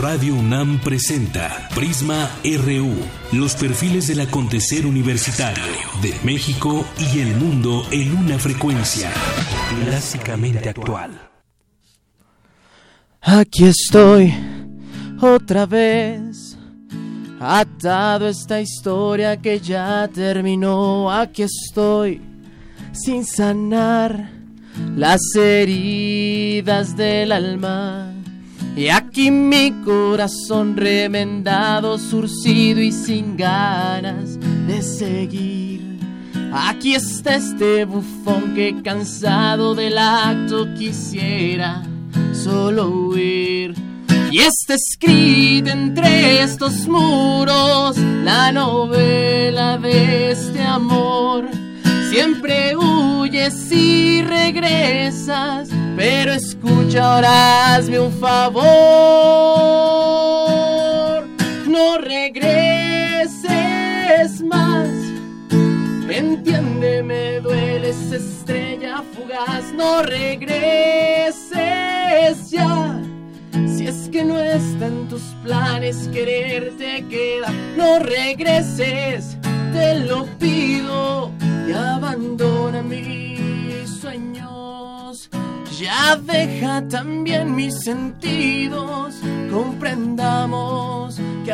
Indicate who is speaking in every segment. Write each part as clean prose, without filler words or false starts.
Speaker 1: Radio UNAM presenta Prisma RU, los perfiles del acontecer universitario de México y el mundo en una frecuencia clásicamente actual.
Speaker 2: Aquí estoy, otra vez, atado a esta historia que ya terminó. Aquí estoy, sin sanar las heridas del alma. Y aquí mi corazón remendado, surcido y sin ganas de seguir. Aquí está este bufón que cansado del acto quisiera solo huir. Y está escrita entre estos muros la novela de este amor. Siempre huyes y regresas, pero escucha, ahora hazme un favor. No regreses más, entiéndeme, duele esa estrella fugaz. No regreses ya, si es que no está en tus planes quererte quedar. No regreses, te lo pido, y abandona mis sueños. Ya deja también mis sentidos, comprendamos que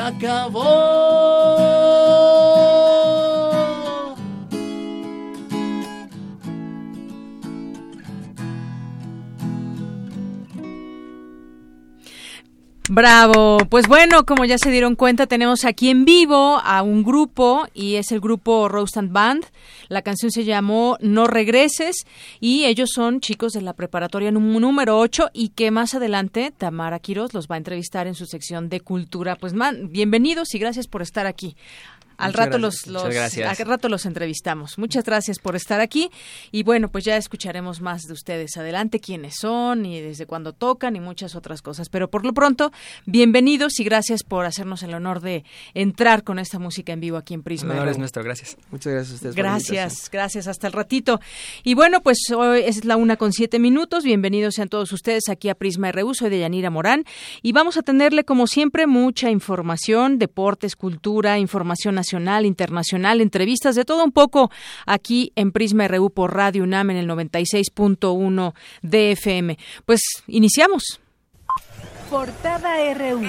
Speaker 2: acabó.
Speaker 3: Bravo, pues bueno, como ya se dieron cuenta, tenemos aquí en vivo a un grupo y es el grupo Roast and Band. La canción se llamó No Regreses y ellos son chicos de la preparatoria número 8 y que más adelante Tamara Quiroz los va a entrevistar en su sección de cultura. Pues bienvenidos y gracias por estar aquí. Al rato los entrevistamos. Muchas gracias por estar aquí y bueno, pues ya escucharemos más de ustedes adelante, quiénes son y desde cuándo tocan y muchas otras cosas. Pero por lo pronto, bienvenidos y gracias por hacernos el honor de entrar con esta música en vivo aquí en Prisma.
Speaker 4: El honor es nuestro, gracias. Muchas gracias a ustedes.
Speaker 3: Gracias, hasta el ratito. Y bueno, pues hoy es la 1:07. Bienvenidos sean todos ustedes aquí a Prisma RU. Soy Deyanira Morán y vamos a tenerle como siempre mucha información, deportes, cultura, información nacional, internacional, entrevistas, de todo un poco aquí en Prisma RU por Radio UNAM en el 96.1 de FM. Pues iniciamos.
Speaker 5: Portada RU.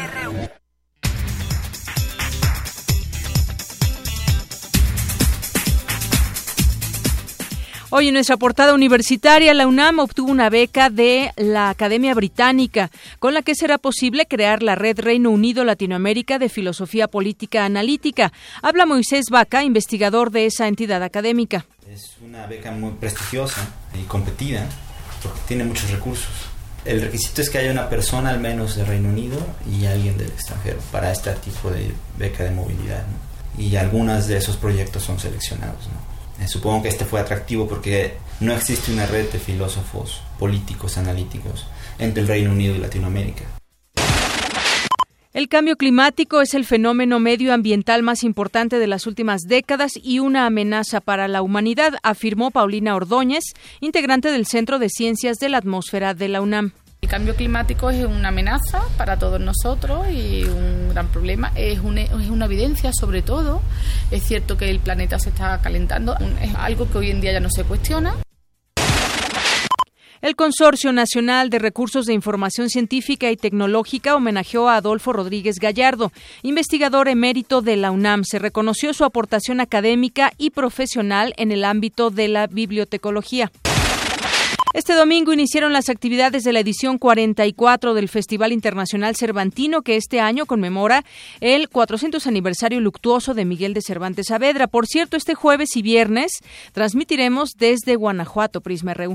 Speaker 3: Hoy en nuestra portada universitaria, la UNAM obtuvo una beca de la Academia Británica, con la que será posible crear la Red Reino Unido-Latinoamérica de Filosofía Política Analítica. Habla Moisés Vaca, investigador de esa entidad académica.
Speaker 6: Es una beca muy prestigiosa y competida, porque tiene muchos recursos. El requisito es que haya una persona al menos del Reino Unido y alguien del extranjero para este tipo de beca de movilidad, ¿no? Y algunos de esos proyectos son seleccionados, ¿no? Supongo que este fue atractivo porque no existe una red de filósofos políticos analíticos entre el Reino Unido y Latinoamérica.
Speaker 3: El cambio climático es el fenómeno medioambiental más importante de las últimas décadas y una amenaza para la humanidad, afirmó Paulina Ordóñez, integrante del Centro de Ciencias de la Atmósfera de la UNAM.
Speaker 7: El cambio climático es una amenaza para todos nosotros y un gran problema. Es una evidencia, sobre todo. Es cierto que el planeta se está calentando. Es algo que hoy en día ya no se cuestiona.
Speaker 3: El Consorcio Nacional de Recursos de Información Científica y Tecnológica homenajeó a Adolfo Rodríguez Gallardo, investigador emérito de la UNAM. Se reconoció su aportación académica y profesional en el ámbito de la bibliotecología. Este domingo iniciaron las actividades de la edición 44 del Festival Internacional Cervantino, que este año conmemora el 400 aniversario luctuoso de Miguel de Cervantes Saavedra. Por cierto, este jueves y viernes transmitiremos desde Guanajuato, Prisma RU.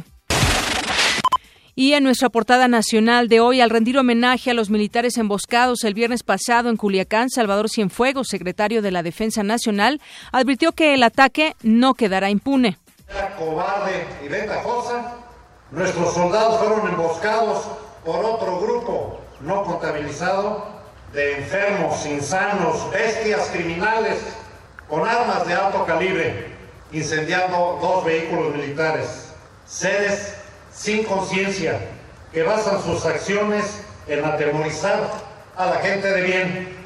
Speaker 3: Y en nuestra portada nacional de hoy, al rendir homenaje a los militares emboscados el viernes pasado en Culiacán, Salvador Cienfuegos, secretario de la Defensa Nacional, advirtió que el ataque no quedará impune.
Speaker 8: Era cobarde y ventajosa. Nuestros soldados fueron emboscados por otro grupo no contabilizado de enfermos, insanos, bestias criminales con armas de alto calibre, incendiando 2 vehículos militares. Seres sin conciencia que basan sus acciones en atemorizar a la gente de bien.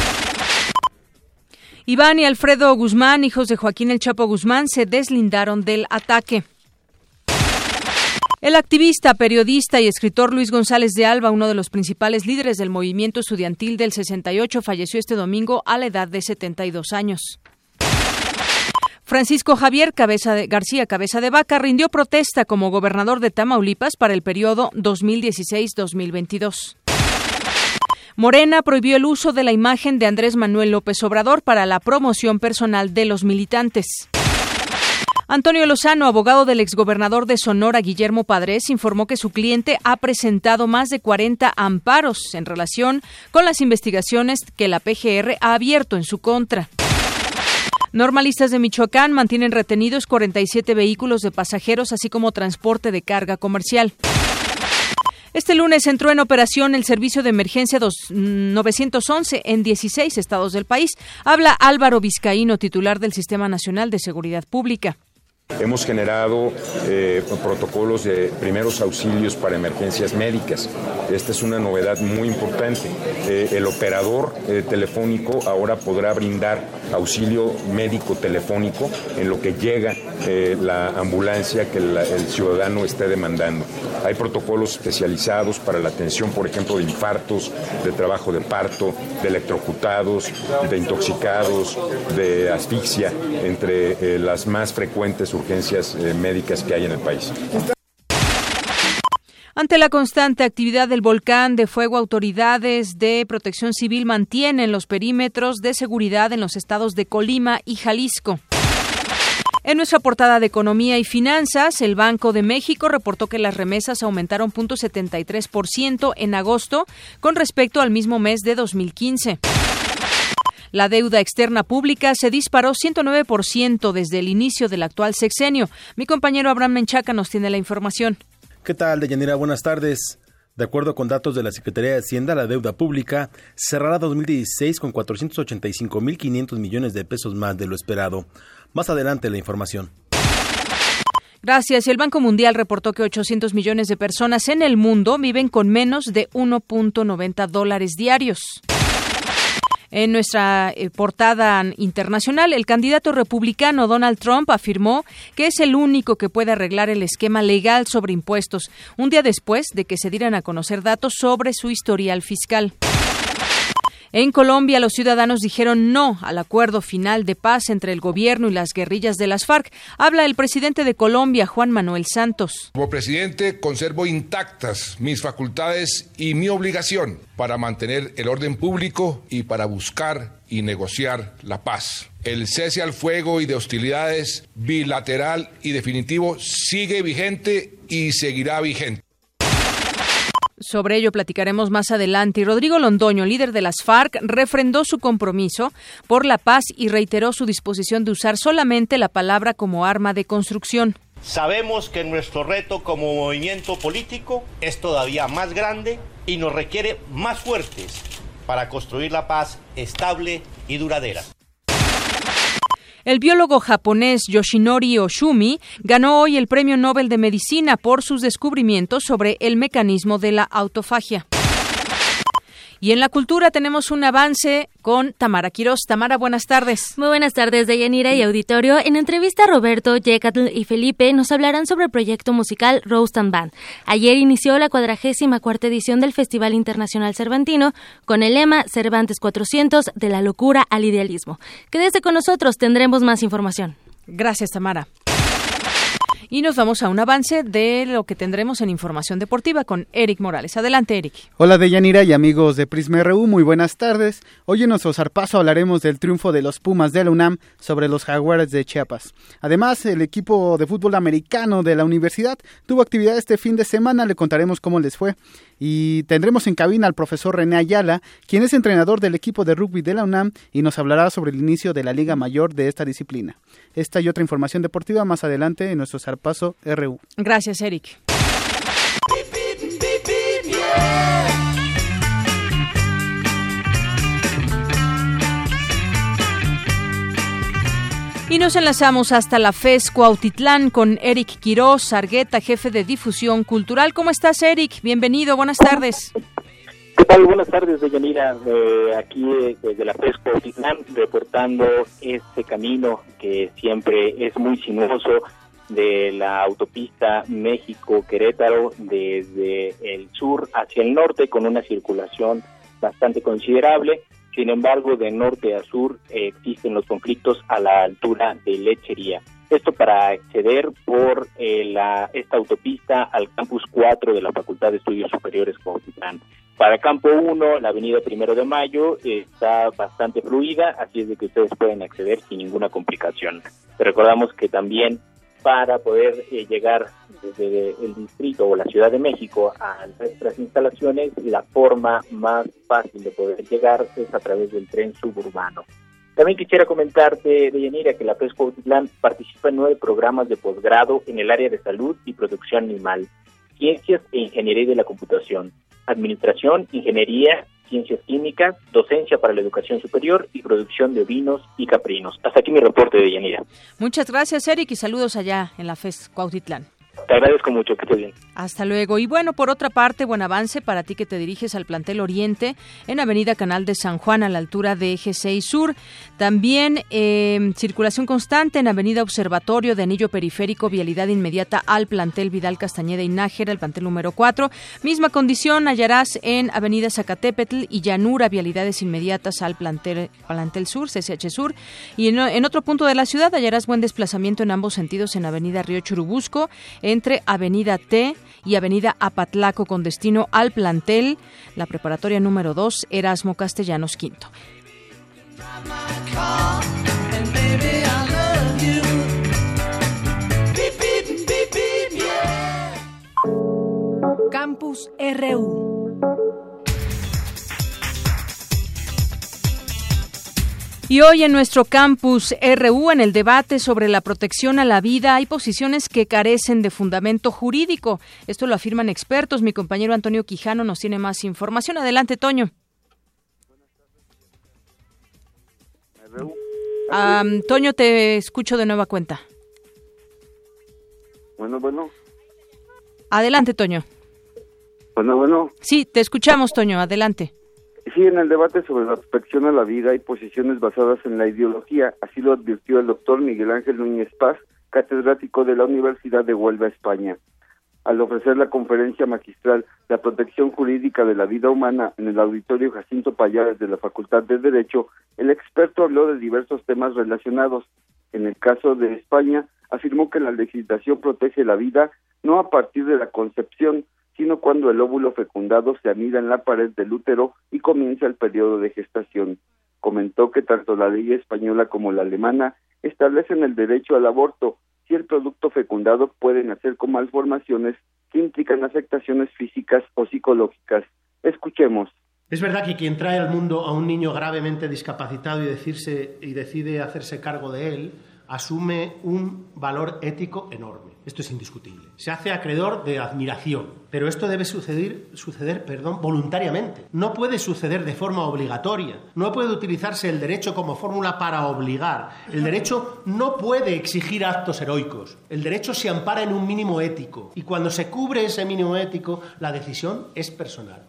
Speaker 3: Iván y Alfredo Guzmán, hijos de Joaquín El Chapo Guzmán, se deslindaron del ataque. El activista, periodista y escritor Luis González de Alba, uno de los principales líderes del movimiento estudiantil del 68, falleció este domingo a la edad de 72 años. Francisco Javier García Cabeza de Vaca rindió protesta como gobernador de Tamaulipas para el periodo 2016-2022. Morena prohibió el uso de la imagen de Andrés Manuel López Obrador para la promoción personal de los militantes. Antonio Lozano, abogado del exgobernador de Sonora, Guillermo Padres, informó que su cliente ha presentado más de 40 amparos en relación con las investigaciones que la PGR ha abierto en su contra. Normalistas de Michoacán mantienen retenidos 47 vehículos de pasajeros, así como transporte de carga comercial. Este lunes entró en operación el servicio de emergencia 911 en 16 estados del país. Habla Álvaro Vizcaíno, titular del Sistema Nacional de Seguridad Pública.
Speaker 9: Hemos generado protocolos de primeros auxilios para emergencias médicas. Esta es una novedad muy importante. El operador telefónico ahora podrá brindar auxilio médico telefónico en lo que llega la ambulancia que el ciudadano esté demandando. Hay protocolos especializados para la atención, por ejemplo, de infartos, de trabajo de parto, de electrocutados, de intoxicados, de asfixia, entre las más frecuentes urgencias médicas que hay en el país.
Speaker 3: Ante la constante actividad del volcán de fuego, autoridades de Protección Civil mantienen los perímetros de seguridad en los estados de Colima y Jalisco. En nuestra portada de Economía y Finanzas, el Banco de México reportó que las remesas aumentaron 0.73% en agosto con respecto al mismo mes de 2015. La deuda externa pública se disparó 109% desde el inicio del actual sexenio. Mi compañero Abraham Menchaca nos tiene la información.
Speaker 10: ¿Qué tal, Deyanira? Buenas tardes. De acuerdo con datos de la Secretaría de Hacienda, la deuda pública cerrará 2016 con 485.500 millones de pesos más de lo esperado. Más adelante la información.
Speaker 3: Gracias. El Banco Mundial reportó que 800 millones de personas en el mundo viven con menos de $1.90 diarios. En nuestra portada internacional, el candidato republicano Donald Trump afirmó que es el único que puede arreglar el esquema legal sobre impuestos, un día después de que se dieran a conocer datos sobre su historial fiscal. En Colombia, los ciudadanos dijeron no al acuerdo final de paz entre el gobierno y las guerrillas de las FARC. Habla el presidente de Colombia, Juan Manuel Santos.
Speaker 11: Como presidente, conservo intactas mis facultades y mi obligación para mantener el orden público y para buscar y negociar la paz. El cese al fuego y de hostilidades bilateral y definitivo sigue vigente y seguirá vigente.
Speaker 3: Sobre ello platicaremos más adelante. Y Rodrigo Londoño, líder de las FARC, refrendó su compromiso por la paz y reiteró su disposición de usar solamente la palabra como arma de construcción.
Speaker 12: Sabemos que nuestro reto como movimiento político es todavía más grande y nos requiere más fuertes para construir la paz estable y duradera.
Speaker 3: El biólogo japonés Yoshinori Oshumi ganó hoy el Premio Nobel de Medicina por sus descubrimientos sobre el mecanismo de la autofagia. Y en la cultura tenemos un avance con Tamara Quirós. Tamara, buenas tardes.
Speaker 13: Muy buenas tardes, Deyanira y auditorio. En entrevista, Roberto, Yecatl y Felipe nos hablarán sobre el proyecto musical Roast and Band. Ayer inició la 44ª edición del Festival Internacional Cervantino con el lema Cervantes 400, de la locura al idealismo. Quédese con nosotros, tendremos más información.
Speaker 3: Gracias, Tamara. Y nos vamos a un avance de lo que tendremos en información deportiva con Eric Morales. Adelante, Eric.
Speaker 14: Hola, Deyanira y amigos de Prisma RU, muy buenas tardes. Hoy en nuestro zarpazo hablaremos del triunfo de los Pumas de la UNAM sobre los Jaguares de Chiapas. Además, el equipo de fútbol americano de la universidad tuvo actividad este fin de semana, le contaremos cómo les fue. Y tendremos en cabina al profesor René Ayala, quien es entrenador del equipo de rugby de la UNAM y nos hablará sobre el inicio de la Liga Mayor de esta disciplina. Esta y otra información deportiva más adelante en nuestro zarpazo RU.
Speaker 3: Gracias, Eric. Y nos enlazamos hasta la FES Cuautitlán con Eric Quirós Argueta, jefe de difusión cultural. ¿Cómo estás, Eric? Bienvenido, buenas tardes.
Speaker 15: ¿Qué tal? Buenas tardes, Deyanira. Aquí desde la PES Cuautitlán, reportando este camino que siempre es muy sinuoso de la autopista México-Querétaro desde el sur hacia el norte, con una circulación bastante considerable. Sin embargo, de norte a sur existen los conflictos a la altura de Lechería. Esto para acceder por esta autopista al campus 4 de la Facultad de Estudios Superiores Cuautitlán. Para Campo 1, la avenida 1 de Mayo está bastante fluida, así es de que ustedes pueden acceder sin ninguna complicación. Te recordamos que también para poder llegar desde el distrito o la Ciudad de México a nuestras instalaciones, la forma más fácil de poder llegar es a través del tren suburbano. También quisiera comentarte, Deyanira, que la PES Cuautitlán participa en 9 programas de posgrado en el área de salud y producción animal, ciencias e ingeniería de la computación, administración, ingeniería, ciencias químicas, docencia para la educación superior y producción de ovinos y caprinos. Hasta aquí mi reporte, de Deyanira.
Speaker 3: Muchas gracias, Eric, y saludos allá en la FES Cuautitlán.
Speaker 15: Te agradezco mucho, que estés bien.
Speaker 3: Hasta luego. Y bueno, por otra parte, buen avance para ti que te diriges al plantel Oriente en Avenida Canal de San Juan a la altura de Eje 6 Sur. También circulación constante en Avenida Observatorio de Anillo Periférico, vialidad inmediata al plantel Vidal Castañeda y Nájera, el plantel número 4. Misma condición hallarás en Avenida Zacatépetl y Llanura, vialidades inmediatas al plantel Sur, CCH Sur. Y en otro punto de la ciudad hallarás buen desplazamiento en ambos sentidos en Avenida Río Churubusco, entre Avenida T y Avenida Apatlaco con destino al plantel, la preparatoria número 2, Erasmo Castellanos V.
Speaker 5: Campus RU.
Speaker 3: Y hoy en nuestro campus RU, en el debate sobre la protección a la vida, hay posiciones que carecen de fundamento jurídico. Esto lo afirman expertos. Mi compañero Antonio Quijano nos tiene más información. Adelante, Toño. Toño, te escucho de nueva cuenta.
Speaker 16: Bueno.
Speaker 3: Adelante, Toño.
Speaker 16: Bueno.
Speaker 3: Sí, te escuchamos, Toño. Adelante.
Speaker 16: Sí, en el debate sobre la protección a la vida hay posiciones basadas en la ideología, así lo advirtió el doctor Miguel Ángel Núñez Paz, catedrático de la Universidad de Huelva, España. Al ofrecer la conferencia magistral La protección jurídica de la vida humana en el auditorio Jacinto Pallares de la Facultad de Derecho, el experto habló de diversos temas relacionados. En el caso de España, afirmó que la legislación protege la vida no a partir de la concepción, sino cuando el óvulo fecundado se anida en la pared del útero y comienza el periodo de gestación. Comentó que tanto la ley española como la alemana establecen el derecho al aborto si el producto fecundado puede nacer con malformaciones que implican afectaciones físicas o psicológicas. Escuchemos.
Speaker 17: Es verdad que quien trae al mundo a un niño gravemente discapacitado y decide hacerse cargo de él, asume un valor ético enorme. Esto es indiscutible. Se hace acreedor de admiración, pero esto debe suceder, voluntariamente. No puede suceder de forma obligatoria. No puede utilizarse el derecho como fórmula para obligar. El derecho no puede exigir actos heroicos. El derecho se ampara en un mínimo ético y cuando se cubre ese mínimo ético, la decisión es personal.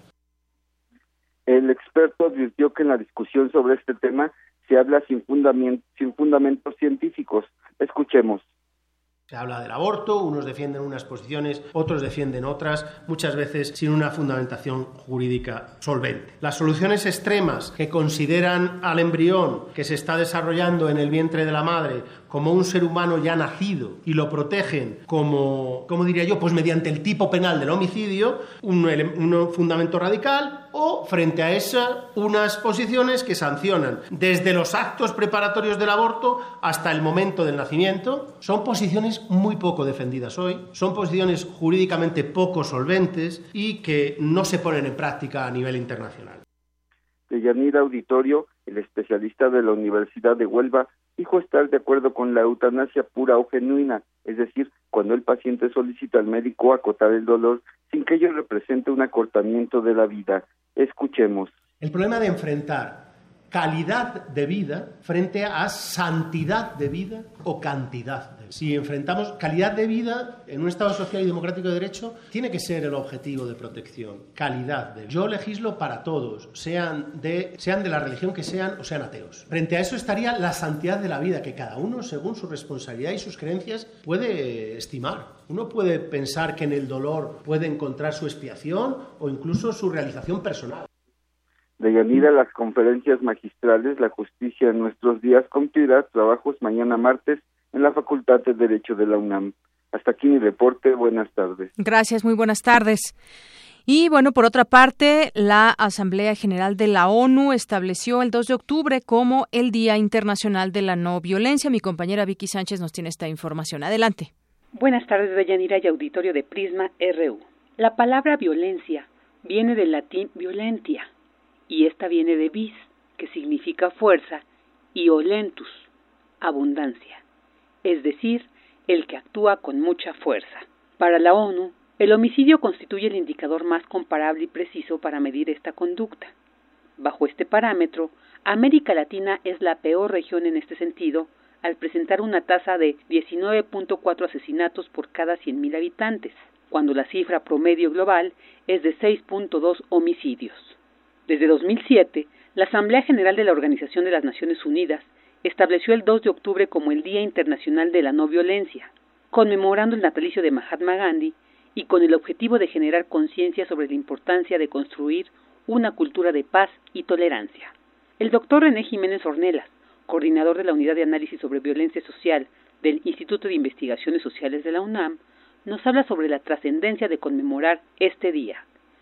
Speaker 16: El experto advirtió que en la discusión sobre este tema se habla sin fundamentos científicos. Escuchemos.
Speaker 17: Se habla del aborto, unos defienden unas posiciones, otros defienden otras, muchas veces sin una fundamentación jurídica solvente. Las soluciones extremas que consideran al embrión que se está desarrollando en el vientre de la madre como un ser humano ya nacido y lo protegen como diría yo, pues mediante el tipo penal del homicidio, un fundamento radical, o frente a esa, unas posiciones que sancionan desde los actos preparatorios del aborto hasta el momento del nacimiento. Son posiciones muy poco defendidas hoy, son posiciones jurídicamente poco solventes y que no se ponen en práctica a nivel internacional.
Speaker 16: Deyanira Auditorio, el especialista de la Universidad de Huelva, dijo estar de acuerdo con la eutanasia pura o genuina, es decir, cuando el paciente solicita al médico acotar el dolor sin que ello represente un acortamiento de la vida. Escuchemos.
Speaker 17: El problema de enfrentar calidad de vida frente a santidad de vida o cantidad de vida. Si enfrentamos calidad de vida en un Estado social y democrático de derecho, tiene que ser el objetivo de protección, calidad de vida. Yo legislo para todos, sean de la religión que sean o sean ateos. Frente a eso estaría la santidad de la vida, que cada uno, según su responsabilidad y sus creencias, puede estimar. Uno puede pensar que en el dolor puede encontrar su expiación o incluso su realización personal.
Speaker 16: Deyanira, las conferencias magistrales, la justicia en nuestros días, continuará trabajos mañana martes en la Facultad de Derecho de la UNAM. Hasta aquí mi reporte. Buenas tardes.
Speaker 3: Gracias, muy buenas tardes. Y bueno, por otra parte, la Asamblea General de la ONU estableció el 2 de octubre como el Día Internacional de la No Violencia. Mi compañera Vicky Sánchez nos tiene esta información. Adelante.
Speaker 18: Buenas tardes, Deyanira y auditorio de Prisma RU. La palabra violencia viene del latín violentia, y esta viene de vis, que significa fuerza, y olentus, abundancia, es decir, el que actúa con mucha fuerza. Para la ONU, el homicidio constituye el indicador más comparable y preciso para medir esta conducta. Bajo este parámetro, América Latina es la peor región en este sentido, al presentar una tasa de 19.4 asesinatos por cada 100.000 habitantes, cuando la cifra promedio global es de 6.2 homicidios. Desde 2007, la Asamblea General de la Organización de las Naciones Unidas estableció el 2 de octubre como el Día Internacional de la No Violencia, conmemorando el natalicio de Mahatma Gandhi y con el objetivo de generar conciencia sobre la importancia de construir una cultura de paz y tolerancia. El doctor René Jiménez Ornelas, coordinador de la Unidad de Análisis sobre Violencia Social del Instituto de Investigaciones Sociales de la UNAM, nos habla sobre la trascendencia de conmemorar este día.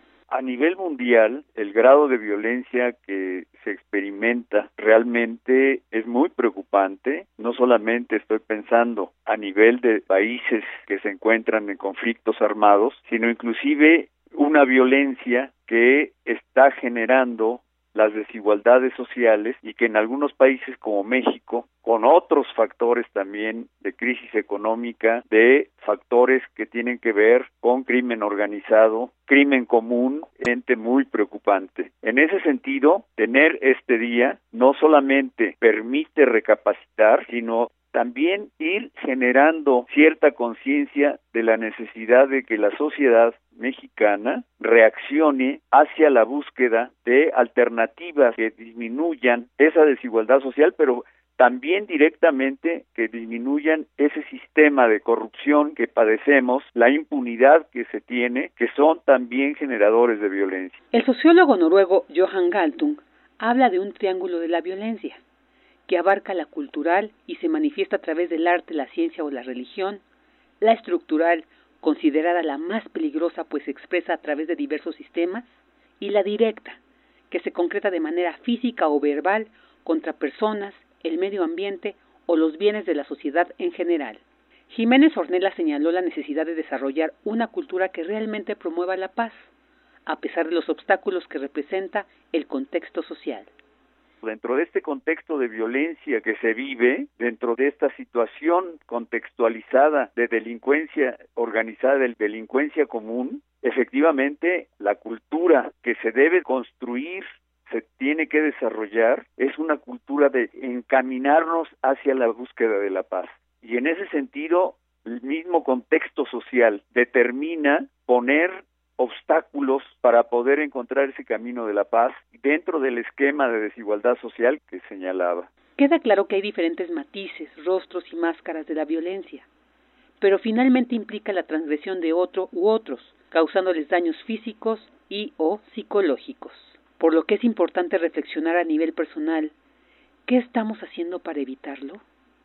Speaker 19: A nivel mundial, el grado de violencia que se experimenta realmente es muy preocupante. No solamente estoy pensando a nivel de países que se encuentran en conflictos armados, sino inclusive una violencia que está generando las desigualdades sociales y que en algunos países como México, con otros factores también de crisis económica, de factores que tienen que ver con crimen organizado, crimen común, gente muy preocupante. En ese sentido, tener este día no solamente permite recapacitar, sino también ir generando cierta conciencia de la necesidad de que la sociedad mexicana reaccione hacia la búsqueda de alternativas que disminuyan esa desigualdad social, pero también directamente que disminuyan ese sistema de corrupción que padecemos, la impunidad que se tiene, que son también generadores de violencia.
Speaker 18: El sociólogo noruego Johan Galtung habla de un triángulo de la violencia, que abarca la cultural y se manifiesta a través del arte, la ciencia o la religión, la estructural, considerada la más peligrosa pues se expresa a través de diversos sistemas, y la directa, que se concreta de manera física o verbal contra personas, el medio ambiente o los bienes de la sociedad en general. Jiménez Ornelas señaló la necesidad de desarrollar una cultura que realmente promueva la paz, a pesar de los obstáculos que representa el contexto social.
Speaker 19: Dentro de este contexto de violencia que se vive, dentro de esta situación contextualizada de delincuencia organizada, de delincuencia común, efectivamente la cultura que se debe construir, se tiene que desarrollar, es una cultura de encaminarnos hacia la búsqueda de la paz. Y en ese sentido, el mismo contexto social determina poner obstáculos para poder encontrar ese camino de la paz dentro del esquema de desigualdad social que señalaba.
Speaker 18: Queda claro que hay diferentes matices, rostros y máscaras de la violencia, pero finalmente implica la transgresión de otro u otros, causándoles daños físicos y o psicológicos. Por lo que es importante reflexionar a nivel personal, ¿qué estamos haciendo para evitarlo?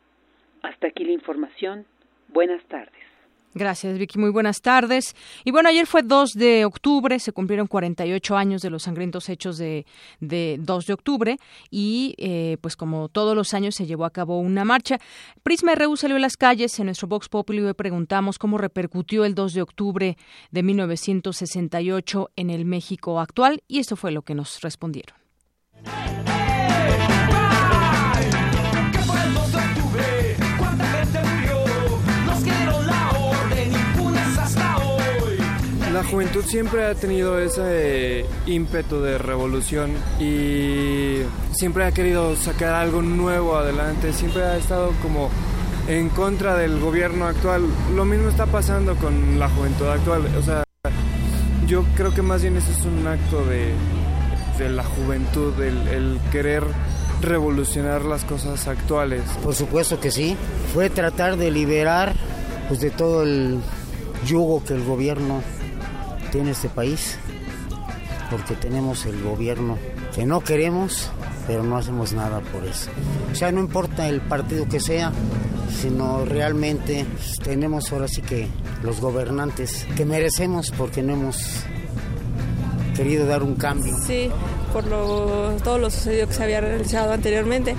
Speaker 18: Hasta aquí la información. Buenas tardes.
Speaker 3: Gracias, Vicky. Muy buenas tardes. Y bueno, ayer fue 2 de octubre, se cumplieron 48 años de los sangrientos hechos de 2 de octubre y pues como todos los años se llevó a cabo una marcha. Prisma RU salió a las calles. En nuestro Vox Populi hoy preguntamos cómo repercutió el 2 de octubre de 1968 en el México actual y esto fue lo que nos respondieron.
Speaker 20: La juventud siempre ha tenido ese ímpetu de revolución y siempre ha querido sacar algo nuevo adelante, siempre ha estado como en contra del gobierno actual. Lo mismo está pasando con la juventud actual, o sea, yo creo que más bien eso es un acto de la juventud, el querer revolucionar las cosas actuales.
Speaker 21: Por supuesto que sí, fue tratar de liberar pues de todo el yugo que el gobierno tiene este país, porque tenemos el gobierno que no queremos, pero no hacemos nada por eso. O sea, no importa el partido que sea, sino realmente tenemos ahora sí que los gobernantes que merecemos, porque no hemos querido dar un cambio.
Speaker 22: Sí, por todo lo sucedido que se había realizado anteriormente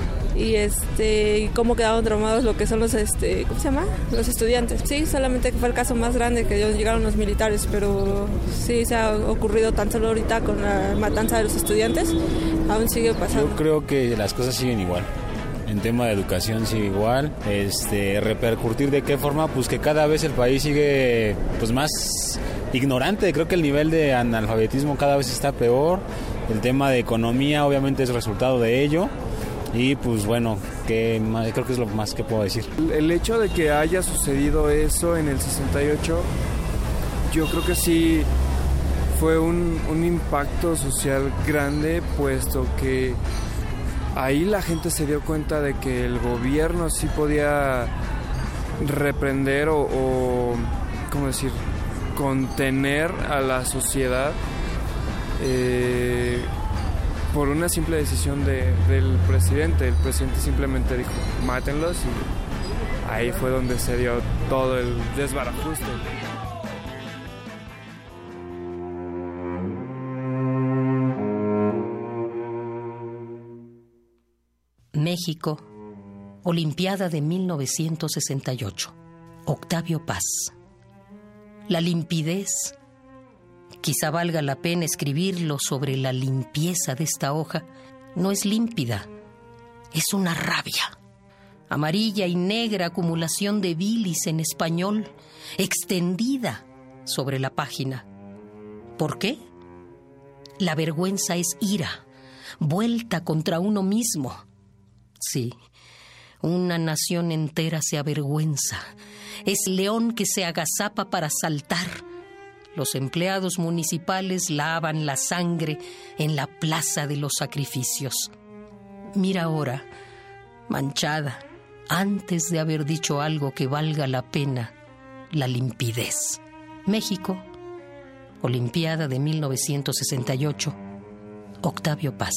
Speaker 22: y cómo quedaron traumados lo que son los ¿cómo se llama? Los estudiantes. Sí, solamente que fue el caso más grande que llegaron los militares, pero sí se ha ocurrido tan solo ahorita con la matanza de los estudiantes, aún sigue pasando.
Speaker 23: Yo creo que las cosas siguen igual. En tema de educación sigue igual. Repercutir de qué forma, pues que cada vez el país sigue pues más ignorante. Creo que el nivel de analfabetismo cada vez está peor. El tema de economía obviamente es resultado de ello. Y pues bueno, creo que es lo más que puedo decir.
Speaker 20: El hecho de que haya sucedido eso en el 68, yo creo que sí fue un impacto social grande, puesto que ahí la gente se dio cuenta de que el gobierno sí podía reprender o ¿cómo decir?, contener a la sociedad por una simple decisión del presidente. El presidente simplemente dijo, mátenlos, y ahí fue donde se dio todo el desbarajuste.
Speaker 24: México, Olimpiada de 1968. Octavio Paz. La limpidez. Quizá valga la pena escribirlo sobre la limpieza de esta hoja. No es límpida, es una rabia. Amarilla y negra acumulación de bilis en español, extendida sobre la página. ¿Por qué? La vergüenza es ira, vuelta contra uno mismo. Sí, una nación entera se avergüenza. Es león que se agazapa para saltar. Los empleados municipales lavan la sangre en la plaza de los sacrificios. Mira ahora, manchada, antes de haber dicho algo que valga la pena, la limpidez. México, Olimpiada de 1968. Octavio Paz.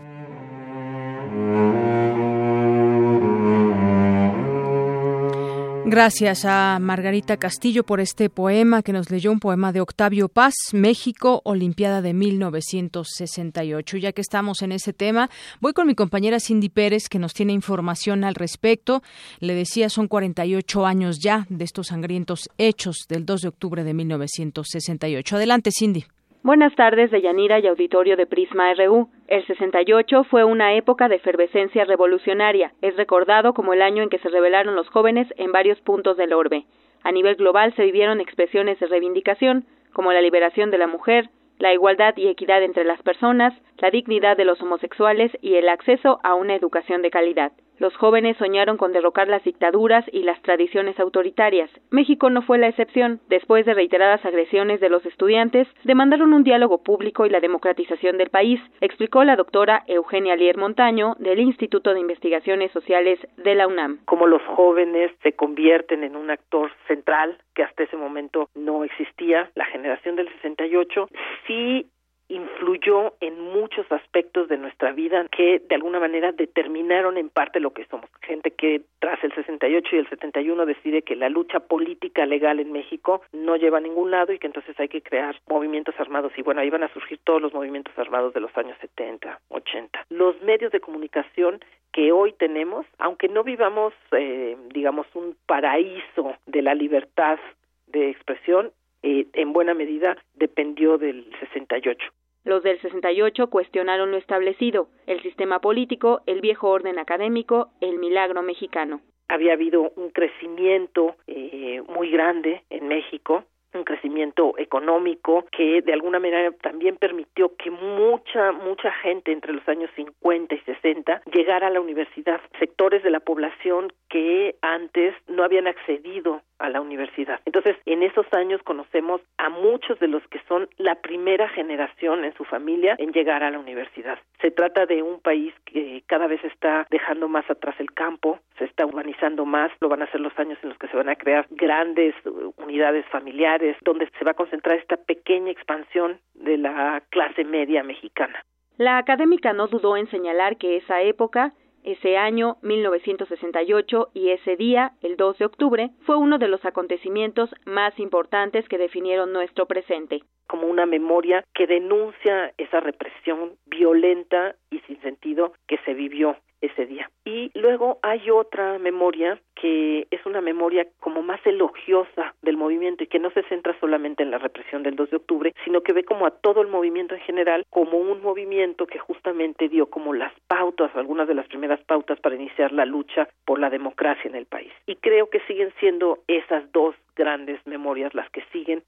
Speaker 3: Gracias a Margarita Castillo por este poema que nos leyó, un poema de Octavio Paz, México, Olimpiada de 1968. Ya que estamos en ese tema, voy con mi compañera Cindy Pérez, que nos tiene información al respecto. Le decía, son 48 años ya de estos sangrientos hechos del 2 de octubre de 1968. Adelante, Cindy.
Speaker 25: Buenas tardes, Deyanira y auditorio de Prisma RU. El 68 fue una época de efervescencia revolucionaria. Es recordado como el año en que se rebelaron los jóvenes en varios puntos del orbe. A nivel global se vivieron expresiones de reivindicación, como la liberación de la mujer, la igualdad y equidad entre las personas, la dignidad de los homosexuales y el acceso a una educación de calidad. Los jóvenes soñaron con derrocar las dictaduras y las tradiciones autoritarias. México no fue la excepción. Después de reiteradas agresiones de los estudiantes, demandaron un diálogo público y la democratización del país, explicó la doctora Eugenia Lier Montaño, del Instituto de Investigaciones Sociales de la UNAM.
Speaker 26: Como los jóvenes se convierten en un actor central que hasta ese momento no existía, la generación del 68 sí influyó en muchos aspectos de nuestra vida que de alguna manera determinaron en parte lo que somos. Gente que tras el 68 y el 71 decide que la lucha política legal en México no lleva a ningún lado y que entonces hay que crear movimientos armados. Y bueno, ahí van a surgir todos los movimientos armados de los años 70, 80. Los medios de comunicación que hoy tenemos, aunque no vivamos, digamos, un paraíso de la libertad de expresión, en buena medida dependió del 68.
Speaker 25: Los del 68 cuestionaron lo establecido, el sistema político, el viejo orden académico, el milagro mexicano.
Speaker 26: Había habido un crecimiento muy grande en México, un crecimiento económico que de alguna manera también permitió que mucha gente entre los años 50 y 60 llegara a la universidad, sectores de la población que antes no habían accedido a la universidad. Entonces, en esos años conocemos a muchos de los que son la primera generación en su familia en llegar a la universidad. Se trata de un país que cada vez está dejando más atrás el campo, se está urbanizando más, lo van a ser los años en los que se van a crear grandes unidades familiares, donde se va a concentrar esta pequeña expansión de la clase media mexicana.
Speaker 25: La académica no dudó en señalar que esa época, ese año 1968 y ese día, el 2 de octubre, fue uno de los acontecimientos más importantes que definieron nuestro presente.
Speaker 26: Como una memoria que denuncia esa represión violenta y sin sentido que se vivió ese día. Y luego hay otra memoria que es una memoria como más elogiosa del movimiento y que no se centra solamente en la represión del 2 de octubre, sino que ve como a todo el movimiento en general como un movimiento que justamente dio como las pautas, algunas de las primeras pautas para iniciar la lucha por la democracia en el país. Y creo que siguen siendo esas dos grandes memorias las que siguen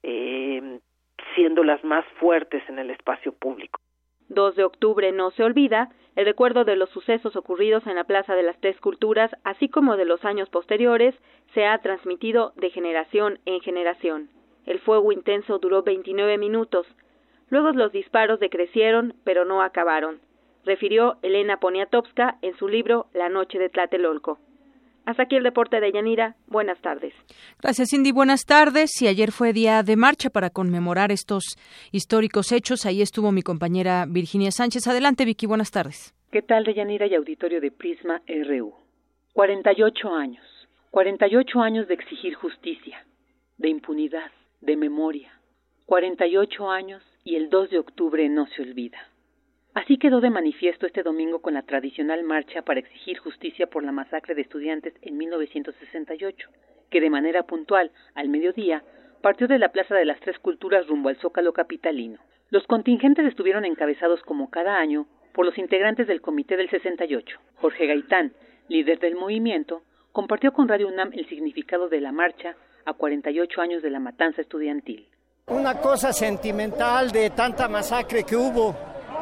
Speaker 26: siendo las más fuertes en el espacio público.
Speaker 25: 2 de octubre no se olvida, el recuerdo de los sucesos ocurridos en la Plaza de las Tres Culturas, así como de los años posteriores, se ha transmitido de generación en generación. El fuego intenso duró 29 minutos. Luego los disparos decrecieron, pero no acabaron, refirió Elena Poniatowska en su libro La noche de Tlatelolco. Hasta aquí el reporte de Yanira. Buenas tardes.
Speaker 3: Gracias, Cindy. Buenas tardes. Y ayer fue día de marcha para conmemorar estos históricos hechos. Ahí estuvo mi compañera Virginia Sánchez. Adelante, Vicky. Buenas tardes.
Speaker 18: ¿Qué tal, Yanira y auditorio de Prisma RU? 48 años. 48 años de exigir justicia, de impunidad, de memoria. 48 años y el 2 de octubre no se olvida. Así quedó de manifiesto este domingo con la tradicional marcha para exigir justicia por la masacre de estudiantes en 1968, que de manera puntual, al mediodía, partió de la Plaza de las Tres Culturas rumbo al Zócalo capitalino. Los contingentes estuvieron encabezados como cada año por los integrantes del Comité del 68. Jorge Gaitán, líder del movimiento, compartió con Radio UNAM el significado de la marcha a 48 años de la matanza estudiantil.
Speaker 1: Una cosa sentimental de tanta masacre que hubo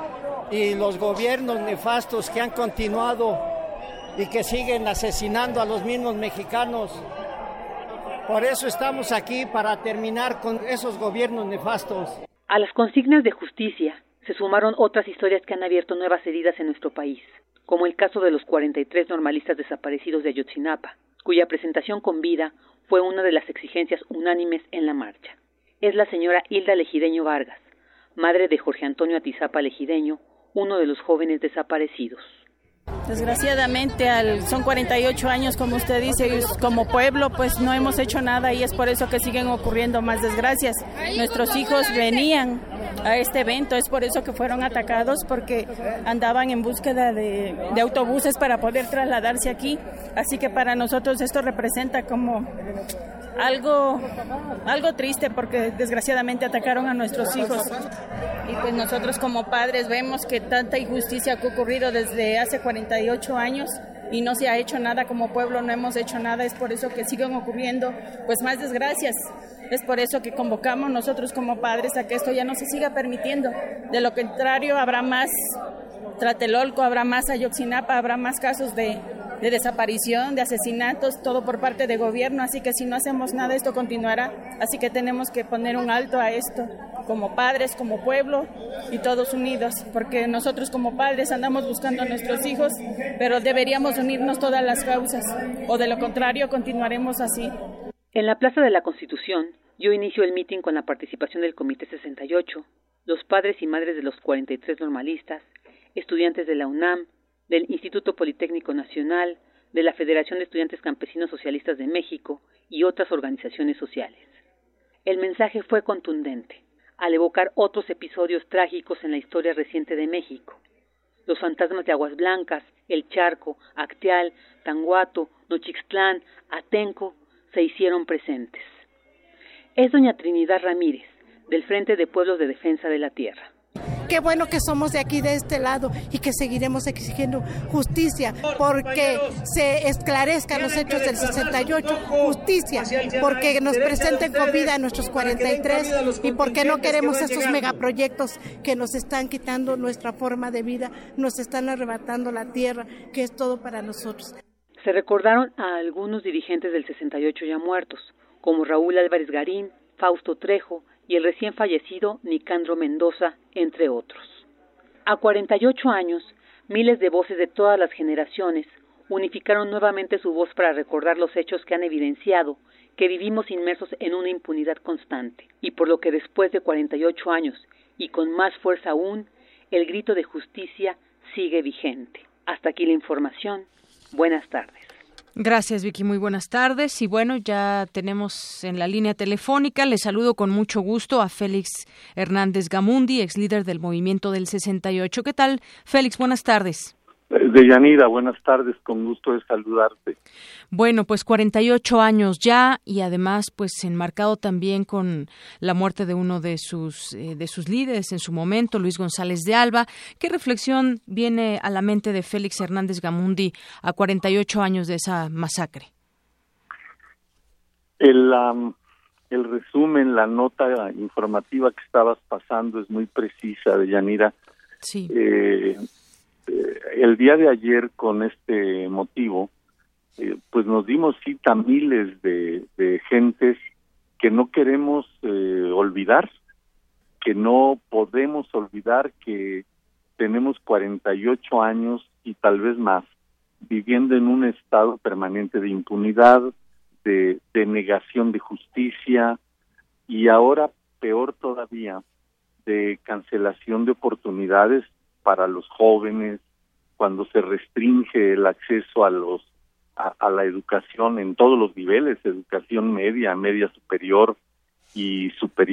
Speaker 1: y los gobiernos nefastos que han continuado y que siguen asesinando a los mismos mexicanos. Por eso estamos aquí, para terminar con esos gobiernos nefastos.
Speaker 18: A las consignas de justicia se sumaron otras historias que han abierto nuevas heridas en nuestro país, como el caso de los 43 normalistas desaparecidos de Ayotzinapa, cuya presentación con vida fue una de las exigencias unánimes en la marcha. Es la señora Hilda Legideño Vargas, madre de Jorge Antonio Atizapa Legideño, uno de los jóvenes desaparecidos.
Speaker 2: Desgraciadamente, son 48 años, como usted dice, como pueblo pues no hemos hecho nada y es por eso que siguen ocurriendo más desgracias. Nuestros hijos venían a este evento, es por eso que fueron atacados, porque andaban en búsqueda de autobuses para poder trasladarse aquí. Así que para nosotros esto representa como algo triste, porque desgraciadamente atacaron a nuestros hijos. Y pues nosotros como padres vemos que tanta injusticia ha ocurrido desde hace 48 años y no se ha hecho nada, como pueblo no hemos hecho nada, es por eso que siguen ocurriendo pues más desgracias. Es por eso que convocamos nosotros como padres a que esto ya no se siga permitiendo. De lo contrario habrá más Tlatelolco, habrá más Ayotzinapa, habrá más casos de desaparición, de asesinatos, todo por parte de gobierno, así que si no hacemos nada esto continuará, así que tenemos que poner un alto a esto, como padres, como pueblo y todos unidos, porque nosotros como padres andamos buscando a nuestros hijos, pero deberíamos unirnos todas las causas, o de lo contrario continuaremos así.
Speaker 18: En la Plaza de la Constitución dio inicio el mitin con la participación del Comité 68, los padres y madres de los 43 normalistas, estudiantes de la UNAM, del Instituto Politécnico Nacional, de la Federación de Estudiantes Campesinos Socialistas de México y otras organizaciones sociales. El mensaje fue contundente, al evocar otros episodios trágicos en la historia reciente de México. Los fantasmas de Aguas Blancas, El Charco, Acteal, Tanguato, Nochixtlán, Atenco se hicieron presentes. Es doña Trinidad Ramírez, del Frente de Pueblos de Defensa de la Tierra.
Speaker 4: qué bueno que somos de aquí, de este lado, y que seguiremos exigiendo justicia, porque se esclarezcan los hechos del 68, justicia, porque nos presenten con vida a nuestros 43 y porque no queremos estos megaproyectos que nos están quitando nuestra forma de vida, nos están arrebatando la tierra, que es todo para nosotros.
Speaker 18: Se recordaron a algunos dirigentes del 68 ya muertos, como Raúl Álvarez Garín, Fausto Trejo y el recién fallecido Nicandro Mendoza, entre otros. A 48 años, miles de voces de todas las generaciones unificaron nuevamente su voz para recordar los hechos que han evidenciado que vivimos inmersos en una impunidad constante, y por lo que después de 48 años, y con más fuerza aún, el grito de justicia sigue vigente. Hasta aquí la información. Buenas tardes.
Speaker 3: Gracias, Vicky. Muy buenas tardes. Y bueno, ya tenemos en la línea telefónica, le saludo con mucho gusto a Félix Hernández Gamundi, ex líder del Movimiento del 68. ¿Qué tal, Félix? Buenas tardes.
Speaker 6: Deyanira, buenas tardes, con gusto de saludarte.
Speaker 3: Bueno, pues 48 años ya, y además pues enmarcado también con la muerte de uno de sus líderes en su momento, Luis González de Alba. ¿Qué reflexión viene a la mente de Félix Hernández Gamundi a 48 años de esa masacre?
Speaker 6: El resumen, la nota informativa que estabas pasando es muy precisa, Deyanira.
Speaker 3: Sí.
Speaker 6: El día de ayer, con este motivo, pues nos dimos cita a miles de gentes que no queremos olvidar, que no podemos olvidar que tenemos 48 años y tal vez más viviendo en un estado permanente de impunidad, de negación de justicia y ahora, peor todavía, de cancelación de oportunidades para los jóvenes, cuando se restringe el acceso a la educación en todos los niveles, educación media, media superior, y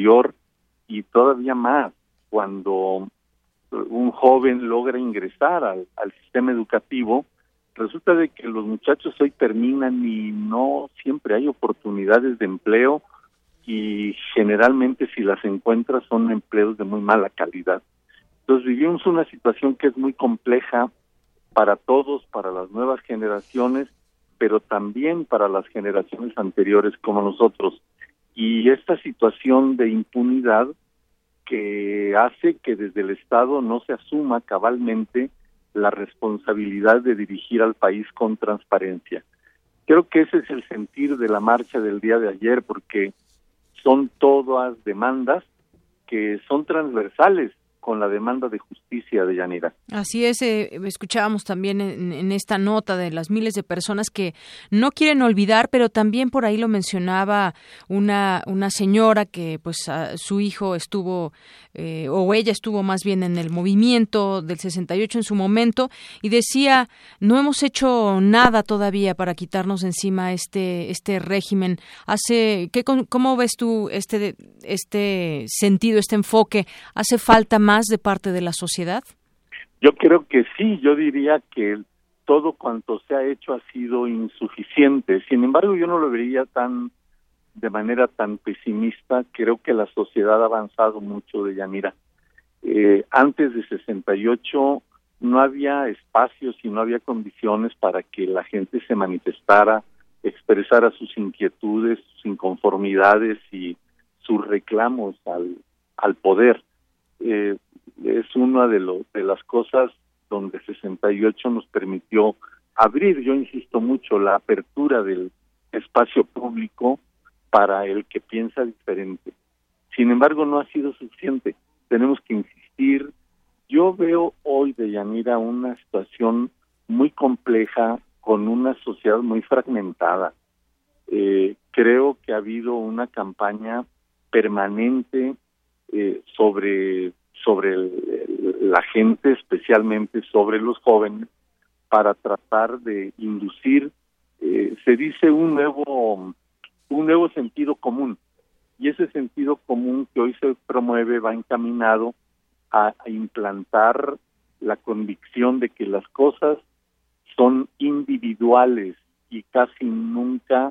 Speaker 6: todavía más, cuando un joven logra ingresar al sistema educativo, resulta de que los muchachos hoy terminan y no siempre hay oportunidades de empleo, y generalmente si las encuentras son empleos de muy mala calidad. Entonces vivimos una situación que es muy compleja para todos, para las nuevas generaciones, pero también para las generaciones anteriores como nosotros. Y esta situación de impunidad que hace que desde el Estado no se asuma cabalmente la responsabilidad de dirigir al país con transparencia. Creo que ese es el sentir de la marcha del día de ayer, porque son todas demandas que son transversales con la demanda de justicia, Deyanira.
Speaker 3: Así es, escuchábamos también en esta nota de las miles de personas que no quieren olvidar, pero también por ahí lo mencionaba una señora que pues su hijo estuvo, o ella estuvo más bien en el movimiento del 68 en su momento, y decía, no hemos hecho nada todavía para quitarnos encima este régimen. ¿Cómo ves tú este sentido, este enfoque? ¿Hace falta más de parte de la sociedad?
Speaker 6: Yo creo que sí, yo diría que todo cuanto se ha hecho ha sido insuficiente. Sin embargo, yo no lo vería de manera tan pesimista. Creo que la sociedad ha avanzado mucho, Deyanira. Antes de 68 no había espacios y no había condiciones para que la gente se manifestara, expresara sus inquietudes, sus inconformidades y sus reclamos al poder. Es una de las cosas donde 68 nos permitió abrir, yo insisto mucho, la apertura del espacio público para el que piensa diferente. Sin embargo, no ha sido suficiente. Tenemos que insistir. Yo veo hoy, Deyanira, una situación muy compleja con una sociedad muy fragmentada. Creo que ha habido una campaña permanente sobre la gente, especialmente sobre los jóvenes, para tratar de inducir, se dice, un nuevo sentido común. Y ese sentido común que hoy se promueve va encaminado a implantar la convicción de que las cosas son individuales y casi nunca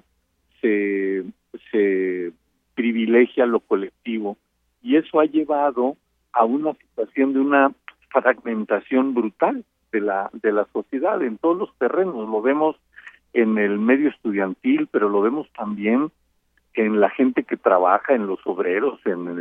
Speaker 6: se privilegia lo colectivo. Y eso ha llevado a una situación de una fragmentación brutal de la sociedad en todos los terrenos. Lo vemos en el medio estudiantil, pero lo vemos también en la gente que trabaja, en los obreros,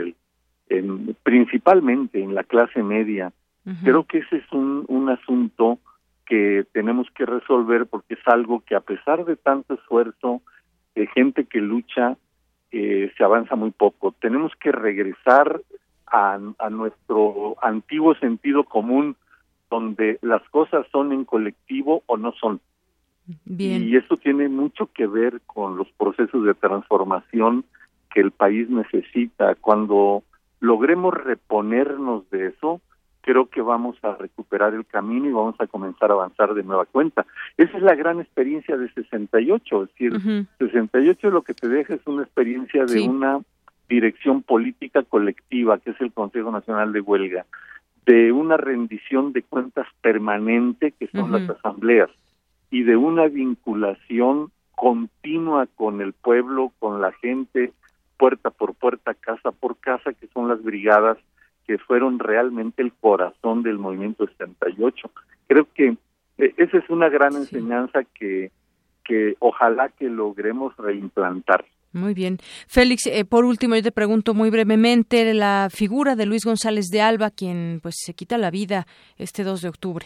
Speaker 6: principalmente en la clase media. Creo que ese es un asunto que tenemos que resolver, porque es algo que, a pesar de tanto esfuerzo de gente que lucha, se avanza muy poco. Tenemos que regresar a nuestro antiguo sentido común, donde las cosas son en colectivo o no son. Bien. Y eso tiene mucho que ver con los procesos de transformación que el país necesita. Cuando logremos reponernos de eso, creo que vamos a recuperar el camino y vamos a comenzar a avanzar de nueva cuenta. Esa es la gran experiencia de 68, es decir, 68 lo que te deja es una experiencia de una dirección política colectiva, que es el Consejo Nacional de Huelga, de una rendición de cuentas permanente, que son las asambleas, y de una vinculación continua con el pueblo, con la gente, puerta por puerta, casa por casa, que son las brigadas, que fueron realmente el corazón del movimiento 68. Creo que esa es una gran enseñanza que ojalá que logremos reimplantar.
Speaker 3: Muy bien. Félix, por último, yo te pregunto muy brevemente la figura de Luis González de Alba, quien pues se quita la vida este 2 de octubre.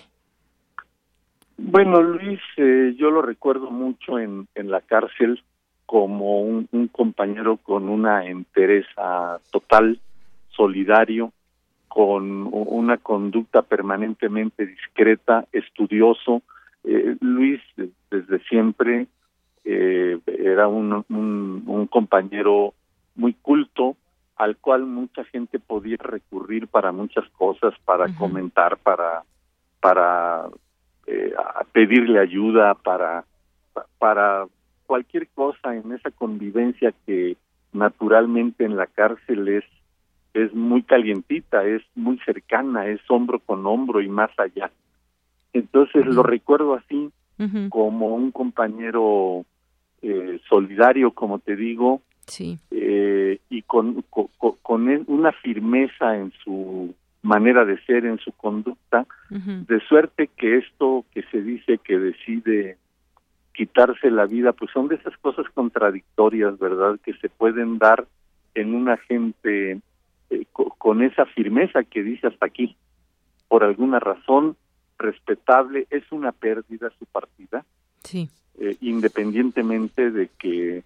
Speaker 6: Bueno, Luis, yo lo recuerdo mucho en la cárcel como un compañero con una entereza total, solidario, con una conducta permanentemente discreta, estudioso. Luis, desde siempre, era un compañero muy culto, al cual mucha gente podía recurrir para muchas cosas, para comentar, para pedirle ayuda, para cualquier cosa en esa convivencia que naturalmente en la cárcel es muy calientita, es muy cercana, es hombro con hombro y más allá. Entonces lo recuerdo así, como un compañero solidario, como te digo, y con una firmeza en su manera de ser, en su conducta, de suerte que esto que se dice que decide quitarse la vida, pues son de esas cosas contradictorias, ¿verdad?, que se pueden dar en una gente con esa firmeza que dice hasta aquí, por alguna razón respetable. Es una pérdida su partida, independientemente de que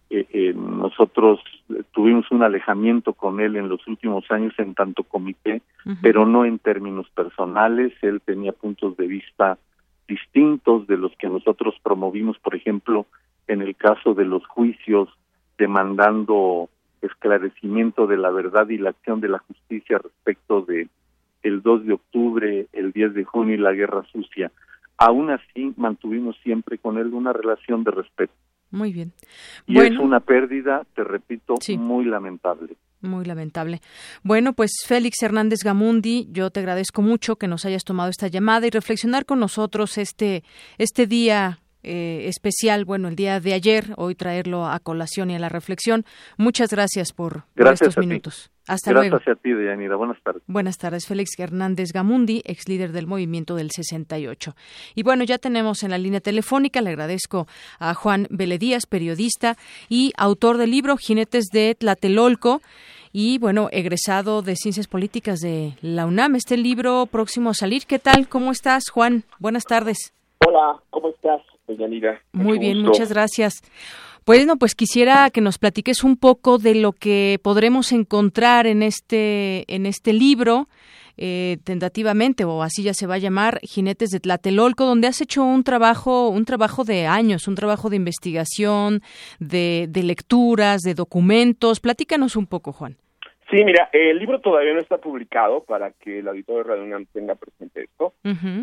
Speaker 6: nosotros tuvimos un alejamiento con él en los últimos años en tanto comité, pero no en términos personales. Él tenía puntos de vista distintos de los que nosotros promovimos, por ejemplo, en el caso de los juicios, demandando esclarecimiento de la verdad y la acción de la justicia respecto de el 2 de octubre, el 10 de junio y la Guerra Sucia. Aún así, mantuvimos siempre con él una relación de respeto.
Speaker 3: Muy bien.
Speaker 6: Y es una pérdida, te repito, muy lamentable.
Speaker 3: Muy lamentable. Bueno, pues Félix Hernández Gamundi, yo te agradezco mucho que nos hayas tomado esta llamada y reflexionar con nosotros este día especial, bueno, el día de ayer, hoy traerlo a colación y a la reflexión. Muchas gracias por estos minutos. Hasta luego.
Speaker 6: Gracias a ti, Deyanira. Buenas tardes.
Speaker 3: Buenas tardes. Félix Hernández Gamundi, ex líder del movimiento del 68. Y bueno, ya tenemos en la línea telefónica, le agradezco a Juan Beledías, periodista y autor del libro Jinetes de Tlatelolco, y bueno, egresado de Ciencias Políticas de la UNAM. Este libro próximo a salir. ¿Qué tal? ¿Cómo estás, Juan? Buenas tardes.
Speaker 7: Hola, ¿cómo estás, Deyanira?
Speaker 3: Muy bien, muchas gracias. Bueno, pues quisiera que nos platiques un poco de lo que podremos encontrar en este libro, tentativamente, o así ya se va a llamar, Jinetes de Tlatelolco, donde has hecho un trabajo de años, un trabajo de investigación, de lecturas, de documentos. Platícanos un poco, Juan.
Speaker 7: Sí, mira, el libro todavía no está publicado para que el auditorio de Radio UNAM tenga presente esto.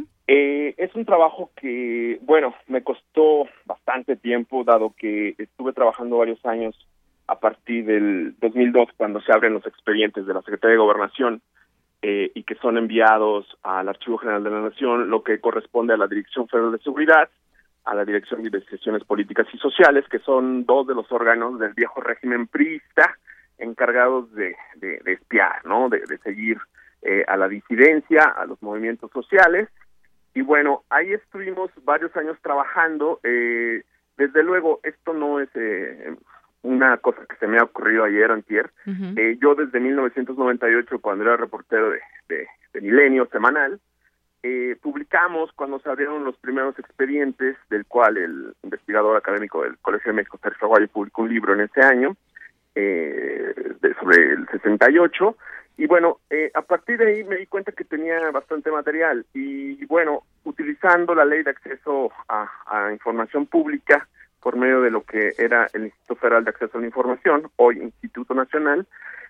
Speaker 7: Es un trabajo que, bueno, me costó bastante tiempo, dado que estuve trabajando varios años a partir del 2002, cuando se abren los expedientes de la Secretaría de Gobernación y que son enviados al Archivo General de la Nación, lo que corresponde a la Dirección Federal de Seguridad, a la Dirección de Investigaciones Políticas y Sociales, que son dos de los órganos del viejo régimen priista encargados de espiar, ¿no? De seguir a la disidencia, a los movimientos sociales. Y bueno, ahí estuvimos varios años trabajando. Desde luego, esto no es una cosa que se me ha ocurrido ayer o antier. Yo desde 1998, cuando era reportero de Milenio semanal, publicamos cuando se abrieron los primeros expedientes, del cual el investigador académico del Colegio de México, Sergio Aguayo, publicó un libro en ese año, sobre el 68, y bueno, a partir de ahí me di cuenta que tenía bastante material, y bueno, utilizando la ley de acceso a información pública por medio de lo que era el Instituto Federal de Acceso a la Información, hoy Instituto Nacional,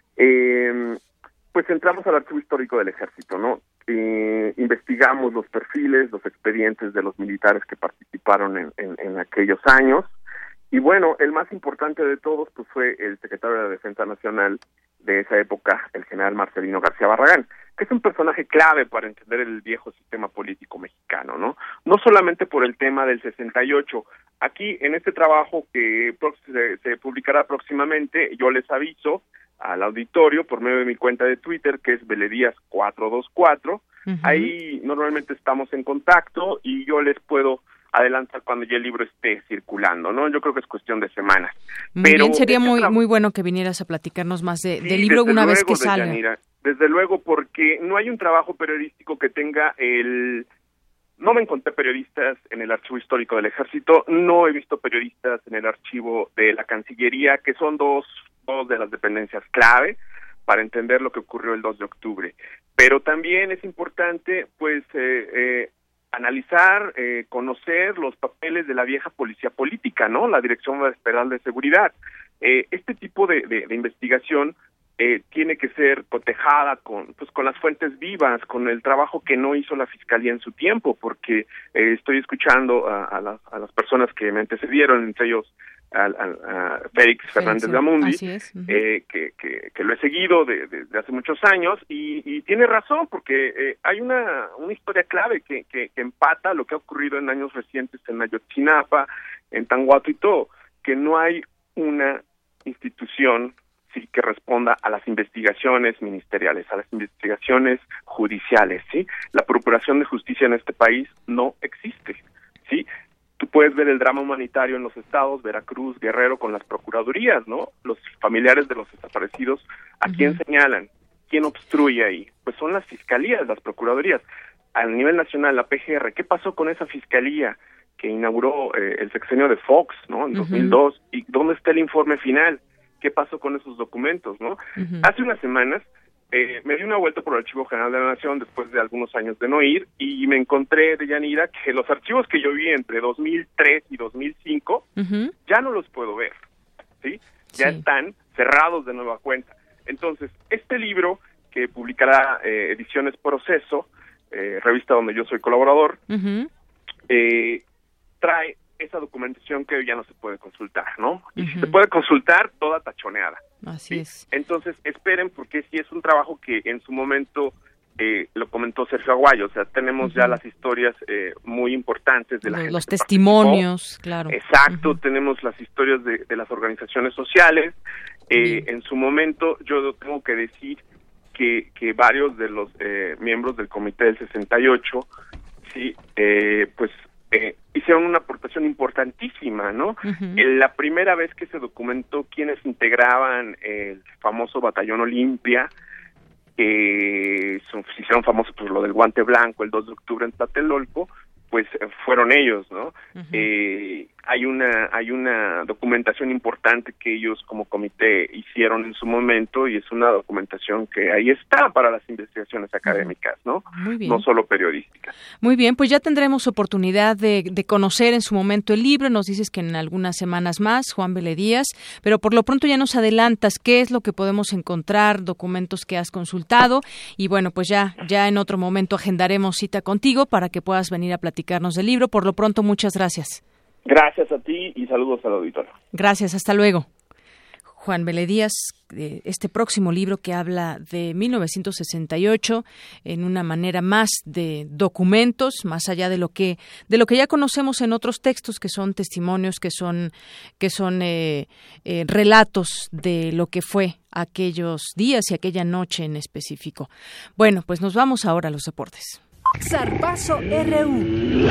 Speaker 7: pues entramos al Archivo Histórico del Ejército, ¿no? Investigamos los perfiles, los expedientes de los militares que participaron en aquellos años, y bueno, el más importante de todos pues fue el secretario de la Defensa Nacional de esa época, el general Marcelino García Barragán, que es un personaje clave para entender el viejo sistema político mexicano, ¿no? No solamente por el tema del 68. Aquí, en este trabajo que se publicará próximamente, yo les aviso al auditorio por medio de mi cuenta de Twitter, que es Beledías424. Ahí normalmente estamos en contacto y yo les puedo adelantar cuando ya el libro esté circulando, ¿no? Yo creo que es cuestión de semanas.
Speaker 3: Muy bien, sería muy bueno que vinieras a platicarnos más del libro una vez que salga.
Speaker 7: Yanira, desde luego, porque no hay un trabajo periodístico que tenga No me encontré periodistas en el Archivo Histórico del Ejército, no he visto periodistas en el Archivo de la Cancillería, que son dos de las dependencias clave para entender lo que ocurrió el 2 de octubre. Pero también es importante, pues, analizar, conocer los papeles de la vieja policía política, ¿no? La Dirección Federal de Seguridad. Este tipo de investigación tiene que ser cotejada con las fuentes vivas, con el trabajo que no hizo la Fiscalía en su tiempo, porque estoy escuchando a las personas que me antecedieron, entre ellos a Félix Fernández Gamundi, que lo he seguido desde hace muchos años, y tiene razón, porque hay una historia clave que empata lo que ha ocurrido en años recientes en Ayotzinapa, en Tanguato y todo, que no hay una institución que responda a las investigaciones ministeriales, a las investigaciones judiciales, ¿sí? La Procuración de Justicia en este país no existe, ¿sí? Tú puedes ver el drama humanitario en los estados, Veracruz, Guerrero, con las procuradurías, ¿no? Los familiares de los desaparecidos, ¿a quién señalan? ¿Quién obstruye ahí? Pues son las fiscalías, las procuradurías. A nivel nacional, la PGR, ¿qué pasó con esa fiscalía que inauguró el sexenio de Fox, ¿no? En 2002, ¿y dónde está el informe final? ¿Qué pasó con esos documentos, no? Hace unas semanas me di una vuelta por el Archivo General de la Nación después de algunos años de no ir, y me encontré, Deyanira, que los archivos que yo vi entre 2003 y 2005 ya no los puedo ver, ¿sí? Ya están cerrados de nueva cuenta. Entonces, este libro que publicará Ediciones Proceso, revista donde yo soy colaborador, trae esa documentación que ya no se puede consultar, ¿no? Y si se puede consultar, toda tachoneada.
Speaker 3: Así es.
Speaker 7: Entonces, esperen, porque sí es un trabajo que en su momento lo comentó Sergio Aguayo, o sea, tenemos ya las historias muy importantes de la gente
Speaker 3: los testimonios, claro.
Speaker 7: Exacto, tenemos las historias de las organizaciones sociales. En su momento, yo tengo que decir que varios de los miembros del Comité del 68, sí, hicieron una aportación importantísima, ¿no? La primera vez que se documentó quiénes integraban el famoso Batallón Olimpia, que se hicieron famosos por lo del guante blanco el 2 de octubre en Tlatelolco, pues fueron ellos, ¿no? Hay una documentación importante que ellos como comité hicieron en su momento, y es una documentación que ahí está para las investigaciones académicas, ¿no?
Speaker 3: Muy bien.
Speaker 7: No solo periodísticas.
Speaker 3: Muy bien, pues ya tendremos oportunidad de conocer en su momento el libro. Nos dices que en algunas semanas más, Juan Beledías, pero por lo pronto ya nos adelantas qué es lo que podemos encontrar, documentos que has consultado, y bueno, pues ya en otro momento agendaremos cita contigo para que puedas venir a platicarnos del libro. Por lo pronto, muchas gracias.
Speaker 7: Gracias a ti y saludos al auditorio.
Speaker 3: Gracias, hasta luego. Juan Beledías, este próximo libro que habla de 1968 en una manera más de documentos, más allá de lo que ya conocemos en otros textos, que son testimonios, que son relatos de lo que fue aquellos días y aquella noche en específico. Bueno, pues nos vamos ahora a los deportes.
Speaker 5: Zarpazo RU.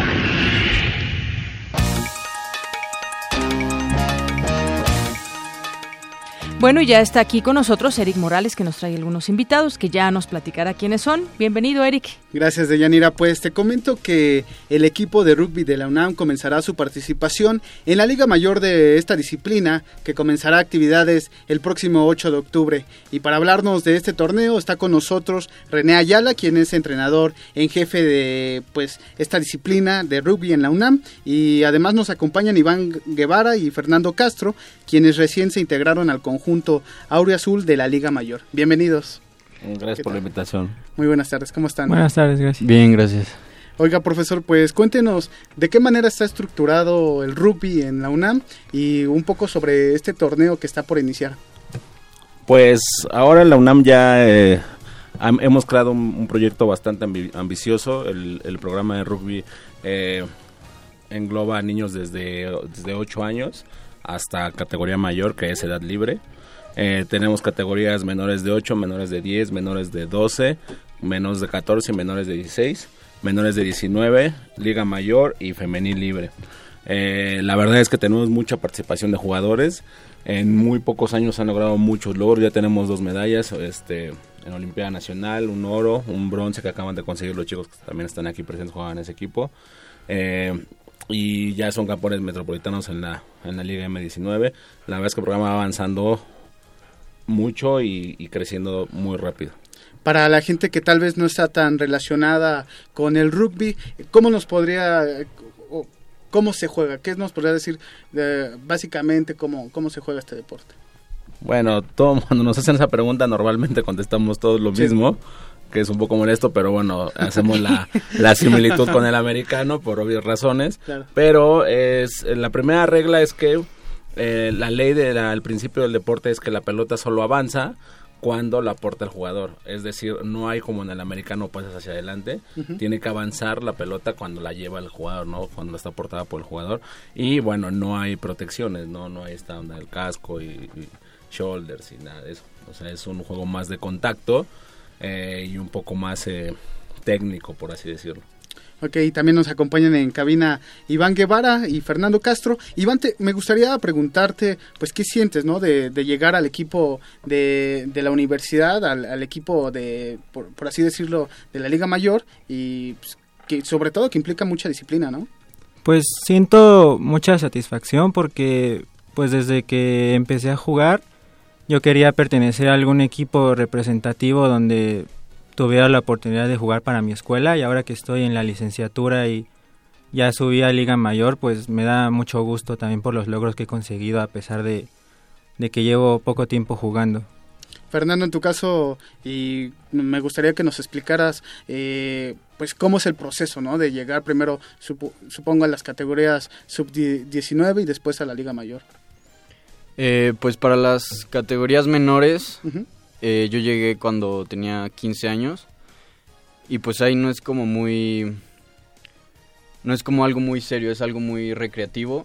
Speaker 3: Bueno, ya está aquí con nosotros Eric Morales, que nos trae algunos invitados, que ya nos platicará quiénes son. Bienvenido, Eric.
Speaker 14: Gracias, Deyanira. Pues te comento que el equipo de rugby de la UNAM comenzará su participación en la Liga Mayor de esta disciplina, que comenzará actividades el próximo 8 de octubre. Y para hablarnos de este torneo está con nosotros René Ayala, quien es entrenador en jefe de esta disciplina de rugby en la UNAM. Y además nos acompañan Iván Guevara y Fernando Castro, quienes recién se integraron al conjunto Auriazul de la Liga Mayor. Bienvenidos.
Speaker 8: Gracias por la invitación.
Speaker 14: Muy buenas tardes, ¿cómo están?
Speaker 9: Buenas tardes, gracias.
Speaker 8: Bien, gracias.
Speaker 14: Oiga, profesor, pues cuéntenos de qué manera está estructurado el rugby en la UNAM y un poco sobre este torneo que está por iniciar.
Speaker 8: Pues ahora en la UNAM ya hemos creado un proyecto bastante ambicioso. El programa de rugby engloba a niños desde 8 años hasta categoría mayor, que es edad libre. Tenemos categorías menores de 8, menores de 10, menores de 12, menores de 14, menores de 16, menores de 19, liga mayor y femenil libre. La verdad es que tenemos mucha participación de jugadores. En muy pocos años han logrado muchos logros. Ya tenemos 2 medallas en Olimpiada Nacional, un oro, un bronce que acaban de conseguir los chicos que también están aquí presentes, juegan en ese equipo. Y ya son campeones metropolitanos en la Liga M19. La verdad es que el programa va avanzando mucho y creciendo muy rápido.
Speaker 14: Para la gente que tal vez no está tan relacionada con el rugby, ¿cómo se juega? ¿Qué nos podría decir básicamente cómo se juega este deporte?
Speaker 8: Bueno, cuando nos hacen esa pregunta normalmente contestamos todos lo mismo, que es un poco molesto, pero bueno, hacemos la similitud con el americano por obvias razones. Claro. Pero la primera regla es que la ley el principio del deporte es que la pelota solo avanza cuando la aporta el jugador. Es decir, no hay como en el americano pasas hacia adelante. Uh-huh. Tiene que avanzar la pelota cuando la lleva el jugador, ¿no? Cuando está aportada por el jugador. Y bueno, no hay protecciones, no hay esta onda del casco y shoulders y nada de eso. O sea, es un juego más de contacto y un poco más técnico, por así decirlo.
Speaker 14: Ok, también nos acompañan en cabina Iván Guevara y Fernando Castro. Iván, me gustaría preguntarte, pues, ¿qué sientes, no, de llegar al equipo de la universidad, al equipo por así decirlo, de la Liga Mayor y pues, que sobre todo que implica mucha disciplina, ¿no?
Speaker 9: Pues siento mucha satisfacción porque, pues, desde que empecé a jugar, yo quería pertenecer a algún equipo representativo donde tuviera la oportunidad de jugar para mi escuela, y ahora que estoy en la licenciatura y ya subí a Liga Mayor, pues me da mucho gusto también por los logros que he conseguido a pesar de que llevo poco tiempo jugando.
Speaker 14: Fernando, en tu caso, y me gustaría que nos explicaras pues cómo es el proceso, ¿no? De llegar primero, supongo, a las categorías sub-19 y después a la Liga Mayor.
Speaker 10: Pues para las categorías menores,
Speaker 14: uh-huh.
Speaker 10: Yo llegué cuando tenía 15 años y pues ahí no es como algo muy serio, es algo muy recreativo.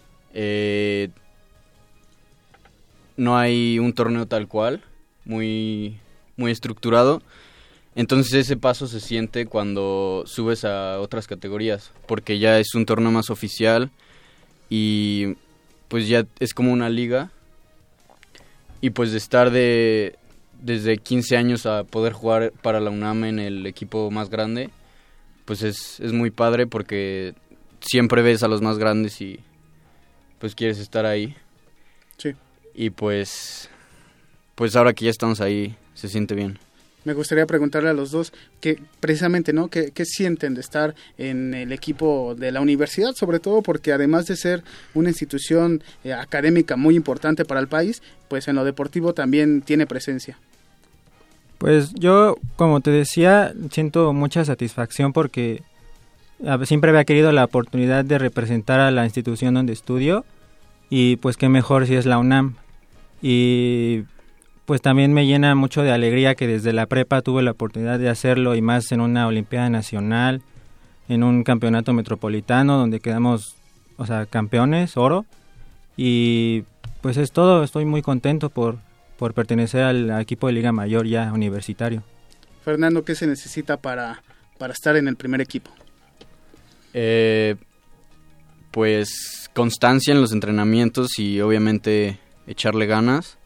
Speaker 10: No hay un torneo tal cual, muy, muy estructurado. Entonces ese paso se siente cuando subes a otras categorías, porque ya es un torneo más oficial y pues ya es como una liga. Y pues de estar desde 15 años a poder jugar para la UNAM en el equipo más grande, pues es muy padre porque siempre ves a los más grandes y pues quieres estar ahí.
Speaker 14: Sí.
Speaker 10: Y pues ahora que ya estamos ahí, se siente bien.
Speaker 14: Me gustaría preguntarle a los dos que precisamente, ¿no? ¿Qué sienten de estar en el equipo de la universidad? Sobre todo porque además de ser una institución académica muy importante para el país, pues en lo deportivo también tiene presencia.
Speaker 9: Pues yo, como te decía, siento mucha satisfacción porque siempre había querido la oportunidad de representar a la institución donde estudio y pues qué mejor si es la UNAM. Y pues también me llena mucho de alegría que desde la prepa tuve la oportunidad de hacerlo y más en una Olimpiada Nacional, en un campeonato metropolitano donde quedamos, campeones, oro. Y pues es todo, estoy muy contento por por pertenecer al equipo de Liga Mayor ya universitario.
Speaker 14: Fernando, ¿qué se necesita para estar en el primer equipo?
Speaker 10: Pues constancia en los entrenamientos y obviamente echarle ganas.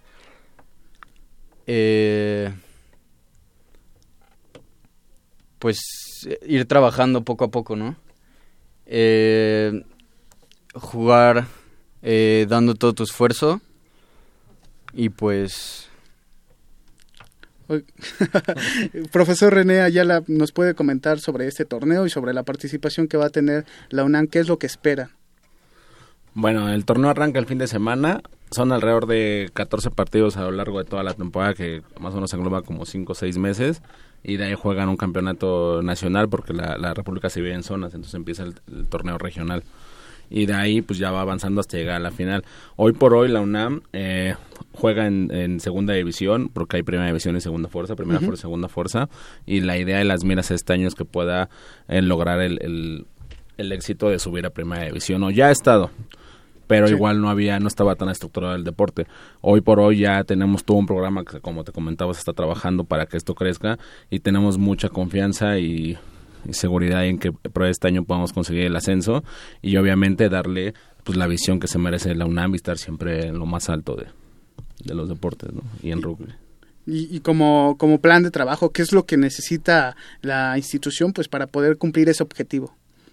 Speaker 10: Pues ir trabajando poco a poco, ¿no? Jugar dando todo tu esfuerzo y pues...
Speaker 14: Profesor René Ayala, ¿nos puede comentar sobre este torneo y sobre la participación que va a tener la UNAM? ¿Qué es lo que espera?
Speaker 8: Bueno, el torneo arranca el fin de semana. Son alrededor de 14 partidos a lo largo de toda la temporada, que más o menos engloba como 5 o 6 meses. Y de ahí juegan un campeonato nacional porque la República se divide en zonas, entonces empieza el torneo regional. Y de ahí pues ya va avanzando hasta llegar a la final. Hoy por hoy la UNAM juega en segunda división, porque hay primera división y segunda fuerza, primera fuerza, segunda fuerza, y la idea de las miras este año es que pueda lograr el éxito de subir a primera división, o ya ha estado, pero igual no estaba tan estructurado el deporte. Hoy por hoy ya tenemos todo un programa que, como te comentaba, se está trabajando para que esto crezca, y tenemos mucha confianza y seguridad en que por este año podamos conseguir el ascenso, y obviamente darle pues la visión que se merece la UNAM y estar siempre en lo más alto de los deportes, ¿no? Y en rugby.
Speaker 14: Y como plan de trabajo, ¿qué es lo que necesita la institución pues para poder cumplir ese objetivo?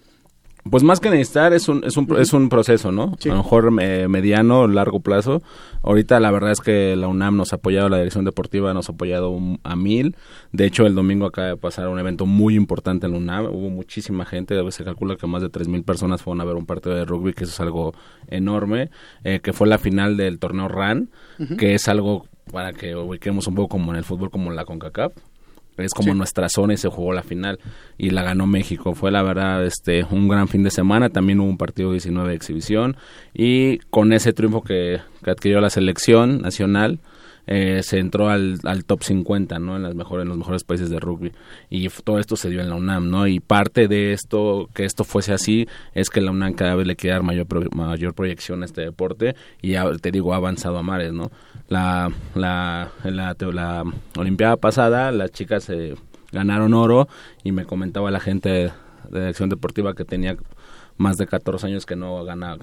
Speaker 8: Pues más que necesitar es un proceso, ¿no? Sí. A lo mejor mediano, largo plazo. Ahorita la verdad es que la UNAM nos ha apoyado, la dirección deportiva nos ha apoyado a 1000. De hecho, el domingo acaba de pasar un evento muy importante en la UNAM. Hubo muchísima gente, se calcula que más de 3000 personas fueron a ver un partido de rugby, que eso es algo enorme, que fue la final del torneo RAN, que es algo para que ubiquemos un poco como en el fútbol, como la CONCACAF. Es como nuestra zona, y se jugó la final y la ganó México. Fue la verdad un gran fin de semana. También hubo un partido 19 de exhibición, y con ese triunfo que adquirió la selección nacional se entró al top 50, ¿no? En los mejores países de rugby, y todo esto se dio en la UNAM, ¿no? Y parte de esto, que esto fuese así, es que la UNAM cada vez le quiere dar mayor proyección a este deporte, y ya, te digo, ha avanzado a mares, ¿no? En la Olimpiada pasada las chicas ganaron oro, y me comentaba la gente de dirección deportiva que tenía más de 14 años que no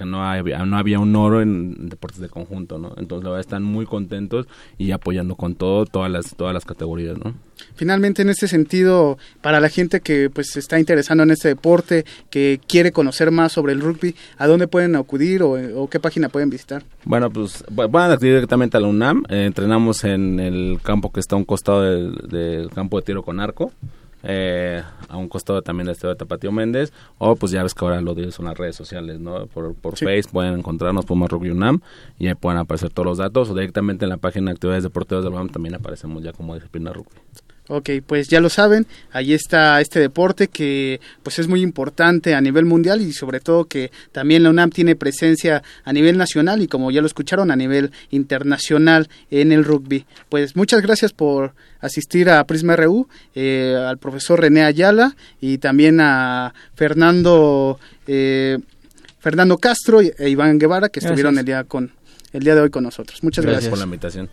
Speaker 8: había un oro en deportes de conjunto, ¿no? Entonces la verdad están muy contentos y apoyando con todas las categorías, ¿no?
Speaker 14: Finalmente, en este sentido, para la gente que pues se está interesando en este deporte, que quiere conocer más sobre el rugby, ¿a dónde pueden acudir o qué página pueden visitar?
Speaker 8: Bueno, pues van a acudir directamente a la UNAM. Entrenamos en el campo que está a un costado del campo de tiro con arco. A un costado también del estadio de Tapatío Méndez, o pues ya ves que ahora lo digo, son las redes sociales, ¿no? Por Facebook pueden encontrarnos Pumas Rugby UNAM, y ahí pueden aparecer todos los datos, o directamente en la página de actividades deportivas de la UNAM también aparecemos ya como disciplina rugby.
Speaker 14: Ok, pues ya lo saben, ahí está este deporte que pues es muy importante a nivel mundial, y sobre todo que también la UNAM tiene presencia a nivel nacional y, como ya lo escucharon, a nivel internacional en el rugby. Pues muchas gracias por asistir a Prisma RU, al profesor René Ayala y también a Fernando Castro e Iván Guevara, que estuvieron el día de hoy con nosotros. Muchas gracias
Speaker 8: por la invitación.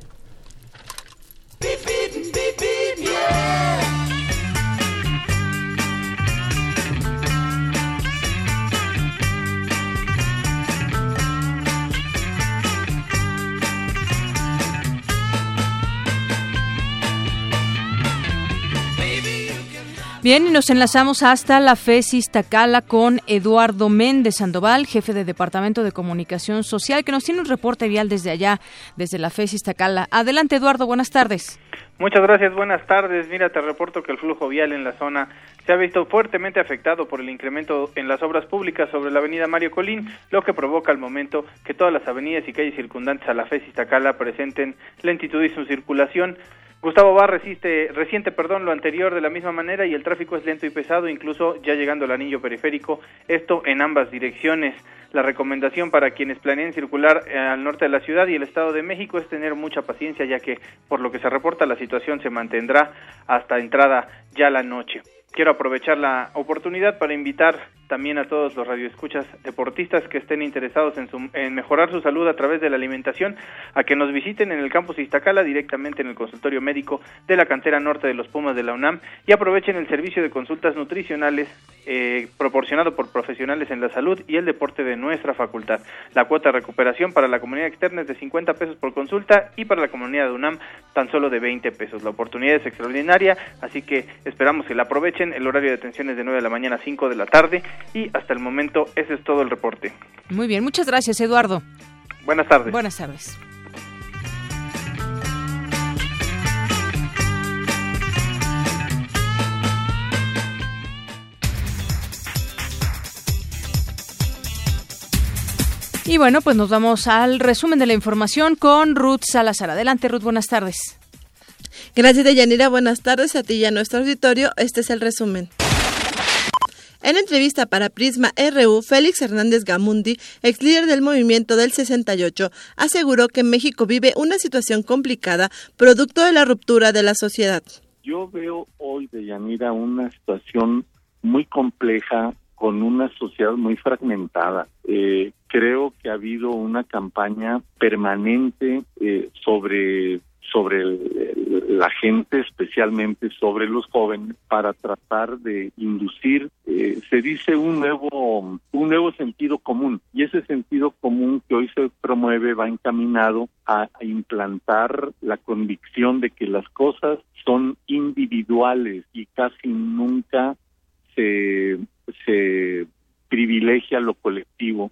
Speaker 3: Bien, y nos enlazamos hasta la FES Iztacala con Eduardo Méndez Sandoval, jefe de Departamento de Comunicación Social, que nos tiene un reporte vial desde allá, desde la FES Iztacala. Adelante, Eduardo, buenas tardes.
Speaker 11: Muchas gracias, buenas tardes. Mira, te reporto que el flujo vial en la zona se ha visto fuertemente afectado por el incremento en las obras públicas sobre la avenida Mario Colín, lo que provoca al momento que todas las avenidas y calles circundantes a la FES Iztacala presenten lentitud y su circulación. Gustavo Bá resiente lo anterior de la misma manera, y el tráfico es lento y pesado, incluso ya llegando al anillo periférico, esto en ambas direcciones. La recomendación para quienes planeen circular al norte de la ciudad y el Estado de México es tener mucha paciencia, ya que por lo que se reporta la situación se mantendrá hasta entrada ya la noche. Quiero aprovechar la oportunidad para invitar también a todos los radioescuchas deportistas que estén interesados en mejorar su salud a través de la alimentación, a que nos visiten en el campus Iztacala, directamente en el consultorio médico de la cantera norte de los Pumas de la UNAM, y aprovechen el servicio de consultas nutricionales proporcionado por profesionales en la salud y el deporte de nuestra facultad. La cuota de recuperación para la comunidad externa es de 50 pesos por consulta y para la comunidad de UNAM tan solo de 20 pesos. La oportunidad es extraordinaria, así que esperamos que la aprovechen. El horario de atención es de 9 de la mañana a 5 de la tarde y hasta el momento ese es todo el reporte.
Speaker 3: Muy bien, muchas gracias, Eduardo.
Speaker 11: Buenas tardes.
Speaker 3: Buenas tardes. Y bueno, pues nos vamos al resumen de la información con Ruth Salazar. Adelante, Ruth, buenas tardes.
Speaker 12: Gracias, Deyanira. Buenas tardes a ti y a nuestro auditorio. Este es el resumen. En entrevista para Prisma RU, Félix Hernández Gamundi, ex líder del movimiento del 68, aseguró que México vive una situación complicada producto de la ruptura de la sociedad.
Speaker 6: Yo veo hoy, Deyanira, una situación muy compleja con una sociedad muy fragmentada. Creo que ha habido una campaña permanente sobre la gente, especialmente sobre los jóvenes, para tratar de inducir, se dice, un nuevo sentido común. Y ese sentido común que hoy se promueve va encaminado a implantar la convicción de que las cosas son individuales y casi nunca se privilegia lo colectivo.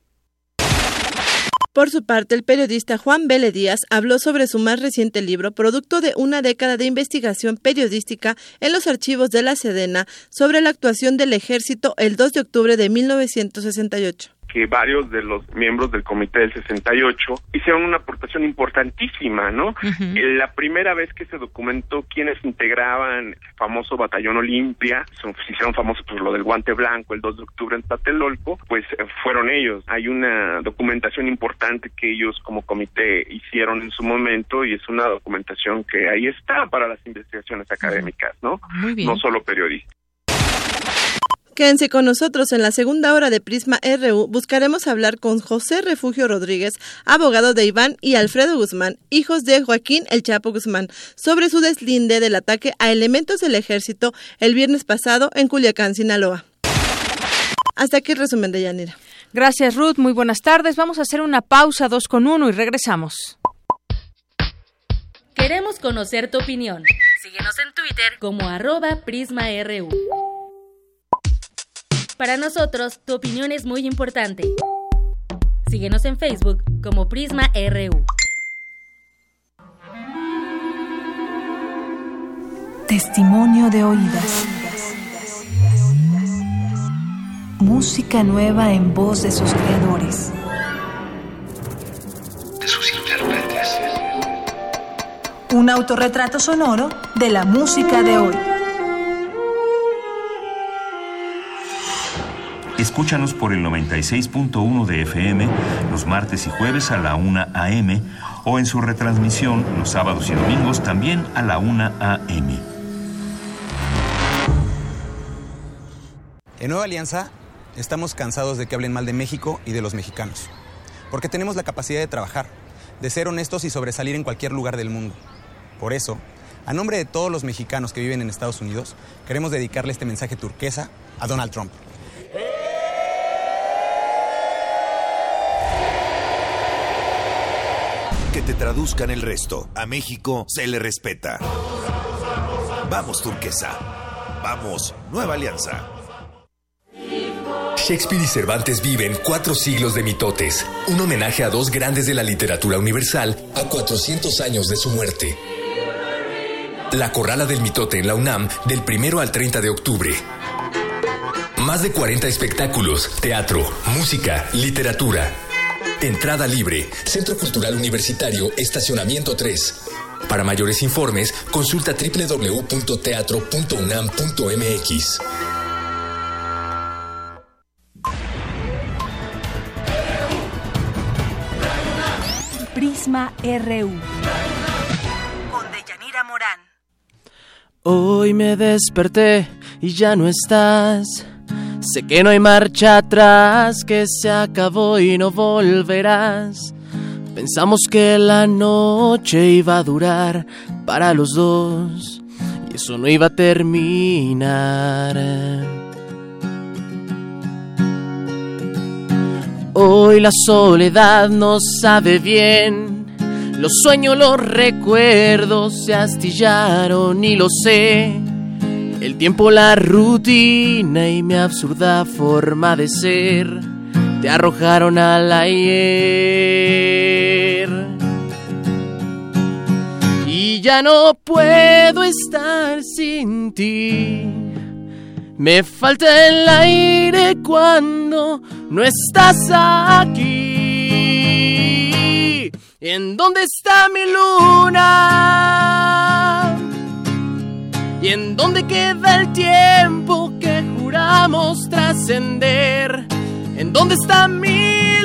Speaker 12: Por su parte, el periodista Juan Vélez Díaz habló sobre su más reciente libro, producto de una década de investigación periodística en los archivos de la Sedena, sobre la actuación del Ejército el 2 de octubre de 1968.
Speaker 13: Que varios de los miembros del Comité del 68 hicieron una aportación importantísima, ¿no? Uh-huh. La primera vez que se documentó quiénes integraban el famoso Batallón Olimpia, se hicieron famosos por lo del guante blanco el 2 de octubre en Tlatelolco, pues fueron ellos. Hay una documentación importante que ellos como comité hicieron en su momento y es una documentación que ahí está para las investigaciones académicas, ¿no?
Speaker 12: Muy bien.
Speaker 13: No solo periodistas.
Speaker 12: Quédense con nosotros en la segunda hora de Prisma RU. Buscaremos hablar con José Refugio Rodríguez, abogado de Iván y Alfredo Guzmán, hijos de Joaquín El Chapo Guzmán, sobre su deslinde del ataque a elementos del ejército el viernes pasado en Culiacán, Sinaloa. Hasta aquí el resumen de Yanira.
Speaker 3: Gracias, Ruth. Muy buenas tardes. Vamos a hacer una pausa 2:1 y regresamos.
Speaker 15: Queremos conocer tu opinión. Síguenos en Twitter como @PrismaRU. Para nosotros, tu opinión es muy importante. Síguenos en Facebook como Prisma RU.
Speaker 5: Testimonio de oídas. Música nueva en voz de sus creadores.
Speaker 16: De sus intérpretes.
Speaker 5: Un autorretrato sonoro de la música de hoy.
Speaker 16: Escúchanos por el 96.1 de FM los martes y jueves a la 1 a.m. o en su retransmisión los sábados y domingos también a la 1 a.m.
Speaker 17: En Nueva Alianza estamos cansados de que hablen mal de México y de los mexicanos, porque tenemos la capacidad de trabajar, de ser honestos y sobresalir en cualquier lugar del mundo. Por eso, a nombre de todos los mexicanos que viven en Estados Unidos, queremos dedicarle este mensaje turquesa a Donald Trump.
Speaker 19: Que te traduzcan el resto. A México se le respeta. Vamos, turquesa. Vamos, Nueva Alianza.
Speaker 27: Shakespeare y Cervantes viven 4 siglos de mitotes. Un homenaje a 2 grandes de la literatura universal a 400 años de su muerte. La Corrala del Mitote en la UNAM del 1 al 30 de octubre. Más de 40 espectáculos, teatro, música, literatura. Entrada libre. Centro Cultural Universitario, Estacionamiento 3. Para mayores informes, consulta www.teatro.unam.mx.
Speaker 5: Prisma RU. Con Deyanira Morán.
Speaker 28: Hoy me desperté y ya no estás.
Speaker 20: Sé que no hay marcha atrás, que se acabó y no volverás. Pensamos que la noche iba a durar para los dos y eso no iba a terminar. Hoy la soledad no sabe bien, los sueños, los recuerdos se astillaron y lo sé. El tiempo, la rutina y mi absurda forma de ser te arrojaron al ayer. Y ya no puedo estar sin ti. Me falta el aire cuando no estás aquí. ¿En dónde está mi luna? ¿Y en dónde queda el tiempo que juramos trascender? ¿En dónde está mi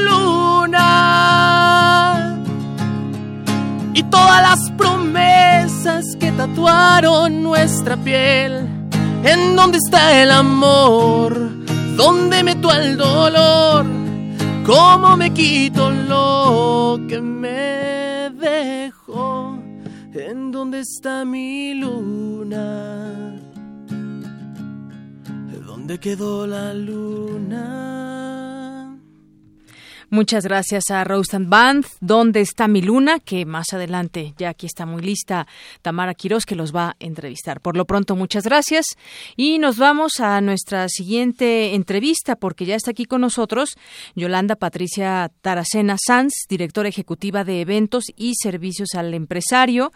Speaker 20: luna? Y todas las promesas que tatuaron nuestra piel. ¿En dónde está el amor? ¿Dónde meto el dolor? ¿Cómo me quito lo que me dejó? ¿En dónde está mi luna? ¿Dónde quedó la luna?
Speaker 3: Muchas gracias a Rostand Band. ¿Dónde está mi luna? Que más adelante, ya aquí está muy lista Tamara Quirós, que los va a entrevistar. Por lo pronto, muchas gracias. Y nos vamos a nuestra siguiente entrevista, porque ya está aquí con nosotros Yolanda Patricia Taracena Sanz, directora ejecutiva de Eventos y Servicios al Empresario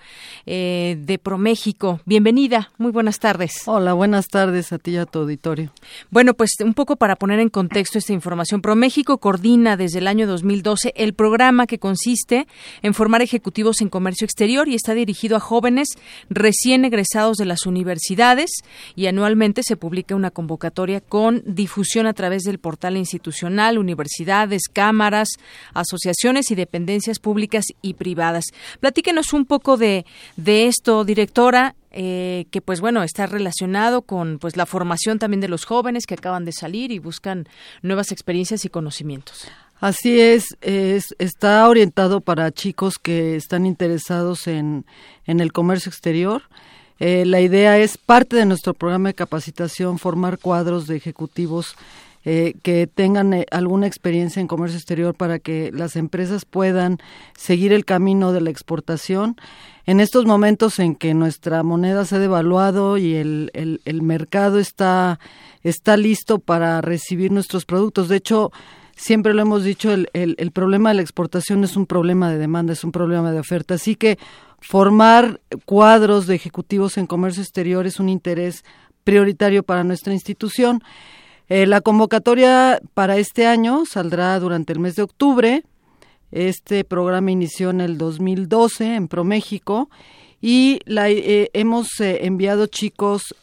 Speaker 3: de ProMéxico. Bienvenida, muy buenas tardes.
Speaker 21: Hola, buenas tardes a ti y a tu auditorio.
Speaker 3: Bueno, pues un poco para poner en contexto esta información, ProMéxico coordina desde el año 2012 el programa que consiste en formar ejecutivos en comercio exterior y está dirigido a jóvenes recién egresados de las universidades, y anualmente se publica una convocatoria con difusión a través del portal institucional, universidades, cámaras, asociaciones y dependencias públicas y privadas. Platíquenos un poco de esto, directora. Que pues bueno, está relacionado con pues la formación también de los jóvenes que acaban de salir y buscan nuevas experiencias y conocimientos.
Speaker 21: Así es, está orientado para chicos que están interesados en el comercio exterior. La idea es, parte de nuestro programa de capacitación, formar cuadros de ejecutivos que tengan alguna experiencia en comercio exterior para que las empresas puedan seguir el camino de la exportación. En estos momentos en que nuestra moneda se ha devaluado y el mercado está listo para recibir nuestros productos. De hecho, siempre lo hemos dicho, el problema de la exportación no es un problema de demanda, es un problema de oferta. Así que formar cuadros de ejecutivos en comercio exterior es un interés prioritario para nuestra institución. La convocatoria para este año saldrá durante el mes de octubre. Este programa inició en el 2012 en ProMéxico y hemos enviado chicos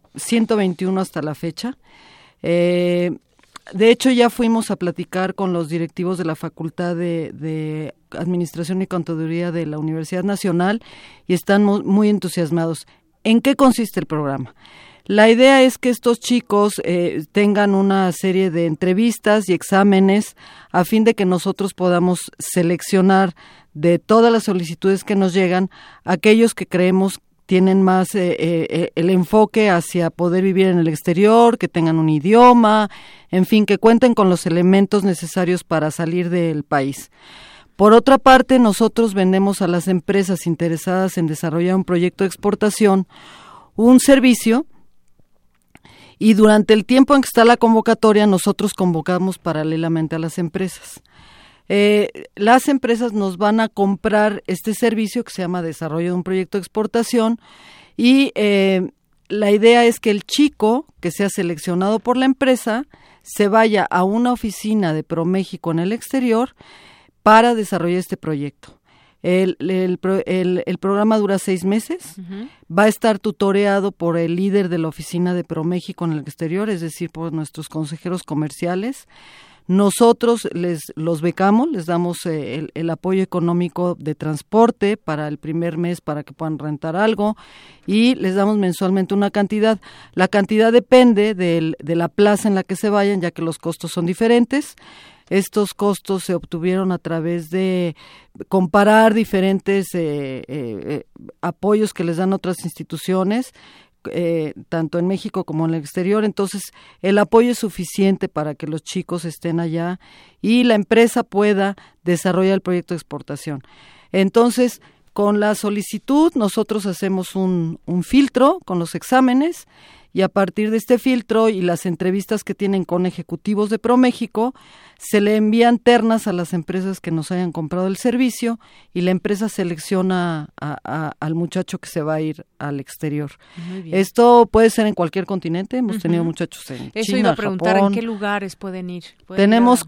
Speaker 21: 121 hasta la fecha. De hecho, ya fuimos a platicar con los directivos de la Facultad de Administración y Contaduría de la Universidad Nacional y están muy entusiasmados. ¿En qué consiste el programa? La idea es que estos chicos tengan una serie de entrevistas y exámenes a fin de que nosotros podamos seleccionar de todas las solicitudes que nos llegan aquellos que creemos tienen más el enfoque hacia poder vivir en el exterior, que tengan un idioma, en fin, que cuenten con los elementos necesarios para salir del país. Por otra parte, nosotros vendemos a las empresas interesadas en desarrollar un proyecto de exportación un servicio. Y durante el tiempo en que está la convocatoria, nosotros convocamos paralelamente a las empresas. Las empresas nos van a comprar este servicio que se llama Desarrollo de un Proyecto de Exportación y la idea es que el chico que sea seleccionado por la empresa se vaya a una oficina de ProMéxico en el exterior para desarrollar este proyecto. El programa dura 6 meses, va a estar tutoreado por el líder de la oficina de ProMéxico en el exterior, es decir, por nuestros consejeros comerciales. Nosotros los becamos, les damos el apoyo económico de transporte para el primer mes para que puedan rentar algo y les damos mensualmente una cantidad. La cantidad depende de la plaza en la que se vayan, ya que los costos son diferentes. Estos costos se obtuvieron a través de comparar diferentes apoyos que les dan otras instituciones, tanto en México como en el exterior. Entonces el apoyo es suficiente para que los chicos estén allá y la empresa pueda desarrollar el proyecto de exportación. Entonces, con la solicitud nosotros hacemos un filtro con los exámenes y a partir de este filtro y las entrevistas que tienen con ejecutivos de ProMéxico, se le envían ternas a las empresas que nos hayan comprado el servicio y la empresa selecciona al muchacho que se va a ir al exterior.
Speaker 3: Muy bien.
Speaker 21: Esto puede ser en cualquier continente, hemos tenido muchachos en
Speaker 3: Eso
Speaker 21: China,
Speaker 3: iba a preguntar,
Speaker 21: Japón.
Speaker 3: ¿en qué lugares pueden ir?
Speaker 21: Tenemos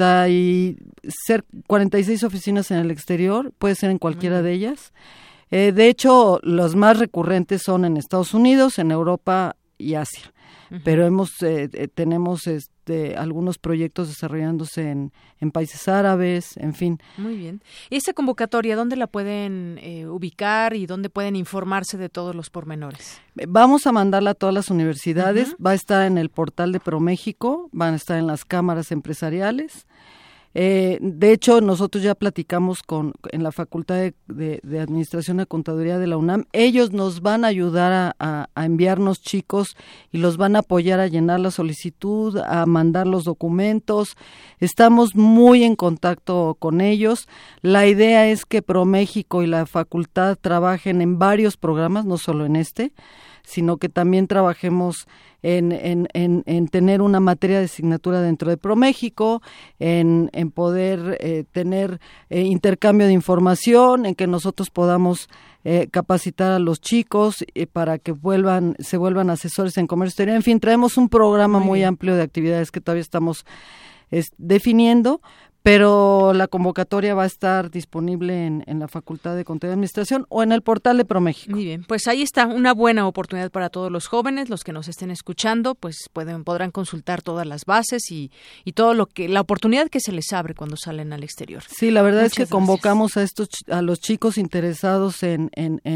Speaker 21: 46 oficinas en el exterior, puede ser en cualquiera de ellas. De hecho, los más recurrentes son en Estados Unidos, en Europa y Asia. Pero tenemos algunos proyectos desarrollándose en países árabes, en fin.
Speaker 3: Muy bien. ¿Y esta convocatoria dónde la pueden ubicar y dónde pueden informarse de todos los pormenores?
Speaker 21: Vamos a mandarla a todas las universidades, va a estar en el portal de ProMéxico, van a estar en las cámaras empresariales. De hecho, nosotros ya platicamos en la Facultad de Administración y Contaduría de la UNAM. Ellos nos van a ayudar a enviarnos chicos y los van a apoyar a llenar la solicitud, a mandar los documentos. Estamos muy en contacto con ellos. La idea es que ProMéxico y la facultad trabajen en varios programas, no solo en este, sino que también trabajemos en tener una materia de asignatura dentro de ProMéxico, en poder tener intercambio de información, en que nosotros podamos capacitar a los chicos para que se vuelvan asesores en comercio exterior. En fin, traemos un programa muy amplio de actividades que todavía estamos definiendo, pero la convocatoria va a estar disponible en la Facultad de Contaduría y Administración o en el portal de ProMéxico.
Speaker 3: Muy bien, pues ahí está, una buena oportunidad para todos los jóvenes, los que nos estén escuchando, pues podrán consultar todas las bases y todo la oportunidad que se les abre cuando salen al exterior.
Speaker 21: Sí, la verdad
Speaker 3: Muchas
Speaker 21: es que convocamos a los chicos interesados en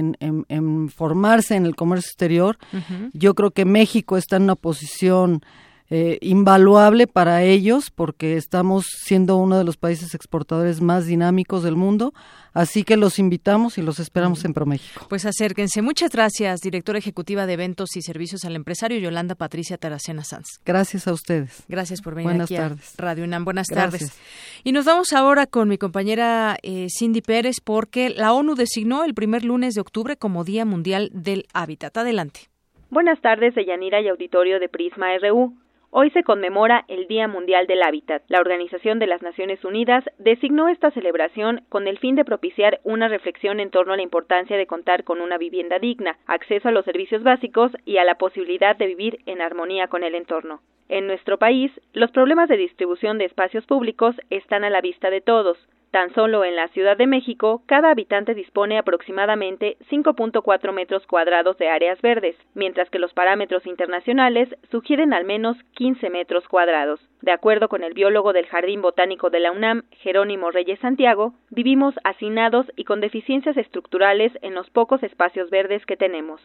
Speaker 21: formarse en el comercio exterior. Yo creo que México está en una posición invaluable para ellos porque estamos siendo uno de los países exportadores más dinámicos del mundo, así que los invitamos y los esperamos en ProMéxico.
Speaker 3: Pues acérquense. Muchas gracias, directora ejecutiva de Eventos y Servicios al Empresario, Yolanda Patricia Taracena Sanz.
Speaker 21: Gracias a ustedes.
Speaker 3: Gracias por venir
Speaker 21: Buenas
Speaker 3: aquí
Speaker 21: tardes.
Speaker 3: a Radio UNAM. Buenas
Speaker 21: Gracias.
Speaker 3: tardes. Y nos vamos ahora con mi compañera Cindy Pérez porque la ONU designó el primer lunes de octubre como Día Mundial del Hábitat. Adelante.
Speaker 1: Buenas tardes, Deyanira y auditorio de Prisma RU. Hoy se conmemora el Día Mundial del Hábitat. La Organización de las Naciones Unidas designó esta celebración con el fin de propiciar una reflexión en torno a la importancia de contar con una vivienda digna, acceso a los servicios básicos y a la posibilidad de vivir en armonía con el entorno. En nuestro país, los problemas de distribución de espacios públicos están a la vista de todos. Tan solo en la Ciudad de México, cada habitante dispone aproximadamente 5.4 metros cuadrados de áreas verdes, mientras que los parámetros internacionales sugieren al menos 15 metros cuadrados. De acuerdo con el biólogo del Jardín Botánico de la UNAM, Jerónimo Reyes Santiago, vivimos hacinados y con deficiencias estructurales en los pocos espacios verdes que tenemos.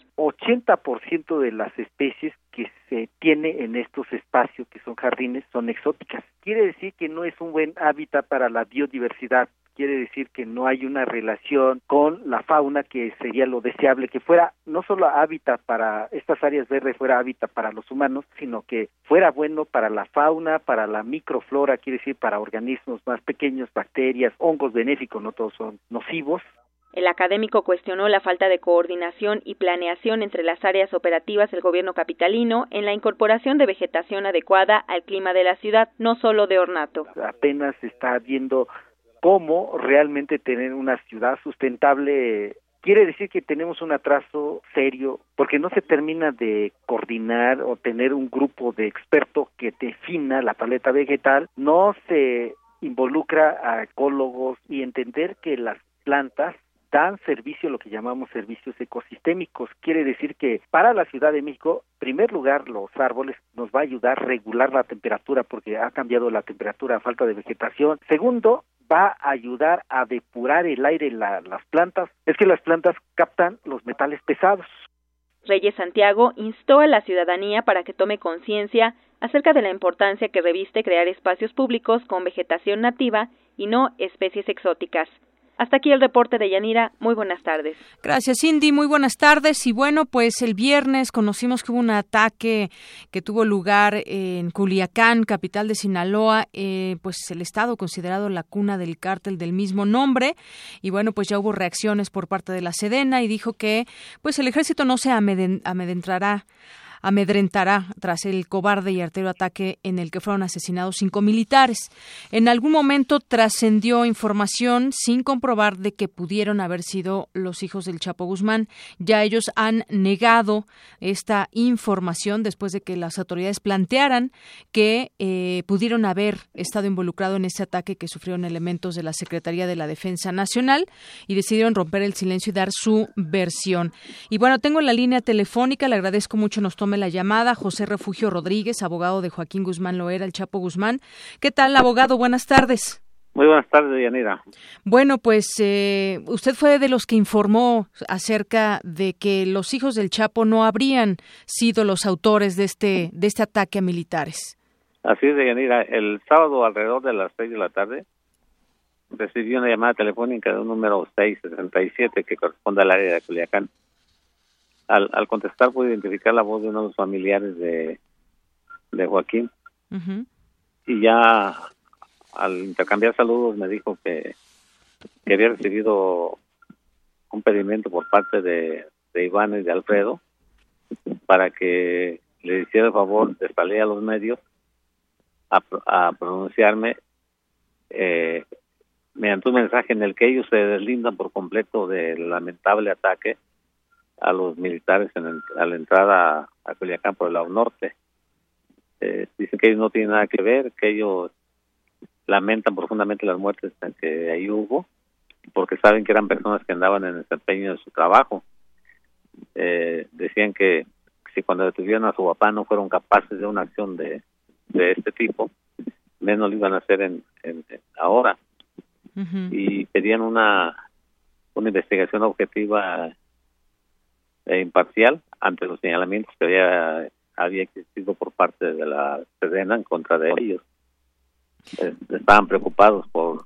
Speaker 2: 80% de las especies que se tiene en estos espacios que son jardines son exóticas. Quiere decir que no es un buen hábitat para la biodiversidad. Quiere decir que no hay una relación con la fauna, que sería lo deseable, que fuera no solo hábitat para estas áreas verdes, fuera hábitat para los humanos, sino que fuera bueno para la fauna, para la microflora, quiere decir para organismos más pequeños, bacterias, hongos benéficos, no todos son nocivos.
Speaker 1: El académico cuestionó la falta de coordinación y planeación entre las áreas operativas del gobierno capitalino en la incorporación de vegetación adecuada al clima de la ciudad, no solo de ornato.
Speaker 2: Apenas se está viendo cómo realmente tener una ciudad sustentable. Quiere decir que tenemos un atraso serio porque no se termina de coordinar o tener un grupo de expertos que defina la paleta vegetal, no se involucra a ecólogos y entender que las plantas dan servicio, lo que llamamos servicios ecosistémicos. Quiere decir que para la Ciudad de México, en primer lugar, los árboles nos va a ayudar a regular la temperatura porque ha cambiado la temperatura a falta de vegetación. Segundo, va a ayudar a depurar el aire en las plantas. Es que las plantas captan los metales pesados.
Speaker 1: Reyes Santiago instó a la ciudadanía para que tome conciencia acerca de la importancia que reviste crear espacios públicos con vegetación nativa y no especies exóticas. Hasta aquí el reporte de Yanira. Muy buenas tardes.
Speaker 3: Gracias, Cindy. Muy buenas tardes. Y bueno, pues el viernes conocimos que hubo un ataque que tuvo lugar en Culiacán, capital de Sinaloa, pues el estado considerado la cuna del cártel del mismo nombre. Y bueno, pues ya hubo reacciones por parte de la Sedena y dijo que pues el ejército no se amedrentará tras el cobarde y artero ataque en el que fueron asesinados 5 militares. En algún momento trascendió información sin comprobar de que pudieron haber sido los hijos del Chapo Guzmán. Ya ellos han negado esta información después de que las autoridades plantearan que pudieron haber estado involucrados en este ataque que sufrieron elementos de la Secretaría de la Defensa Nacional y decidieron romper el silencio y dar su versión. Y bueno, tengo la línea telefónica, le agradezco mucho, nos tome la llamada, José Refugio Rodríguez, abogado de Joaquín Guzmán Loera, el Chapo Guzmán. ¿Qué tal, abogado? Buenas tardes.
Speaker 4: Muy buenas tardes, Yanira.
Speaker 3: Bueno, pues usted fue de los que informó acerca de que los hijos del Chapo no habrían sido los autores de este ataque a militares.
Speaker 4: Así es, Yanira. El sábado alrededor de las 6 de la tarde recibí una llamada telefónica de un número 667 que corresponde al área de Culiacán. Al contestar pude identificar la voz de uno de los familiares de Joaquín. Uh-huh. Y ya al intercambiar saludos me dijo que había recibido un pedimento por parte de Iván y de Alfredo para que le hiciera el favor de salir a los medios a pronunciarme mediante un mensaje en el que ellos se deslindan por completo del lamentable ataque a los militares a la entrada a Culiacán por el lado norte. Dicen que ellos no tienen nada que ver, que ellos lamentan profundamente las muertes que ahí hubo, porque saben que eran personas que andaban en el desempeño de su trabajo. Decían que si cuando detuvieron a su papá no fueron capaces de una acción de este tipo, menos lo iban a hacer ahora. Uh-huh. Y pedían una investigación objetiva e imparcial ante los señalamientos que había existido por parte de la Sedena en contra de ellos. Estaban preocupados por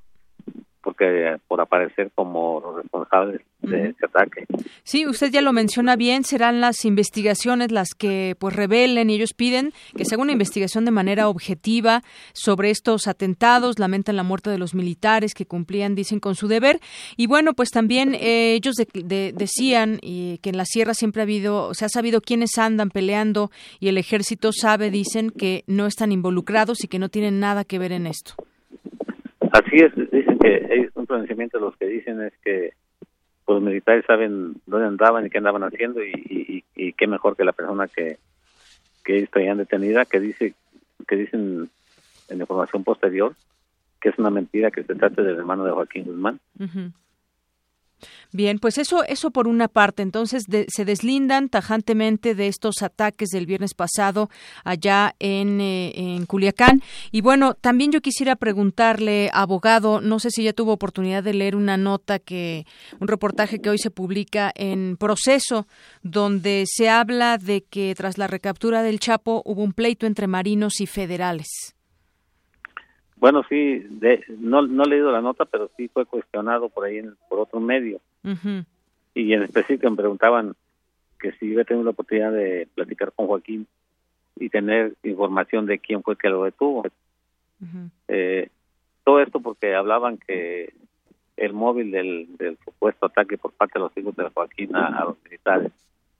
Speaker 4: aparecer como los responsables de ese ataque.
Speaker 3: Sí, usted ya lo menciona bien, serán las investigaciones las que pues revelen y ellos piden que se haga una investigación de manera objetiva sobre estos atentados, lamentan la muerte de los militares que cumplían, dicen, con su deber. Y bueno, pues también ellos decían que en la sierra siempre se ha sabido quiénes andan peleando y el ejército sabe, dicen, que no están involucrados y que no tienen nada que ver en esto.
Speaker 4: Así es, dicen que un pronunciamiento de los que dicen es que pues, los militares saben dónde andaban y qué andaban haciendo y qué mejor que la persona que ellos tenían detenida, que dicen en la información posterior que es una mentira que se trate del hermano de Joaquín Guzmán.
Speaker 3: Uh-huh. Bien, pues eso por una parte. Entonces se deslindan tajantemente de estos ataques del viernes pasado allá en Culiacán. Y bueno, también yo quisiera preguntarle, abogado, no sé si ya tuvo oportunidad de leer un reportaje que hoy se publica en Proceso, donde se habla de que tras la recaptura del Chapo hubo un pleito entre marinos y federales.
Speaker 4: Bueno, sí, no he leído la nota, pero sí fue cuestionado por ahí por otro medio. Uh-huh. Y en específico me preguntaban que si iba a tener la oportunidad de platicar con Joaquín y tener información de quién fue que lo detuvo. Uh-huh. Todo esto porque hablaban que el móvil del supuesto ataque por parte de los hijos de Joaquín a los militares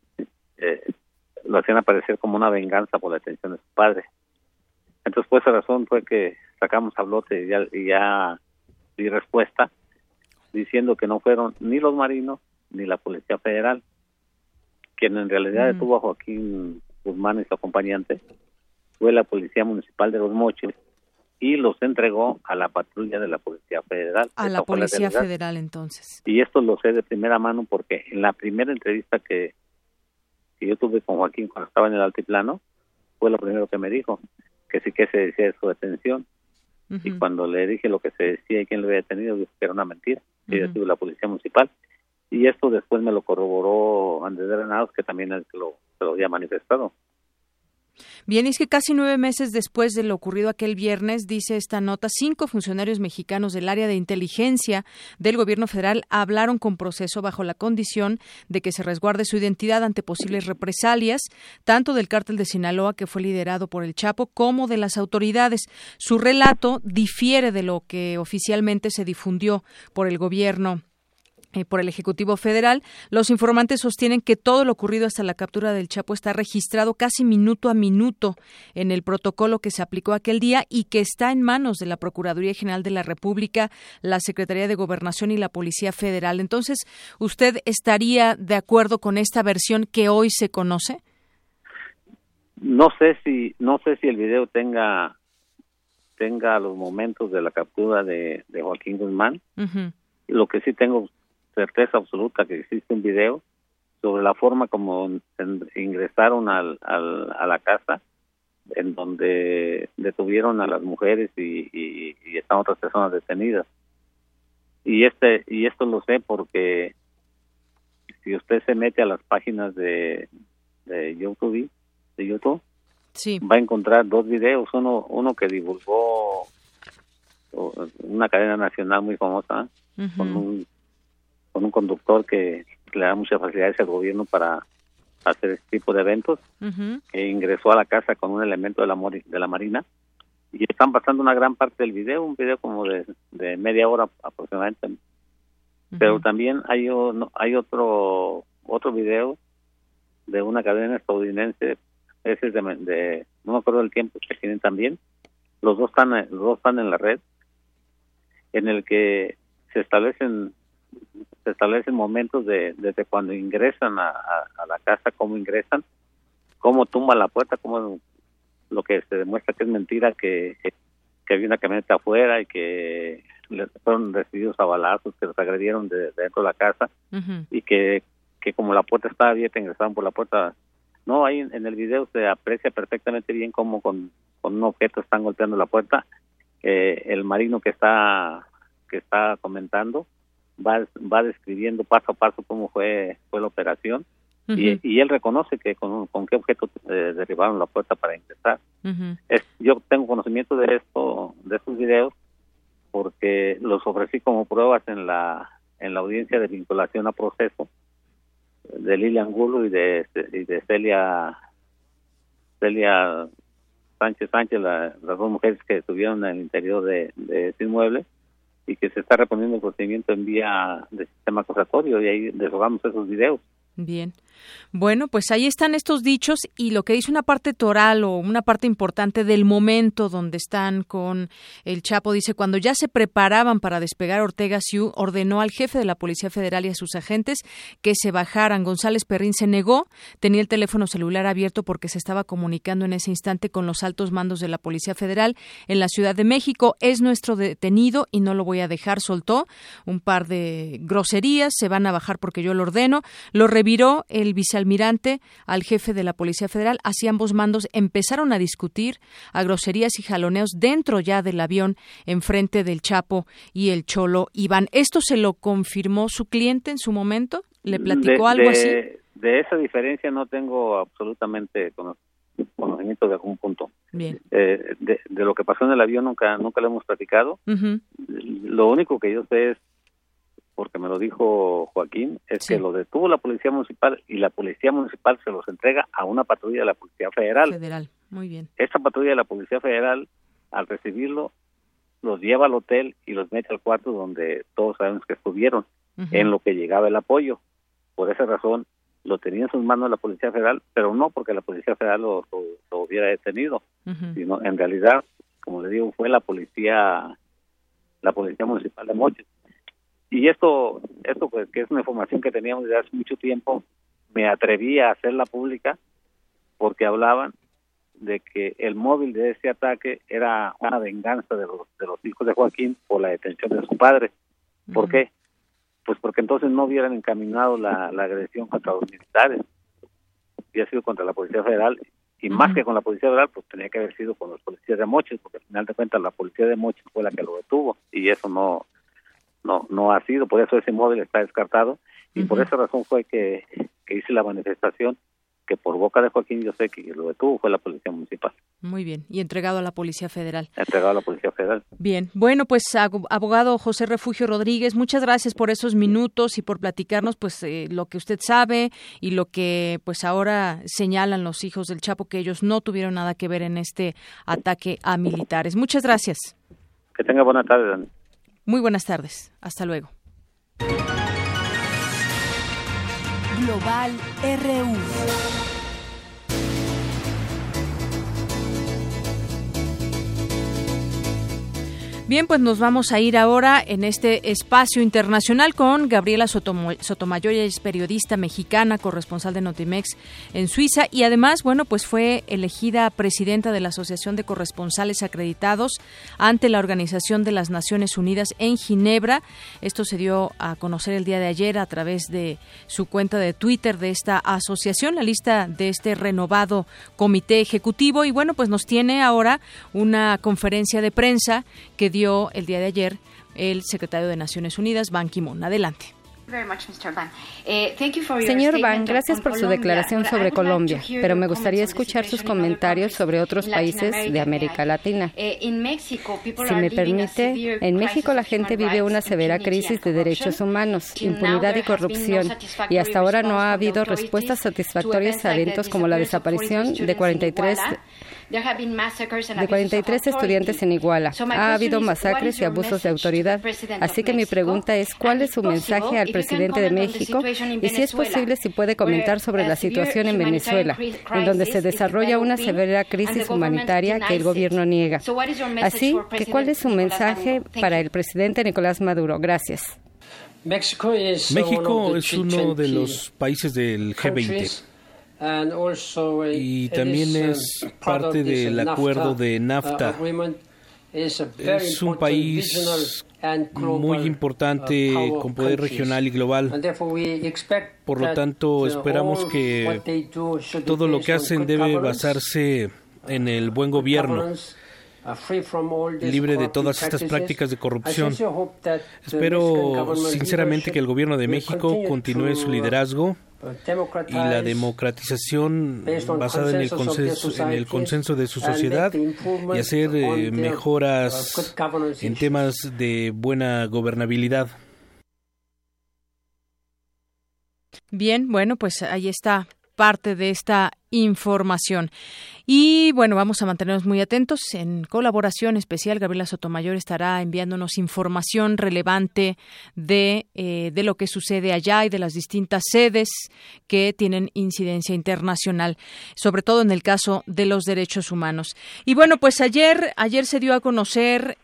Speaker 4: lo hacían aparecer como una venganza por la detención de su padre. Entonces, por esa razón fue que sacamos a flote y ya di respuesta diciendo que no fueron ni los marinos ni la Policía Federal quien en realidad detuvo a Joaquín Guzmán y su acompañante. Fue la Policía Municipal de Los Mochis, y los entregó a la patrulla de la Policía Federal.
Speaker 3: A la Policía Federal, entonces.
Speaker 4: Y esto lo sé de primera mano porque en la primera entrevista que yo tuve con Joaquín cuando estaba en el altiplano, fue lo primero que me dijo, que sí que se decía de su detención. Y cuando le dije lo que se decía y quién lo había detenido, dijo que era una mentira, que había sido la Policía Municipal. Y esto después me lo corroboró Andrés Granados, que también es que lo había manifestado.
Speaker 3: Bien, es que casi 9 meses después de lo ocurrido aquel viernes, dice esta nota, 5 funcionarios mexicanos del área de inteligencia del gobierno federal hablaron con Proceso bajo la condición de que se resguarde su identidad ante posibles represalias, tanto del cártel de Sinaloa, que fue liderado por el Chapo, como de las autoridades. Su relato difiere de lo que oficialmente se difundió por el gobierno. Por el Ejecutivo Federal. Los informantes sostienen que todo lo ocurrido hasta la captura del Chapo está registrado casi minuto a minuto en el protocolo que se aplicó aquel día y que está en manos de la Procuraduría General de la República, la Secretaría de Gobernación y la Policía Federal. Entonces, ¿usted estaría de acuerdo con esta versión que hoy se conoce?
Speaker 4: No sé si el video tenga los momentos de la captura de Joaquín Guzmán. Lo que sí tengo certeza absoluta que existe un video sobre la forma como ingresaron a la casa, en donde detuvieron a las mujeres y están otras personas detenidas. Y esto lo sé porque si usted se mete a las páginas de YouTube,
Speaker 3: sí,
Speaker 4: va a encontrar 2 videos, uno que divulgó una cadena nacional muy famosa, con un conductor que le da muchas facilidades al gobierno para hacer este tipo de eventos, que ingresó a la casa con un elemento de la Marina, y están pasando una gran parte del video, un video como de media hora aproximadamente. Pero también hay otro video de una cadena estadounidense, ese es de no me acuerdo del tiempo que tienen también, los dos están en la red, en el que se establecen momentos desde cuando ingresan a la casa, cómo ingresan, cómo tumban la puerta, cómo lo que se demuestra que es mentira, que había una camioneta afuera y que les fueron recibidos a balazos, que los agredieron dentro de la casa, y que como la puerta estaba abierta, ingresaron por la puerta. No, ahí en el video se aprecia perfectamente bien cómo con un objeto están golpeando la puerta. El marino que está comentando va describiendo paso a paso cómo fue la operación, y él reconoce que con qué objeto derribaron la puerta para ingresar. Yo tengo conocimiento de estos videos porque los ofrecí como pruebas en la audiencia de vinculación a proceso de Lilia Angulo y de Celia Sánchez, las 2 mujeres que estuvieron en el interior de ese inmueble, y que se está reponiendo el procedimiento en vía de sistema acusatorio, y ahí desahogamos esos videos.
Speaker 3: Bien. Bueno, pues ahí están estos dichos y lo que dice una parte toral o una parte importante del momento donde están con el Chapo. Dice, cuando ya se preparaban para despegar, Ortega Siu ordenó al jefe de la Policía Federal y a sus agentes que se bajaran. González Perrín se negó, tenía el teléfono celular abierto porque se estaba comunicando en ese instante con los altos mandos de la Policía Federal en la Ciudad de México. Es nuestro detenido y no lo voy a dejar, soltó un par de groserías, se van a bajar porque yo lo ordeno. Lo reviró el vicealmirante al jefe de la Policía Federal. Así ambos mandos empezaron a discutir a groserías y jaloneos dentro ya del avión enfrente del Chapo y el Cholo Iván. ¿Esto se lo confirmó su cliente en su momento? ¿Le platicó algo así?
Speaker 4: De esa diferencia no tengo absolutamente conocimiento de algún punto.
Speaker 3: Bien.
Speaker 4: De lo que pasó en el avión nunca lo hemos platicado. Lo único que yo sé es, porque me lo dijo Joaquín, es que lo detuvo la Policía Municipal y la Policía Municipal se los entrega a una patrulla de la Policía Federal.
Speaker 3: Muy bien.
Speaker 4: Esta patrulla de la Policía Federal, al recibirlo, los lleva al hotel y los mete al cuarto donde todos sabemos que estuvieron, en lo que llegaba el apoyo. Por esa razón, lo tenía en sus manos la Policía Federal, pero no porque la Policía Federal lo hubiera detenido, sino en realidad, como le digo, fue la Policía Municipal de Mochis. Y esto pues, que es una información que teníamos desde hace mucho tiempo, me atreví a hacerla pública porque hablaban de que el móvil de ese ataque era una venganza de los hijos de Joaquín por la detención de su padre. ¿Por qué? Pues porque entonces no hubieran encaminado la agresión contra los militares, hubiera sido contra la Policía Federal, y más que con la Policía Federal, pues tenía que haber sido con los policías de Mochis, porque al final de cuentas la Policía de Mochis fue la que lo detuvo, y eso no ha sido, por eso ese móvil está descartado, y por esa razón fue que hice la manifestación, que por boca de Joaquín yo sé que lo detuvo fue la Policía Municipal.
Speaker 3: Muy bien, y entregado a la Policía Federal.
Speaker 4: Entregado a la Policía Federal.
Speaker 3: Bien, bueno, pues abogado José Refugio Rodríguez, muchas gracias por esos minutos y por platicarnos pues lo que usted sabe y lo que pues ahora señalan los hijos del Chapo, que ellos no tuvieron nada que ver en este ataque a militares. Muchas gracias.
Speaker 4: Que tenga buena tarde, Dani.
Speaker 3: Muy buenas tardes. Hasta luego.
Speaker 5: Global RU.
Speaker 3: Bien, pues nos vamos a ir ahora en este espacio internacional con Gabriela Sotomayor, ella es periodista mexicana, corresponsal de Notimex en Suiza y además, bueno, pues fue elegida presidenta de la Asociación de Corresponsales Acreditados ante la Organización de las Naciones Unidas en Ginebra. Esto se dio a conocer el día de ayer a través de su cuenta de Twitter de esta asociación, la lista de este renovado comité ejecutivo y bueno, pues nos tiene ahora una conferencia de prensa que dio el día de ayer el secretario de Naciones Unidas, Ban Ki-moon. Adelante.
Speaker 7: Señor Ban, gracias por su declaración sobre Colombia, pero me gustaría escuchar sus comentarios sobre otros países de América Latina. Si me permite, en México la gente vive una severa crisis de derechos humanos, impunidad y corrupción, y hasta ahora no ha habido respuestas satisfactorias a eventos como la desaparición de 43 estudiantes en Iguala. Ha habido masacres y abusos de autoridad. Así que mi pregunta es, ¿cuál es su mensaje al presidente de México? Y si es posible, si puede comentar sobre la situación en Venezuela, en donde se desarrolla una severa crisis humanitaria que el gobierno niega. Así que, ¿cuál es su mensaje para el presidente Nicolás Maduro? Gracias.
Speaker 18: México es uno de los países del G20. Y también es parte del acuerdo de NAFTA. Es un país muy importante con poder regional y global. Por lo tanto, esperamos que todo lo que hacen debe basarse en el buen gobierno, libre de todas estas prácticas de corrupción. Espero sinceramente que el gobierno de México continúe su liderazgo y la democratización basada en el consenso de su sociedad y hacer mejoras en temas de buena gobernabilidad.
Speaker 3: Bien, bueno, pues ahí está parte de esta información. Y bueno, vamos a mantenernos muy atentos. En colaboración especial, Gabriela Sotomayor estará enviándonos información relevante de lo que sucede allá y de las distintas sedes que tienen incidencia internacional, sobre todo en el caso de los derechos humanos. Y bueno, pues ayer se dio a conocer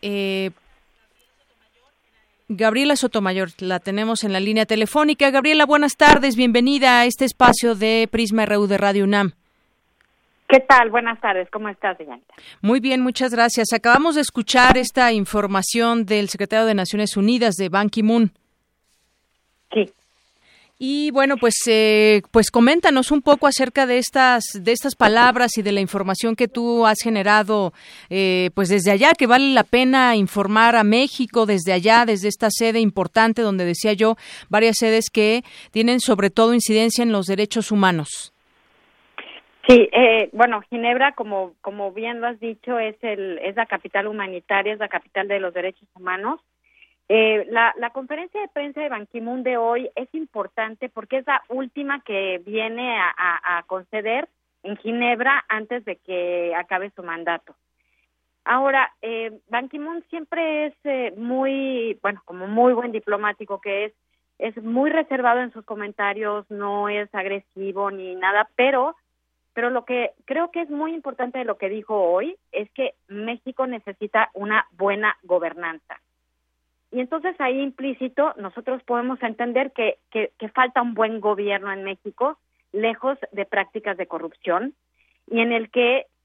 Speaker 3: Gabriela Sotomayor, la tenemos en la línea telefónica. Gabriela, buenas tardes, bienvenida a este espacio de Prisma RU de Radio UNAM.
Speaker 22: ¿Qué tal? Buenas tardes, ¿cómo estás, señorita?
Speaker 3: Muy bien, muchas gracias. Acabamos de escuchar esta información del secretario de Naciones Unidas, de Ban Ki-moon.
Speaker 22: Sí.
Speaker 3: Y bueno, pues coméntanos un poco acerca de estas palabras y de la información que tú has generado, pues desde allá, que vale la pena informar a México desde allá, desde esta sede importante donde decía yo, varias sedes que tienen sobre todo incidencia en los derechos humanos.
Speaker 22: Sí, bueno, Ginebra, como bien lo has dicho, es la capital humanitaria, es la capital de los derechos humanos. La conferencia de prensa de Ban Ki-moon de hoy es importante porque es la última que viene a conceder en Ginebra antes de que acabe su mandato. Ahora, Ban Ki-moon siempre es como muy buen diplomático que es muy reservado en sus comentarios, no es agresivo ni nada, pero lo que creo que es muy importante de lo que dijo hoy es que México necesita una buena gobernanza. Y entonces ahí implícito nosotros podemos entender que falta un buen gobierno en México, lejos de prácticas de corrupción, y en el que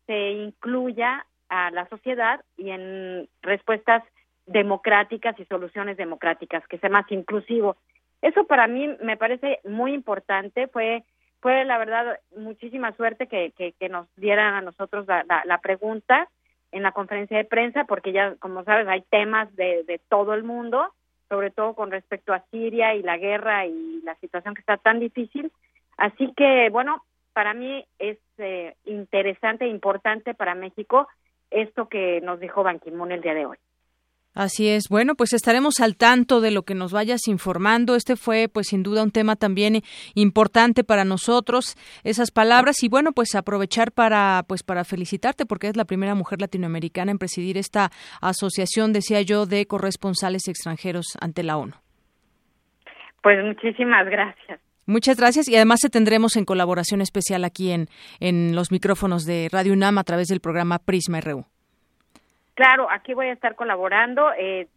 Speaker 22: se incluya a la sociedad y en respuestas democráticas y soluciones democráticas, que sea más inclusivo. Eso para mí me parece muy importante. Fue la verdad muchísima suerte que nos dieran a nosotros la pregunta en la conferencia de prensa, porque ya, como sabes, hay temas de todo el mundo, sobre todo con respecto a Siria y la guerra y la situación que está tan difícil. Así que, bueno, para mí es interesante e importante para México esto que nos dijo Ban Ki-moon el día de hoy.
Speaker 3: Así es. Bueno, pues estaremos al tanto de lo que nos vayas informando. Este fue, pues, sin duda un tema también importante para nosotros, esas palabras. Y bueno, pues aprovechar para felicitarte, porque es la primera mujer latinoamericana en presidir esta asociación, decía yo, de corresponsales extranjeros ante la ONU.
Speaker 22: Pues muchísimas gracias.
Speaker 3: Muchas gracias, y además te tendremos en colaboración especial aquí en los micrófonos de Radio UNAM a través del programa Prisma RU.
Speaker 22: Claro, aquí voy a estar colaborando.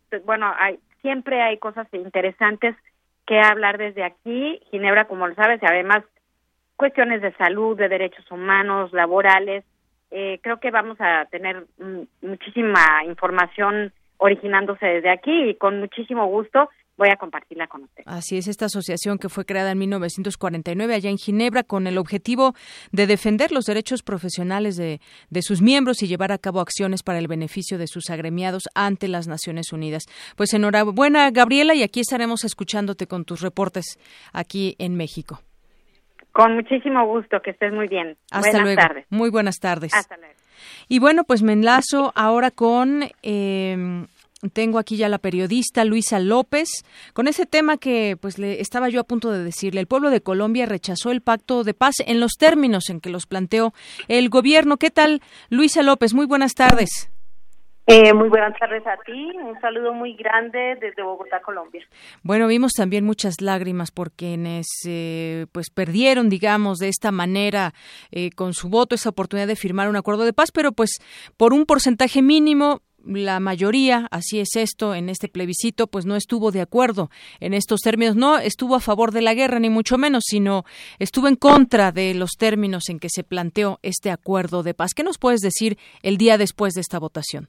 Speaker 22: Siempre hay cosas interesantes que hablar desde aquí. Ginebra, como lo sabes, y además cuestiones de salud, de derechos humanos, laborales. Creo que vamos a tener muchísima información originándose desde aquí y con muchísimo gusto voy a compartirla con usted.
Speaker 3: Así es, esta asociación que fue creada en 1949 allá en Ginebra con el objetivo de defender los derechos profesionales de sus miembros y llevar a cabo acciones para el beneficio de sus agremiados ante las Naciones Unidas. Pues enhorabuena, Gabriela, y aquí estaremos escuchándote con tus reportes aquí en México.
Speaker 22: Con muchísimo gusto, que estés muy bien.
Speaker 3: Hasta luego.
Speaker 22: Buenas tardes.
Speaker 3: Muy buenas tardes.
Speaker 22: Hasta luego.
Speaker 3: Y bueno, pues me enlazo ahora con... tengo aquí ya la periodista Luisa López con ese tema que pues le estaba yo a punto de decirle. El pueblo de Colombia rechazó el pacto de paz en los términos en que los planteó el gobierno. ¿Qué tal, Luisa López? Muy buenas tardes.
Speaker 9: Muy buenas tardes a ti. Un saludo muy grande desde Bogotá, Colombia.
Speaker 3: Bueno, vimos también muchas lágrimas por quienes pues perdieron, digamos, de esta manera con su voto esa oportunidad de firmar un acuerdo de paz, pero pues por un porcentaje mínimo. La mayoría, así es esto, en este plebiscito, pues no estuvo de acuerdo en estos términos, no estuvo a favor de la guerra, ni mucho menos, sino estuvo en contra de los términos en que se planteó este acuerdo de paz. ¿Qué nos puedes decir el día después de esta votación?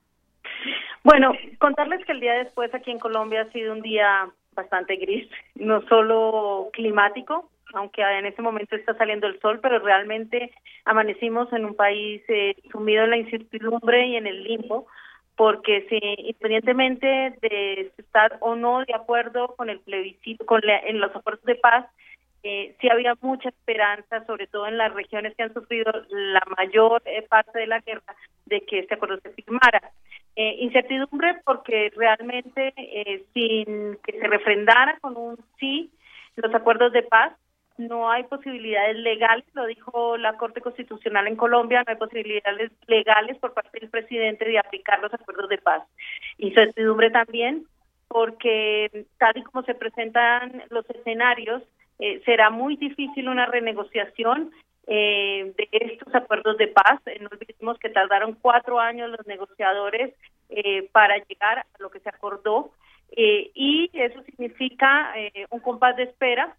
Speaker 9: Bueno, contarles que el día después aquí en Colombia ha sido un día bastante gris, no solo climático, aunque en este momento está saliendo el sol, pero realmente amanecimos en un país sumido en la incertidumbre y en el limbo, porque independientemente de estar o no de acuerdo con el plebiscito, en los acuerdos de paz, sí había mucha esperanza, sobre todo en las regiones que han sufrido la mayor parte de la guerra, de que este acuerdo se firmara. Incertidumbre porque realmente sin que se refrendara con un sí los acuerdos de paz, no hay posibilidades legales, lo dijo la Corte Constitucional en Colombia, no hay posibilidades legales por parte del presidente de aplicar los acuerdos de paz. Incertidumbre también porque tal y como se presentan los escenarios, será muy difícil una renegociación de estos acuerdos de paz. No olvidemos que tardaron 4 años los negociadores para llegar a lo que se acordó, y eso significa un compás de espera,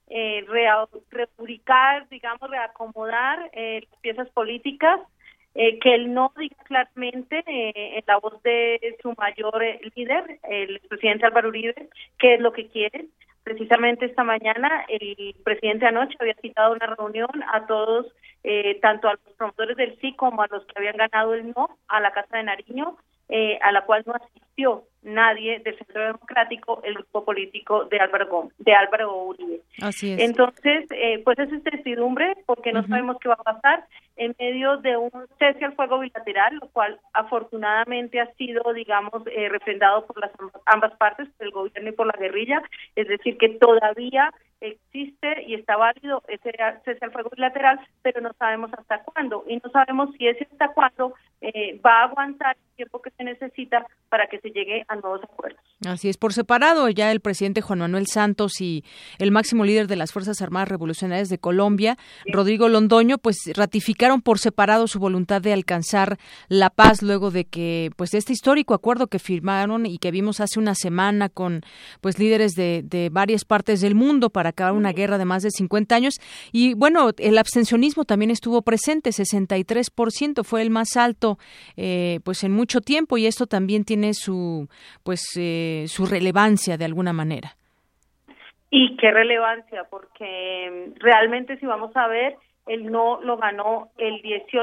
Speaker 9: reubicar, digamos, reacomodar las piezas políticas, que él no diga claramente en la voz de su mayor líder, el presidente Álvaro Uribe, qué es lo que quiere. Precisamente esta mañana el presidente anoche había citado una reunión a todos, tanto a los promotores del sí como a los que habían ganado el no, a la Casa de Nariño, a la cual no asistió nadie del Centro Democrático, el grupo político de Álvaro Uribe.
Speaker 3: Así es.
Speaker 9: Entonces, pues es incertidumbre porque no sabemos qué va a pasar en medio de un cese al fuego bilateral, lo cual afortunadamente ha sido, digamos, refrendado por ambas partes, por el gobierno y por la guerrilla, es decir, que todavía existe y está válido ese cese al fuego bilateral, pero no sabemos hasta cuándo, y no sabemos si ese hasta cuándo va a aguantar el tiempo que se necesita para que se llegue a nuevos acuerdos.
Speaker 3: Así es, por separado, ya el presidente Juan Manuel Santos y el máximo líder de las Fuerzas Armadas Revolucionarias de Colombia, Rodrigo Londoño, pues ratificaron explicaron por separado su voluntad de alcanzar la paz luego de que, pues, de este histórico acuerdo que firmaron y que vimos hace una semana con, pues, líderes de varias partes del mundo para acabar una guerra de más de 50 años. Y bueno, el abstencionismo también estuvo presente, 63% fue el más alto, pues, en mucho tiempo, y esto también tiene su relevancia de alguna manera.
Speaker 9: Y qué relevancia, porque realmente si vamos a ver, el no lo ganó el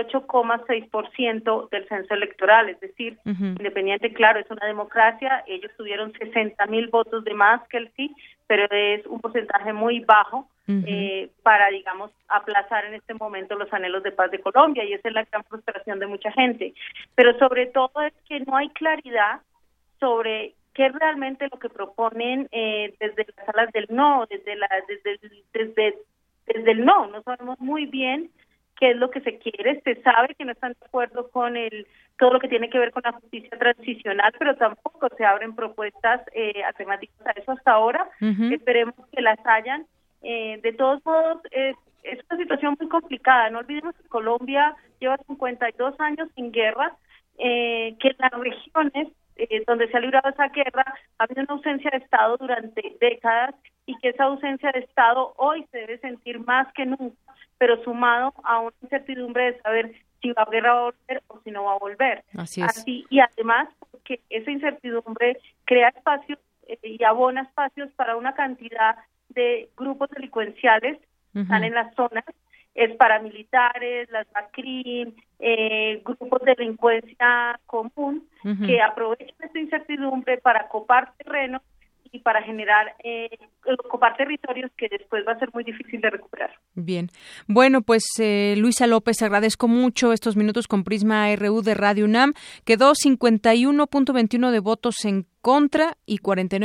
Speaker 9: 18,6% del censo electoral, es decir, independiente, claro, es una democracia, ellos tuvieron 60,000 votos de más que el sí, pero es un porcentaje muy bajo para, digamos, aplazar en este momento los anhelos de paz de Colombia, y esa es la gran frustración de mucha gente. Pero sobre todo es que no hay claridad sobre qué es realmente lo que proponen desde las salas del no, desde el no sabemos muy bien qué es lo que se quiere. Se sabe que no están de acuerdo con todo lo que tiene que ver con la justicia transicional, pero tampoco se abren propuestas alternativas a eso hasta ahora. Esperemos que las hayan. De todos modos, es una situación muy complicada. No olvidemos que Colombia lleva 52 años sin guerra, que en las regiones donde se ha librado esa guerra ha habido una ausencia de Estado durante décadas, y que esa ausencia de Estado hoy se debe sentir más que nunca, pero sumado a una incertidumbre de saber si la guerra va a volver o si no va a volver.
Speaker 3: Así es.
Speaker 9: Y además, porque esa incertidumbre crea espacios y abona espacios para una cantidad de grupos delincuenciales que están en las zonas, es paramilitares, las BACRIM, grupos de delincuencia común, que aprovechan esta incertidumbre para copar terreno y para generar, copar territorios que después va a ser muy difícil de recuperar.
Speaker 3: Bien. Bueno, pues Luisa López, agradezco mucho estos minutos con Prisma RU de Radio UNAM. Quedó 51.21 de votos en contra y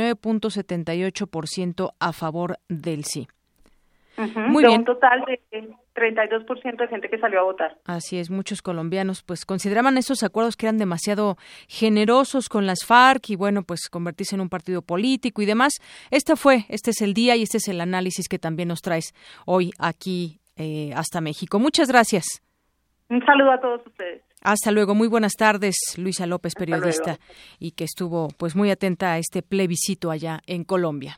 Speaker 3: 49.78% a favor del sí. Muy bien.
Speaker 9: Un total de 32% de gente que salió a votar. Así
Speaker 3: es, muchos colombianos pues consideraban estos acuerdos que eran demasiado generosos con las FARC y bueno, pues convertirse en un partido político y demás. Este es el día y este es el análisis que también nos traes hoy aquí hasta México. Muchas gracias.
Speaker 9: Un saludo a todos ustedes.
Speaker 3: Hasta luego, muy buenas tardes, Luisa López, periodista, y que estuvo pues muy atenta a este plebiscito allá en Colombia.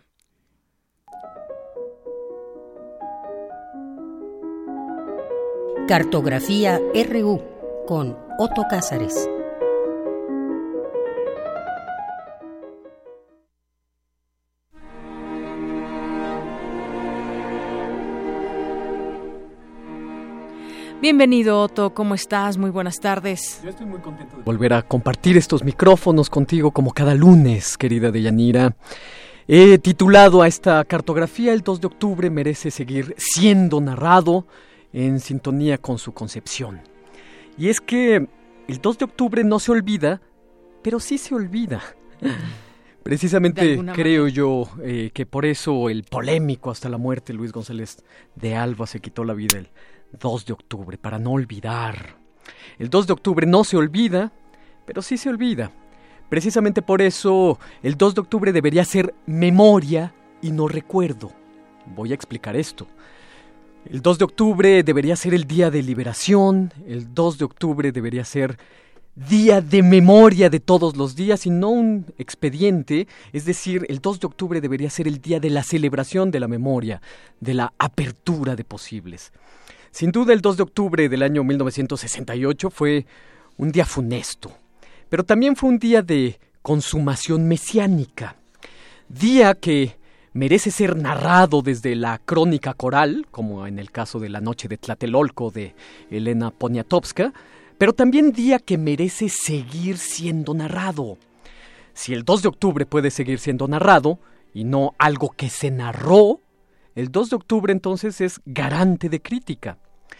Speaker 8: Cartografía RU con Otto Cázares.
Speaker 3: Bienvenido, Otto, ¿cómo estás? Muy buenas tardes.
Speaker 10: Yo estoy muy contento de volver a compartir estos micrófonos contigo como cada lunes, querida Deyanira. He titulado a esta cartografía El 2 de octubre merece seguir siendo narrado, en sintonía con su concepción. Y es que el 2 de octubre no se olvida, pero sí se olvida. Precisamente creo yo que por eso el polémico hasta la muerte Luis González de Alba se quitó la vida el 2 de octubre, para no olvidar. El 2 de octubre no se olvida, pero sí se olvida. Precisamente por eso el 2 de octubre debería ser memoria y no recuerdo. Voy a explicar esto. El 2 de octubre debería ser el día de liberación, el 2 de octubre debería ser día de memoria de todos los días y no un expediente, es decir, el 2 de octubre debería ser el día de la celebración de la memoria, de la apertura de posibles. Sin duda el 2 de octubre del año 1968 fue un día funesto, pero también fue un día de consumación mesiánica, día que merece ser narrado desde la crónica coral, como en el caso de La Noche de Tlatelolco de Elena Poniatowska, pero también día que merece seguir siendo narrado. Si el 2 de octubre puede seguir siendo narrado, y no algo que se narró, el 2 de octubre entonces es garante de crítica.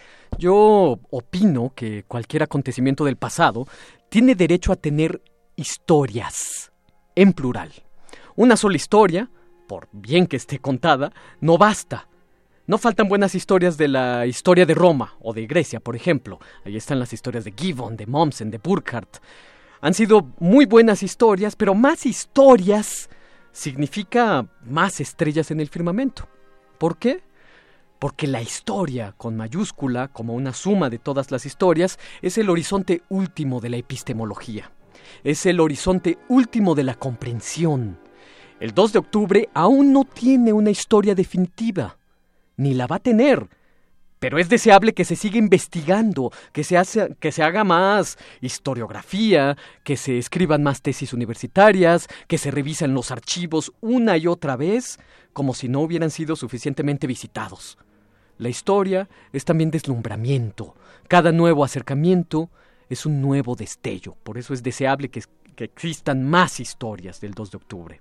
Speaker 10: Yo opino que cualquier acontecimiento del pasado tiene derecho a tener historias, en plural. Una sola historia, por bien que esté contada, no basta. No faltan buenas historias de la historia de Roma o de Grecia, por ejemplo. Ahí están las historias de Gibbon, de Mommsen, de Burckhardt. Han sido muy buenas historias, pero más historias significa más estrellas en el firmamento. ¿Por qué? porque la historia, con mayúscula, como una suma de todas las historias, es el horizonte último de la epistemología. Es el horizonte último de la comprensión. El 2 de octubre aún no tiene una historia definitiva, ni la va a tener, pero es deseable que se siga investigando, que se haga más historiografía, que se escriban más tesis universitarias, que se revisen los archivos una y otra vez, como si no hubieran sido suficientemente visitados. La historia es también deslumbramiento. Cada nuevo acercamiento es un nuevo destello. Por eso es deseable que existan más historias del 2 de octubre.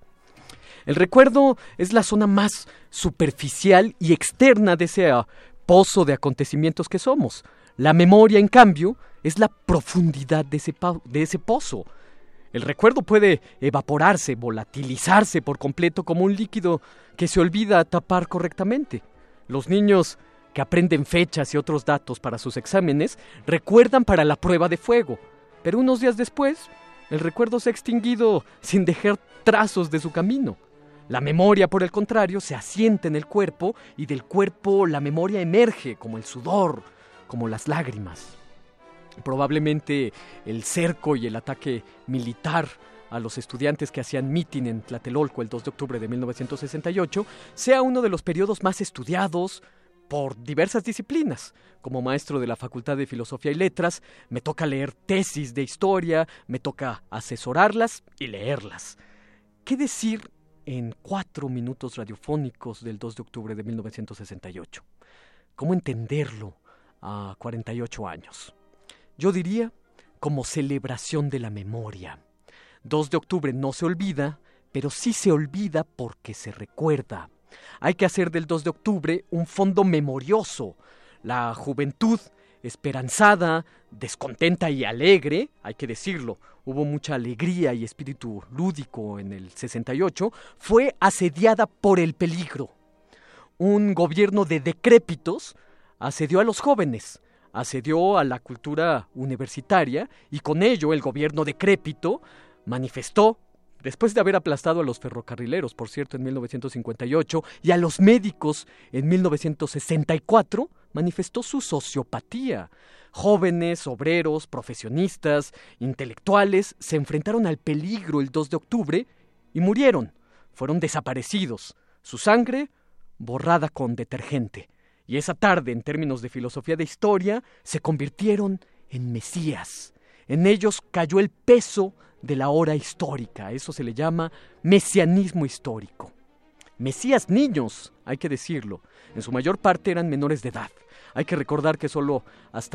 Speaker 10: El recuerdo es la zona más superficial y externa de ese pozo de acontecimientos que somos. La memoria, en cambio, es la profundidad de ese pozo. El recuerdo puede evaporarse, volatilizarse por completo como un líquido que se olvida tapar correctamente. Los niños que aprenden fechas y otros datos para sus exámenes recuerdan para la prueba de fuego, pero unos días después, el recuerdo se ha extinguido sin dejar trazos de su camino. La memoria, por el contrario, se asienta en el cuerpo y del cuerpo la memoria emerge como el sudor, como las lágrimas. Probablemente el cerco y el ataque militar a los estudiantes que hacían mitin en Tlatelolco el 2 de octubre de 1968 sea uno de los periodos más estudiados por diversas disciplinas. Como maestro de la Facultad de Filosofía y Letras, me toca leer tesis de historia, me toca asesorarlas y leerlas. ¿Qué decir en 4 minutos radiofónicos del 2 de octubre de 1968? ¿Cómo entenderlo a 48 años? Yo diría como celebración de la memoria. 2 de octubre no se olvida, pero sí se olvida porque se recuerda. Hay que hacer del 2 de octubre un fondo memorioso. La juventud esperanzada, descontenta y alegre, hay que decirlo, hubo mucha alegría y espíritu lúdico en el 68, fue asediada por el peligro. Un gobierno de decrépitos asedió a los jóvenes, asedió a la cultura universitaria y con ello el gobierno decrépito manifestó, después de haber aplastado a los ferrocarrileros, por cierto, en 1958, y a los médicos en 1964, manifestó su sociopatía. Jóvenes, obreros, profesionistas, intelectuales se enfrentaron al peligro el 2 de octubre y murieron. Fueron desaparecidos. Su sangre borrada con detergente. Y esa tarde, en términos de filosofía de historia, se convirtieron en mesías. En ellos cayó el peso de la hora histórica. Eso se le llama mesianismo histórico. Mesías niños, hay que decirlo. En su mayor parte eran menores de edad. Hay que recordar que solo hasta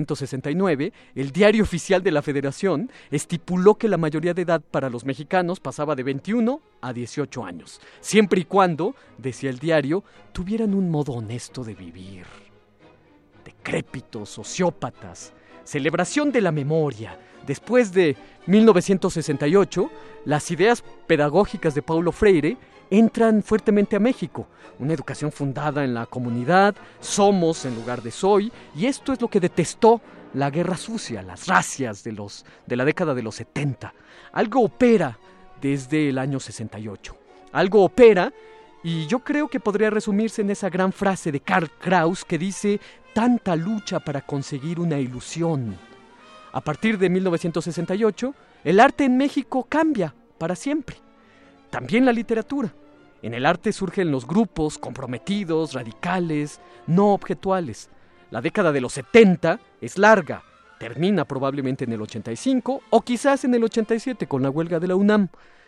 Speaker 10: 1969 el Diario Oficial de la Federación estipuló que la mayoría de edad para los mexicanos pasaba de 21 a 18 años, siempre y cuando, decía el diario, tuvieran un modo honesto de vivir. Decrépitos, sociópatas, celebración de la memoria. Después de 1968, las ideas pedagógicas de Paulo Freire entran fuertemente a México. Una educación fundada en la comunidad, somos en lugar de soy, y esto es lo que detestó la guerra sucia, las racias de la década de los 70. Algo opera desde el año 68. Algo opera, y yo creo que podría resumirse en esa gran frase de Karl Kraus que dice: tanta lucha para conseguir una ilusión. A partir de 1968, el arte en México cambia para siempre. También la literatura. En el arte surgen los grupos comprometidos, radicales, no objetuales. La década de los 70 es larga. Termina probablemente en el 85 o quizás en el 87 con la huelga de la UNAM.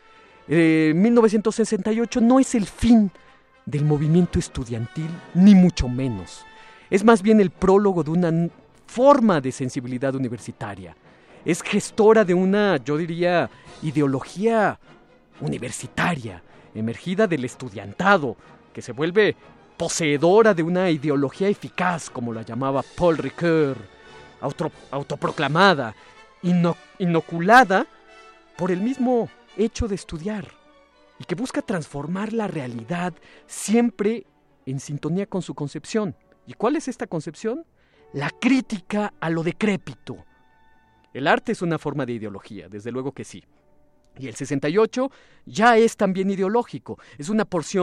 Speaker 10: 1968 no es el fin del movimiento estudiantil, ni mucho menos. Es más bien el prólogo de una forma de sensibilidad universitaria. Es gestora de una, yo diría, ideología universitaria, emergida del estudiantado, que se vuelve poseedora de una ideología eficaz, como la llamaba Paul Ricoeur, autoproclamada, inoculada por el mismo hecho de estudiar, y que busca transformar la realidad siempre en sintonía con su concepción. ¿Y cuál es esta concepción? La crítica a lo decrépito. El arte es una forma de ideología, desde luego que sí. Y el 68 ya es también ideológico. Es una porción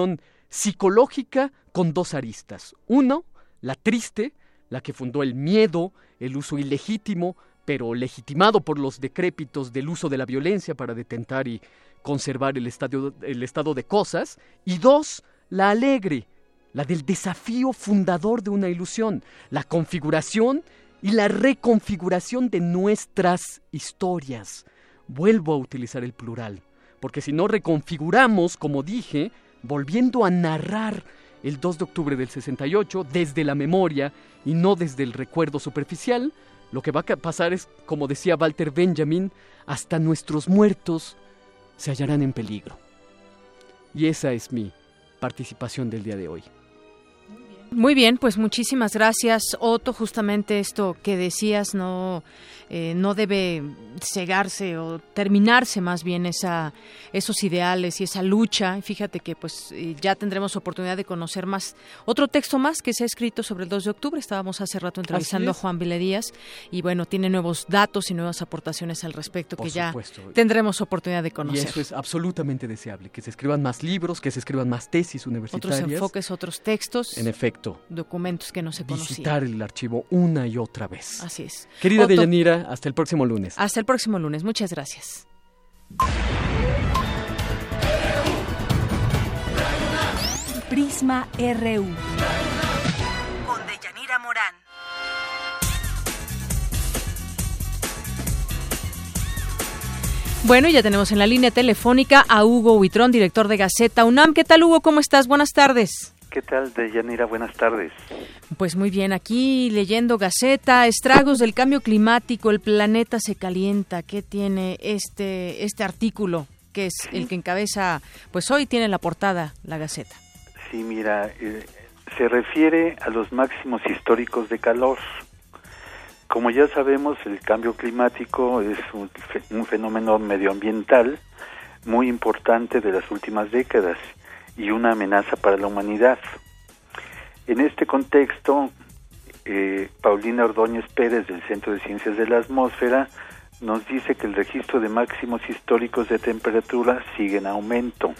Speaker 10: psicológica con dos aristas. Uno, la triste, la que fundó el miedo, el uso ilegítimo, pero legitimado por los decrépitos del uso de la violencia para detentar y conservar el estado de cosas. Y dos, la alegre, la del desafío fundador de una ilusión, la configuración y la reconfiguración de nuestras historias. Vuelvo a utilizar el plural, porque si no reconfiguramos, como dije, volviendo a narrar el 2 de octubre del 68 desde la memoria y no desde el recuerdo superficial, lo que va a pasar es, como decía Walter Benjamin, hasta nuestros muertos se hallarán en peligro. Y esa es mi participación del día de hoy.
Speaker 3: Muy bien, pues muchísimas gracias, Otto. Justamente esto que decías no debe cegarse o terminarse más bien esos ideales y esa lucha. Fíjate que pues ya tendremos oportunidad de conocer más. Otro texto más que se ha escrito sobre el 2 de octubre. Estábamos hace rato entrevistando a Juan Villedíaz y bueno, tiene nuevos datos y nuevas aportaciones al respecto que ya tendremos oportunidad de conocer.
Speaker 10: Y eso es absolutamente deseable, que se escriban más libros, que se escriban más tesis universitarias.
Speaker 3: Otros enfoques, otros textos.
Speaker 10: En efecto.
Speaker 3: Documentos que no se conocían.
Speaker 10: Visitar el archivo una y otra vez.
Speaker 3: Así es.
Speaker 10: Querida Deyanira, hasta el próximo lunes.
Speaker 3: Hasta el próximo lunes. Muchas gracias.
Speaker 5: Prisma RU. Con Deyanira Morán.
Speaker 3: Bueno, ya tenemos en la línea telefónica a Hugo Huitrón, director de Gaceta UNAM. ¿Qué tal, Hugo? ¿Cómo estás? Buenas tardes.
Speaker 6: ¿Qué tal, Deyanira? Buenas tardes.
Speaker 3: Pues muy bien, aquí leyendo Gaceta, estragos del cambio climático, el planeta se calienta. ¿Qué tiene este artículo, que es el que encabeza, pues hoy tiene la portada la Gaceta?
Speaker 6: Sí, mira, se refiere a los máximos históricos de calor. Como ya sabemos, el cambio climático es un fenómeno medioambiental muy importante de las últimas décadas y una amenaza para la humanidad. En este contexto, Paulina Ordóñez Pérez, del Centro de Ciencias de la Atmósfera, nos dice que el registro de máximos históricos de temperatura sigue en aumento.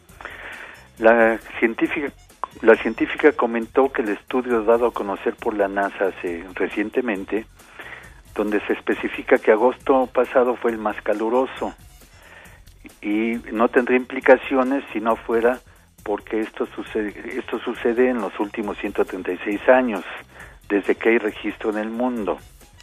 Speaker 6: La científica comentó que el estudio dado a conocer por la NASA recientemente, donde se especifica que agosto pasado fue el más caluroso, y no tendría implicaciones si no fuera porque esto sucede en los últimos 136 años, desde que hay registro en el mundo.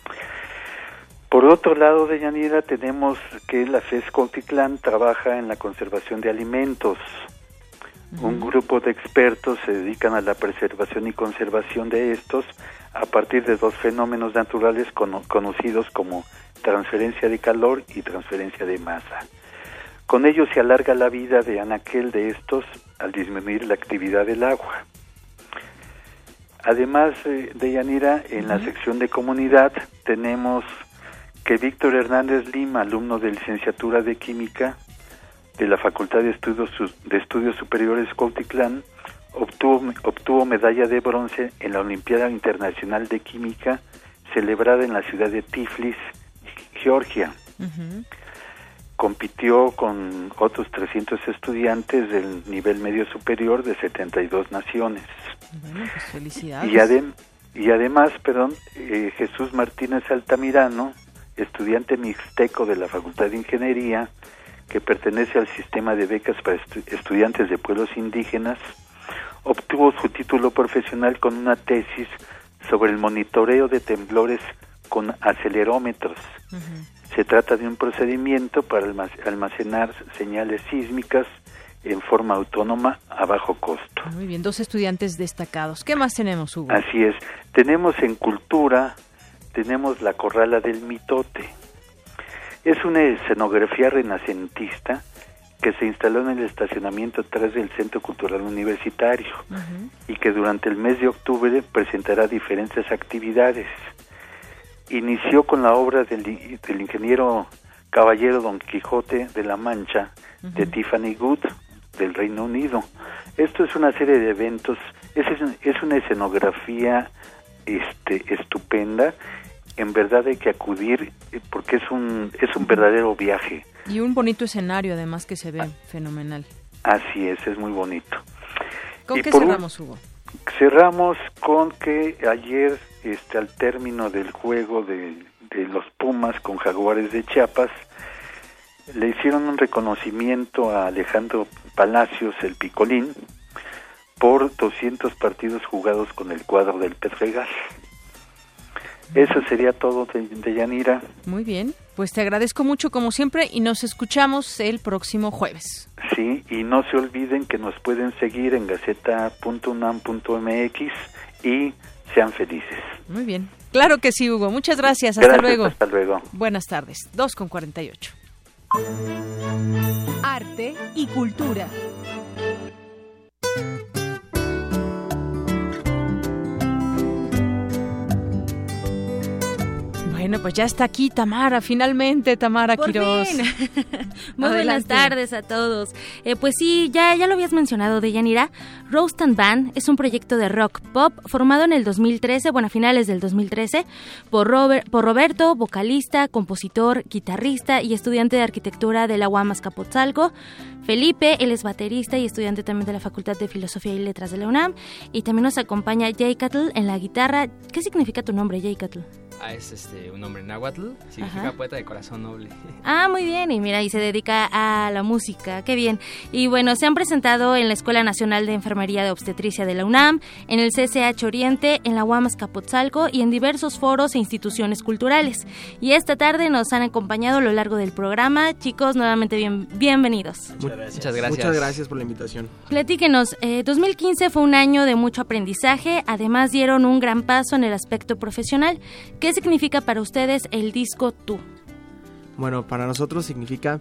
Speaker 6: Por otro lado, Deyanira, tenemos que la FES Cuautitlán trabaja en la conservación de alimentos. Un grupo de expertos se dedican a la preservación y conservación de estos a partir de dos fenómenos naturales conocidos como transferencia de calor y transferencia de masa. Con ello se alarga la vida de anaquel de estos al disminuir la actividad del agua. Además, Deyanira, en la sección de comunidad tenemos que Víctor Hernández Lima, alumno de licenciatura de Química de la Facultad de Estudios Superiores Cuautitlán, obtuvo medalla de bronce en la Olimpiada Internacional de Química celebrada en la ciudad de Tiflis, Georgia. Compitió con otros 300 estudiantes del nivel medio superior de 72 naciones.
Speaker 3: Bueno, pues felicidades.
Speaker 6: Y además, Jesús Martínez Altamirano, estudiante mixteco de la Facultad de Ingeniería, que pertenece al sistema de becas para estudiantes de pueblos indígenas, obtuvo su título profesional con una tesis sobre el monitoreo de temblores con acelerómetros. Se trata de un procedimiento para almacenar señales sísmicas en forma autónoma a bajo costo.
Speaker 3: Muy bien, 2 estudiantes destacados. ¿Qué más tenemos, Hugo?
Speaker 6: Así es. Tenemos en cultura, tenemos la Corrala del Mitote. Es una escenografía renacentista que se instaló en el estacionamiento atrás del Centro Cultural Universitario y que durante el mes de octubre presentará diferentes actividades. Inició con la obra del ingeniero caballero Don Quijote de la Mancha de Tiffany Good del Reino Unido. Esto es una serie de eventos, es una escenografía estupenda. En verdad hay que acudir porque es un verdadero viaje.
Speaker 3: Y un bonito escenario además que se ve fenomenal.
Speaker 6: Así es muy bonito.
Speaker 3: ¿Con qué cerramos, Hugo?
Speaker 6: Cerramos con que ayer, al término del juego de los Pumas con Jaguares de Chiapas, le hicieron un reconocimiento a Alejandro Palacios, el Picolín, por 200 partidos jugados con el cuadro del Pedregal. Eso sería todo de Yanira.
Speaker 3: Muy bien, pues te agradezco mucho como siempre y nos escuchamos el próximo jueves.
Speaker 6: Sí, y no se olviden que nos pueden seguir en gaceta.unam.mx y sean felices.
Speaker 3: Muy bien, claro que sí, Hugo. Muchas gracias, hasta luego.
Speaker 6: Hasta luego.
Speaker 3: Buenas tardes, 2:48.
Speaker 5: Arte y cultura.
Speaker 3: Bueno, pues ya está aquí Tamara, finalmente, Tamara Quirós.
Speaker 11: Muy buenas tardes a todos. Pues sí, ya lo habías mencionado, Deyanira. Roast and Band es un proyecto de rock pop formado en el 2013, bueno, a finales del 2013, por Roberto, vocalista, compositor, guitarrista y estudiante de arquitectura de la UAM Azcapotzalco. Felipe, él es baterista y estudiante también de la Facultad de Filosofía y Letras de la UNAM. Y también nos acompaña Yeycatl en la guitarra. ¿Qué significa tu nombre, Yeycatl?
Speaker 13: Es un nombre náhuatl, significa poeta de corazón noble.
Speaker 11: Muy bien, y mira, y se dedica a la música, qué bien. Y bueno, se han presentado en la Escuela Nacional de Enfermería de Obstetricia de la UNAM, en el CCH Oriente, en la UAM Azcapotzalco y en diversos foros e instituciones culturales. Y esta tarde nos han acompañado a lo largo del programa. Chicos, nuevamente bienvenidos.
Speaker 13: Muchas gracias.
Speaker 14: Muchas gracias por la invitación.
Speaker 11: Platíquenos, 2015 fue un año de mucho aprendizaje, además dieron un gran paso en el aspecto profesional. ¿Qué significa para ustedes el disco Tú?
Speaker 14: Bueno, para nosotros significa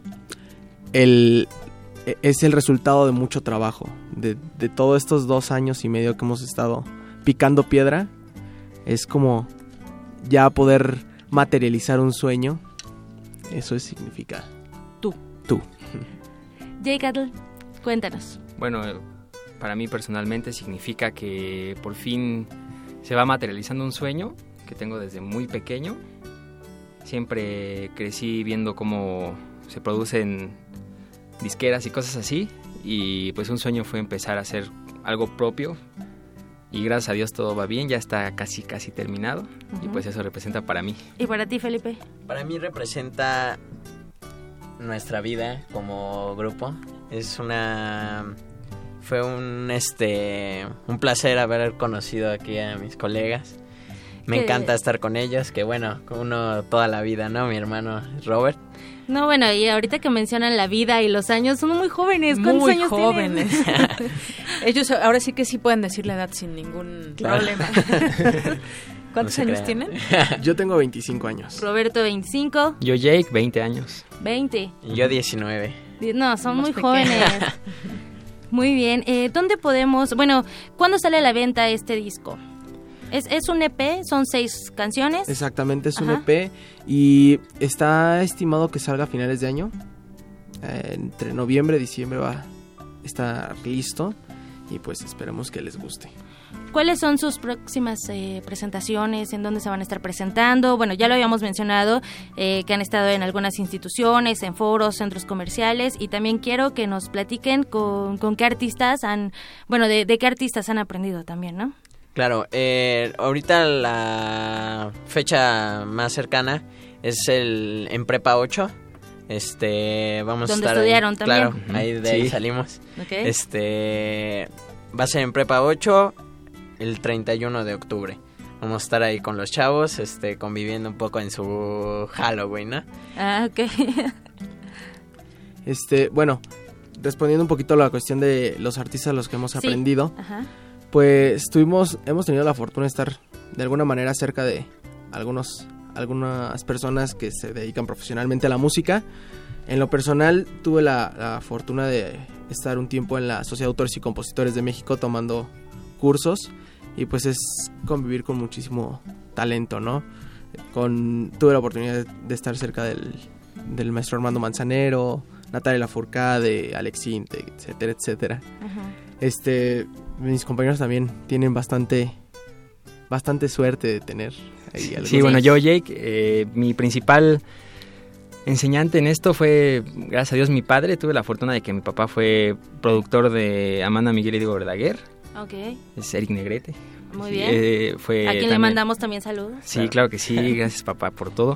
Speaker 14: es el resultado de mucho trabajo, de todos estos 2 años y medio que hemos estado picando piedra. Es como ya poder materializar un sueño. Eso significa
Speaker 11: Tú. Yeycatl, cuéntanos.
Speaker 13: Bueno, para mí personalmente significa que por fin se va materializando un sueño que tengo desde muy pequeño. Siempre crecí viendo cómo se producen disqueras y cosas así, y pues un sueño fue empezar a hacer algo propio, y gracias a Dios todo va bien, ya está casi terminado. Y pues eso representa para mí.
Speaker 11: ¿Y para ti, Felipe?
Speaker 23: Para mí representa nuestra vida como grupo. Fue un placer haber conocido aquí a mis colegas. Me encanta estar con ellos, que bueno, uno toda la vida, ¿no? Mi hermano Robert.
Speaker 11: No, bueno, y ahorita que mencionan la vida y los años, son muy jóvenes. ¿Cuántos años
Speaker 3: jóvenes tienen? Ellos ahora sí que sí pueden decir la edad sin ningún problema. ¿Cuántos años tienen?
Speaker 14: Yo tengo 25 años.
Speaker 11: Roberto, 25.
Speaker 13: Yo, Jake, 20 años.
Speaker 11: 20.
Speaker 23: Y yo, 19.
Speaker 11: No, son muy jóvenes. Muy bien. ¿Dónde podemos...? Bueno, ¿cuándo sale a la venta este disco? ¿Es un EP? ¿Son 6 canciones?
Speaker 14: Exactamente, es un EP y está estimado que salga a finales de año. Entre noviembre y diciembre va a estar listo y pues esperemos que les guste.
Speaker 11: ¿Cuáles son sus próximas presentaciones? ¿En dónde se van a estar presentando? Bueno, ya lo habíamos mencionado, que han estado en algunas instituciones, en foros, centros comerciales, y también quiero que nos platiquen con qué artistas de qué artistas han aprendido también, ¿no?
Speaker 23: Claro, ahorita la fecha más cercana es en Prepa 8. Vamos
Speaker 11: ¿Donde
Speaker 23: a estar
Speaker 11: estudiaron también?
Speaker 23: Claro, ahí de ahí salimos.
Speaker 11: Okay.
Speaker 23: Va a ser en Prepa 8 el 31 de octubre. Vamos a estar ahí con los chavos, conviviendo un poco en su Halloween, ¿no?
Speaker 11: Ok.
Speaker 14: Bueno, respondiendo un poquito a la cuestión de los artistas a los que hemos aprendido.
Speaker 11: Ajá.
Speaker 14: Pues hemos tenido la fortuna de estar de alguna manera cerca de algunas personas que se dedican profesionalmente a la música. En lo personal tuve la fortuna de estar un tiempo en la Sociedad de Autores y Compositores de México tomando cursos, y pues es convivir con muchísimo talento, ¿no? Tuve la oportunidad de estar cerca del maestro Armando Manzanero, Natalia Lafourcade, Alex Intec, etcétera, etcétera. Uh-huh. Mis compañeros también tienen bastante suerte de tener ahí algo.
Speaker 13: Sí, bueno, yo, Jake, mi principal enseñante en esto fue, gracias a Dios, mi padre. Tuve la fortuna de que mi papá fue productor de Amanda Miguel y Diego Verdaguer.
Speaker 11: Okay.
Speaker 13: Es Eric Negrete.
Speaker 11: Muy bien.
Speaker 13: Fue
Speaker 11: ¿A quién le mandamos también saludos?
Speaker 13: Sí, claro que sí. Gracias, papá, por todo.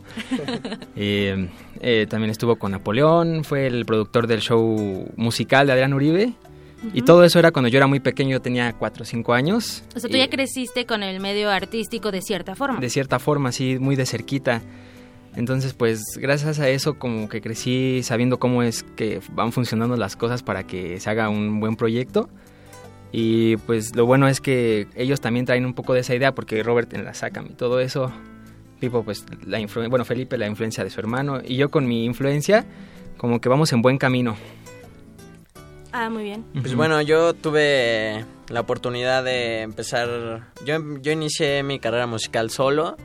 Speaker 13: También estuvo con Napoleón. Fue el productor del show musical de Adrián Uribe. Y todo eso era cuando yo era muy pequeño, yo tenía 4 o 5 años.
Speaker 11: O sea, tú ya creciste con el medio artístico de cierta forma.
Speaker 13: De cierta forma, sí, muy de cerquita. Entonces, pues, gracias a eso como que crecí sabiendo cómo es que van funcionando las cosas para que se haga un buen proyecto. Y pues lo bueno es que ellos también traen un poco de esa idea, porque Robert en la SACAM y todo eso, Pipo, pues, Felipe, la influencia de su hermano, y yo con mi influencia, como que vamos en buen camino.
Speaker 11: Ah, muy bien.
Speaker 23: Pues bueno, yo tuve la oportunidad de empezar, yo inicié mi carrera musical solo,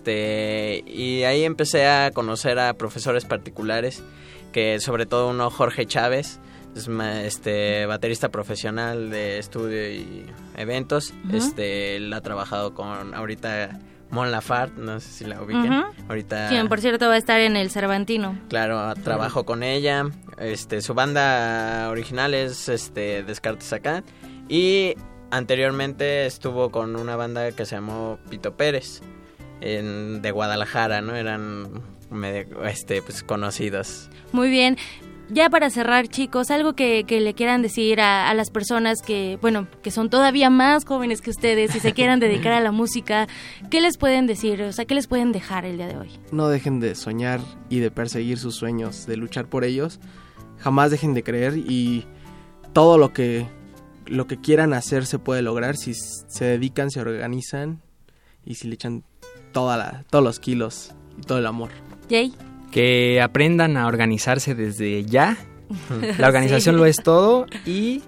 Speaker 23: y ahí empecé a conocer a profesores particulares, que sobre todo uno, Jorge Chávez, es baterista profesional de estudio y eventos. Él ha trabajado con ahorita Mon Laferte, no sé si la ubiquen. Ahorita,
Speaker 11: quien por cierto va a estar en el Cervantino.
Speaker 23: Claro, trabajo con ella. Su banda original es Descartes Acá, y anteriormente estuvo con una banda que se llamó Pito Pérez, de Guadalajara, ¿no? Eran medio pues conocidos.
Speaker 11: Muy bien. Ya para cerrar, chicos, algo que le quieran decir a las personas que son todavía más jóvenes que ustedes y se quieran dedicar a la música, ¿qué les pueden decir? O sea, ¿qué les pueden dejar el día de hoy?
Speaker 14: No dejen de soñar y de perseguir sus sueños, de luchar por ellos. Jamás dejen de creer, y todo lo que quieran hacer se puede lograr si se dedican, se organizan y si le echan todos los kilos y todo el amor.
Speaker 11: Jay.
Speaker 13: Que aprendan a organizarse desde ya. La organización lo es todo, y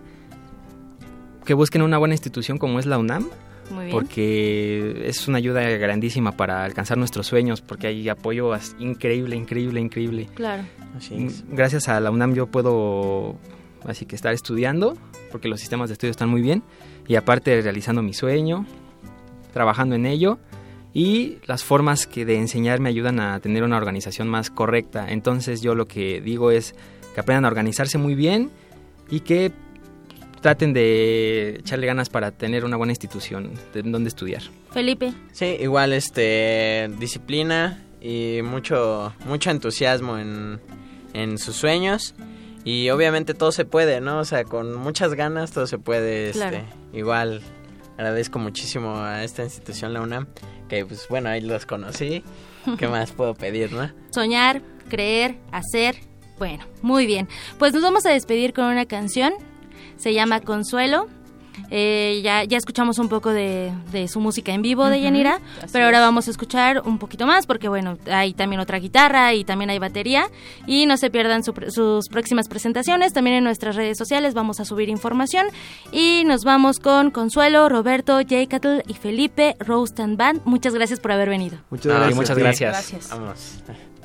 Speaker 13: que busquen una buena institución como es la UNAM.
Speaker 11: Muy bien.
Speaker 13: Porque es una ayuda grandísima para alcanzar nuestros sueños, porque hay apoyo increíble.
Speaker 11: Claro.
Speaker 23: Así es.
Speaker 13: Gracias a la UNAM yo puedo así que estar estudiando, porque los sistemas de estudio están muy bien, y aparte realizando mi sueño, trabajando en ello. Y las formas de enseñar me ayudan a tener una organización más correcta. Entonces yo lo que digo es que aprendan a organizarse muy bien y que traten de echarle ganas para tener una buena institución en donde estudiar.
Speaker 11: Felipe.
Speaker 23: Sí, igual disciplina y mucho entusiasmo en sus sueños, y obviamente todo se puede, ¿no? O sea, con muchas ganas todo se puede.
Speaker 11: Claro.
Speaker 23: Igual agradezco muchísimo a esta institución, la UNAM, que pues bueno, ahí los conocí. ¿Qué más puedo pedir, no?
Speaker 11: Soñar, creer, hacer. Bueno, muy bien. Pues nos vamos a despedir con una canción. Se llama Consuelo. Ya escuchamos un poco de su música en vivo de Yanira, pero ahora vamos a escuchar un poquito más, porque bueno, hay también otra guitarra y también hay batería, y no se pierdan sus próximas presentaciones. También en nuestras redes sociales vamos a subir información, y nos vamos con Consuelo, Roberto, Jaycatl y Felipe, Roast and Band. Muchas gracias por haber venido.
Speaker 13: Muchas gracias.
Speaker 23: Vamos.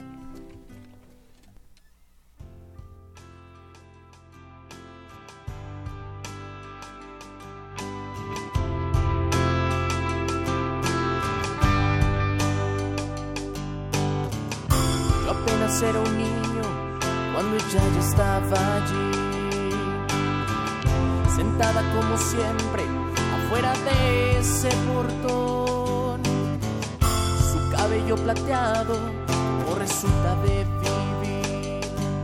Speaker 20: Era un niño cuando ella ya estaba allí, sentada como siempre afuera de ese portón. Su cabello plateado no resulta de vivir,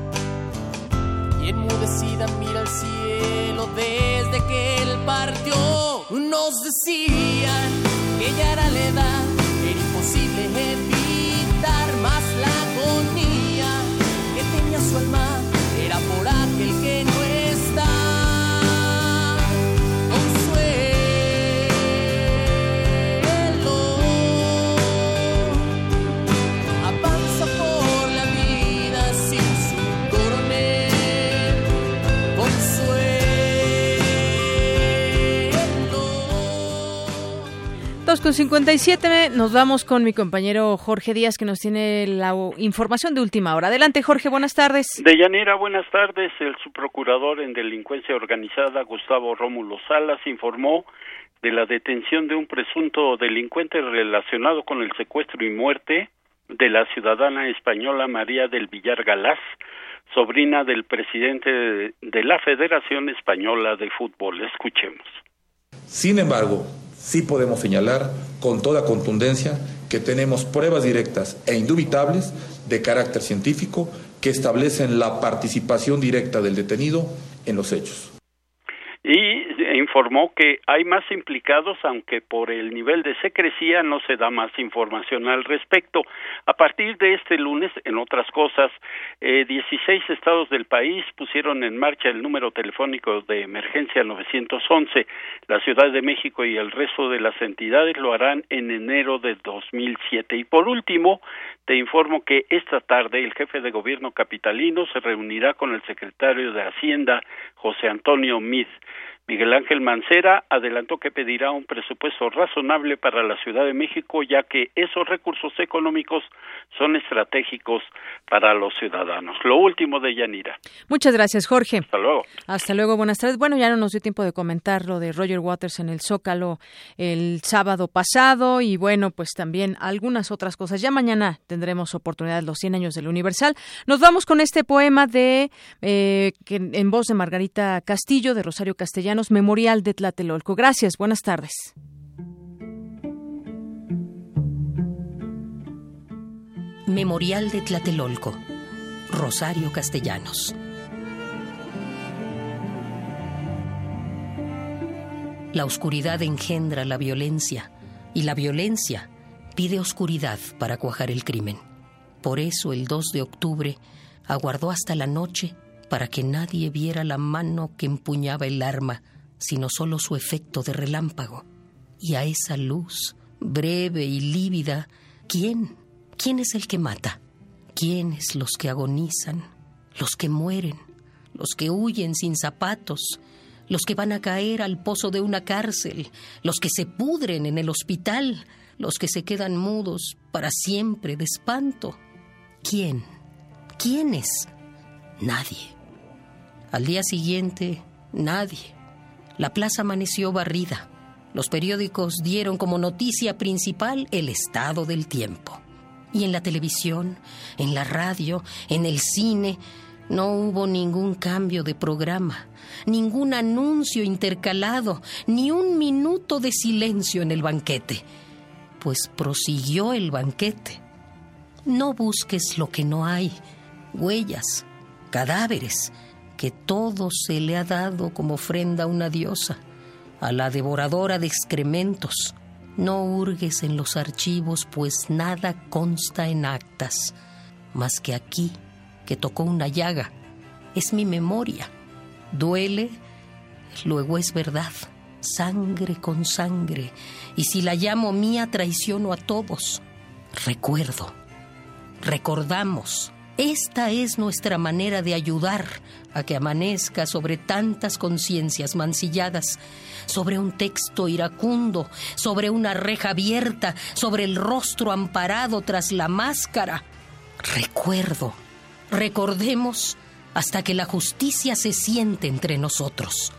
Speaker 20: y enmudecida mira al cielo desde que él partió. Nos decían que ya era la edad, que era imposible evitar más la agonía que tenía su alma, era por aquel que no está. Consuelo avanza por la vida sin su coronel. Consuelo.
Speaker 3: 2:57, nos vamos con mi compañero Jorge Díaz, que nos tiene la información de última hora. Adelante, Jorge, buenas tardes.
Speaker 12: Deyanira, buenas tardes. El subprocurador en delincuencia organizada, Gustavo Rómulo Salas, informó de la detención de un presunto delincuente relacionado con el secuestro y muerte de la ciudadana española María del Villar Galás, sobrina del presidente de la Federación Española de Fútbol. Escuchemos.
Speaker 15: Sin embargo, sí podemos señalar con toda contundencia que tenemos pruebas directas e indubitables de carácter científico que establecen la participación directa del detenido en los hechos.
Speaker 12: Y informó que hay más implicados, aunque por el nivel de secrecía no se da más información al respecto. A partir de este lunes, en otras cosas, 16 estados del país pusieron en marcha el número telefónico de emergencia 911. La Ciudad de México y el resto de las entidades lo harán en enero de 2007. Y por último, te informo que esta tarde el jefe de gobierno capitalino se reunirá con el secretario de Hacienda, José Antonio Meade. Miguel Ángel Mancera adelantó que pedirá un presupuesto razonable para la Ciudad de México, ya que esos recursos económicos son estratégicos para los ciudadanos. Lo último de Yanira.
Speaker 3: Muchas gracias, Jorge.
Speaker 12: Hasta luego.
Speaker 3: Hasta luego, buenas tardes. Bueno, ya no nos dio tiempo de comentar lo de Roger Waters en el Zócalo el sábado pasado y bueno, pues también algunas otras cosas. Ya mañana tendremos oportunidad, los 100 años del Universal. Nos vamos con este poema de que en voz de Margarita Castillo, de Rosario Castellanos, Memorial de Tlatelolco. Gracias, buenas tardes.
Speaker 8: Memorial de Tlatelolco, Rosario Castellanos. La oscuridad engendra la violencia y la violencia pide oscuridad para cuajar el crimen. Por eso el 2 de octubre aguardó hasta la noche para que nadie viera la mano que empuñaba el arma, sino solo su efecto de relámpago. Y a esa luz, breve y lívida, ¿quién es el que mata? ¿Quiénes los que agonizan? Los que mueren, los que huyen sin zapatos, los que van a caer al pozo de una cárcel, los que se pudren en el hospital, los que se quedan mudos para siempre de espanto. ¿Quién? ¿Quiénes? Nadie. Al día siguiente, nadie. La plaza amaneció barrida. Los periódicos dieron como noticia principal el estado del tiempo. Y en la televisión, en la radio, en el cine, no hubo ningún cambio de programa, ningún anuncio intercalado, ni un minuto de silencio en el banquete. Pues prosiguió el banquete. No busques lo que no hay, huellas, cadáveres, que todo se le ha dado como ofrenda a una diosa, a la devoradora de excrementos. No hurgues en los archivos, pues nada consta en actas, más que aquí, que tocó una llaga. Es mi memoria. Duele, luego es verdad, sangre con sangre, y si la llamo mía, traiciono a todos. Recuerdo, recordamos. Esta es nuestra manera de ayudar a que amanezca sobre tantas conciencias mancilladas, sobre un texto iracundo, sobre una reja abierta, sobre el rostro amparado tras la máscara. Recuerdo, recordemos hasta que la justicia se siente entre nosotros.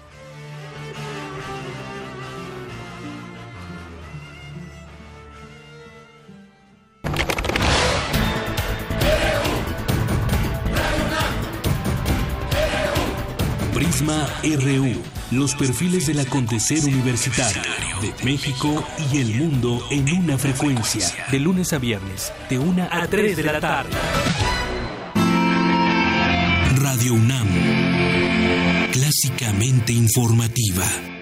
Speaker 16: Prisma RU, los perfiles del acontecer universitario de México y el mundo en una frecuencia.
Speaker 18: De lunes a viernes, de 1 a 3 de la tarde.
Speaker 16: Radio UNAM, clásicamente informativa.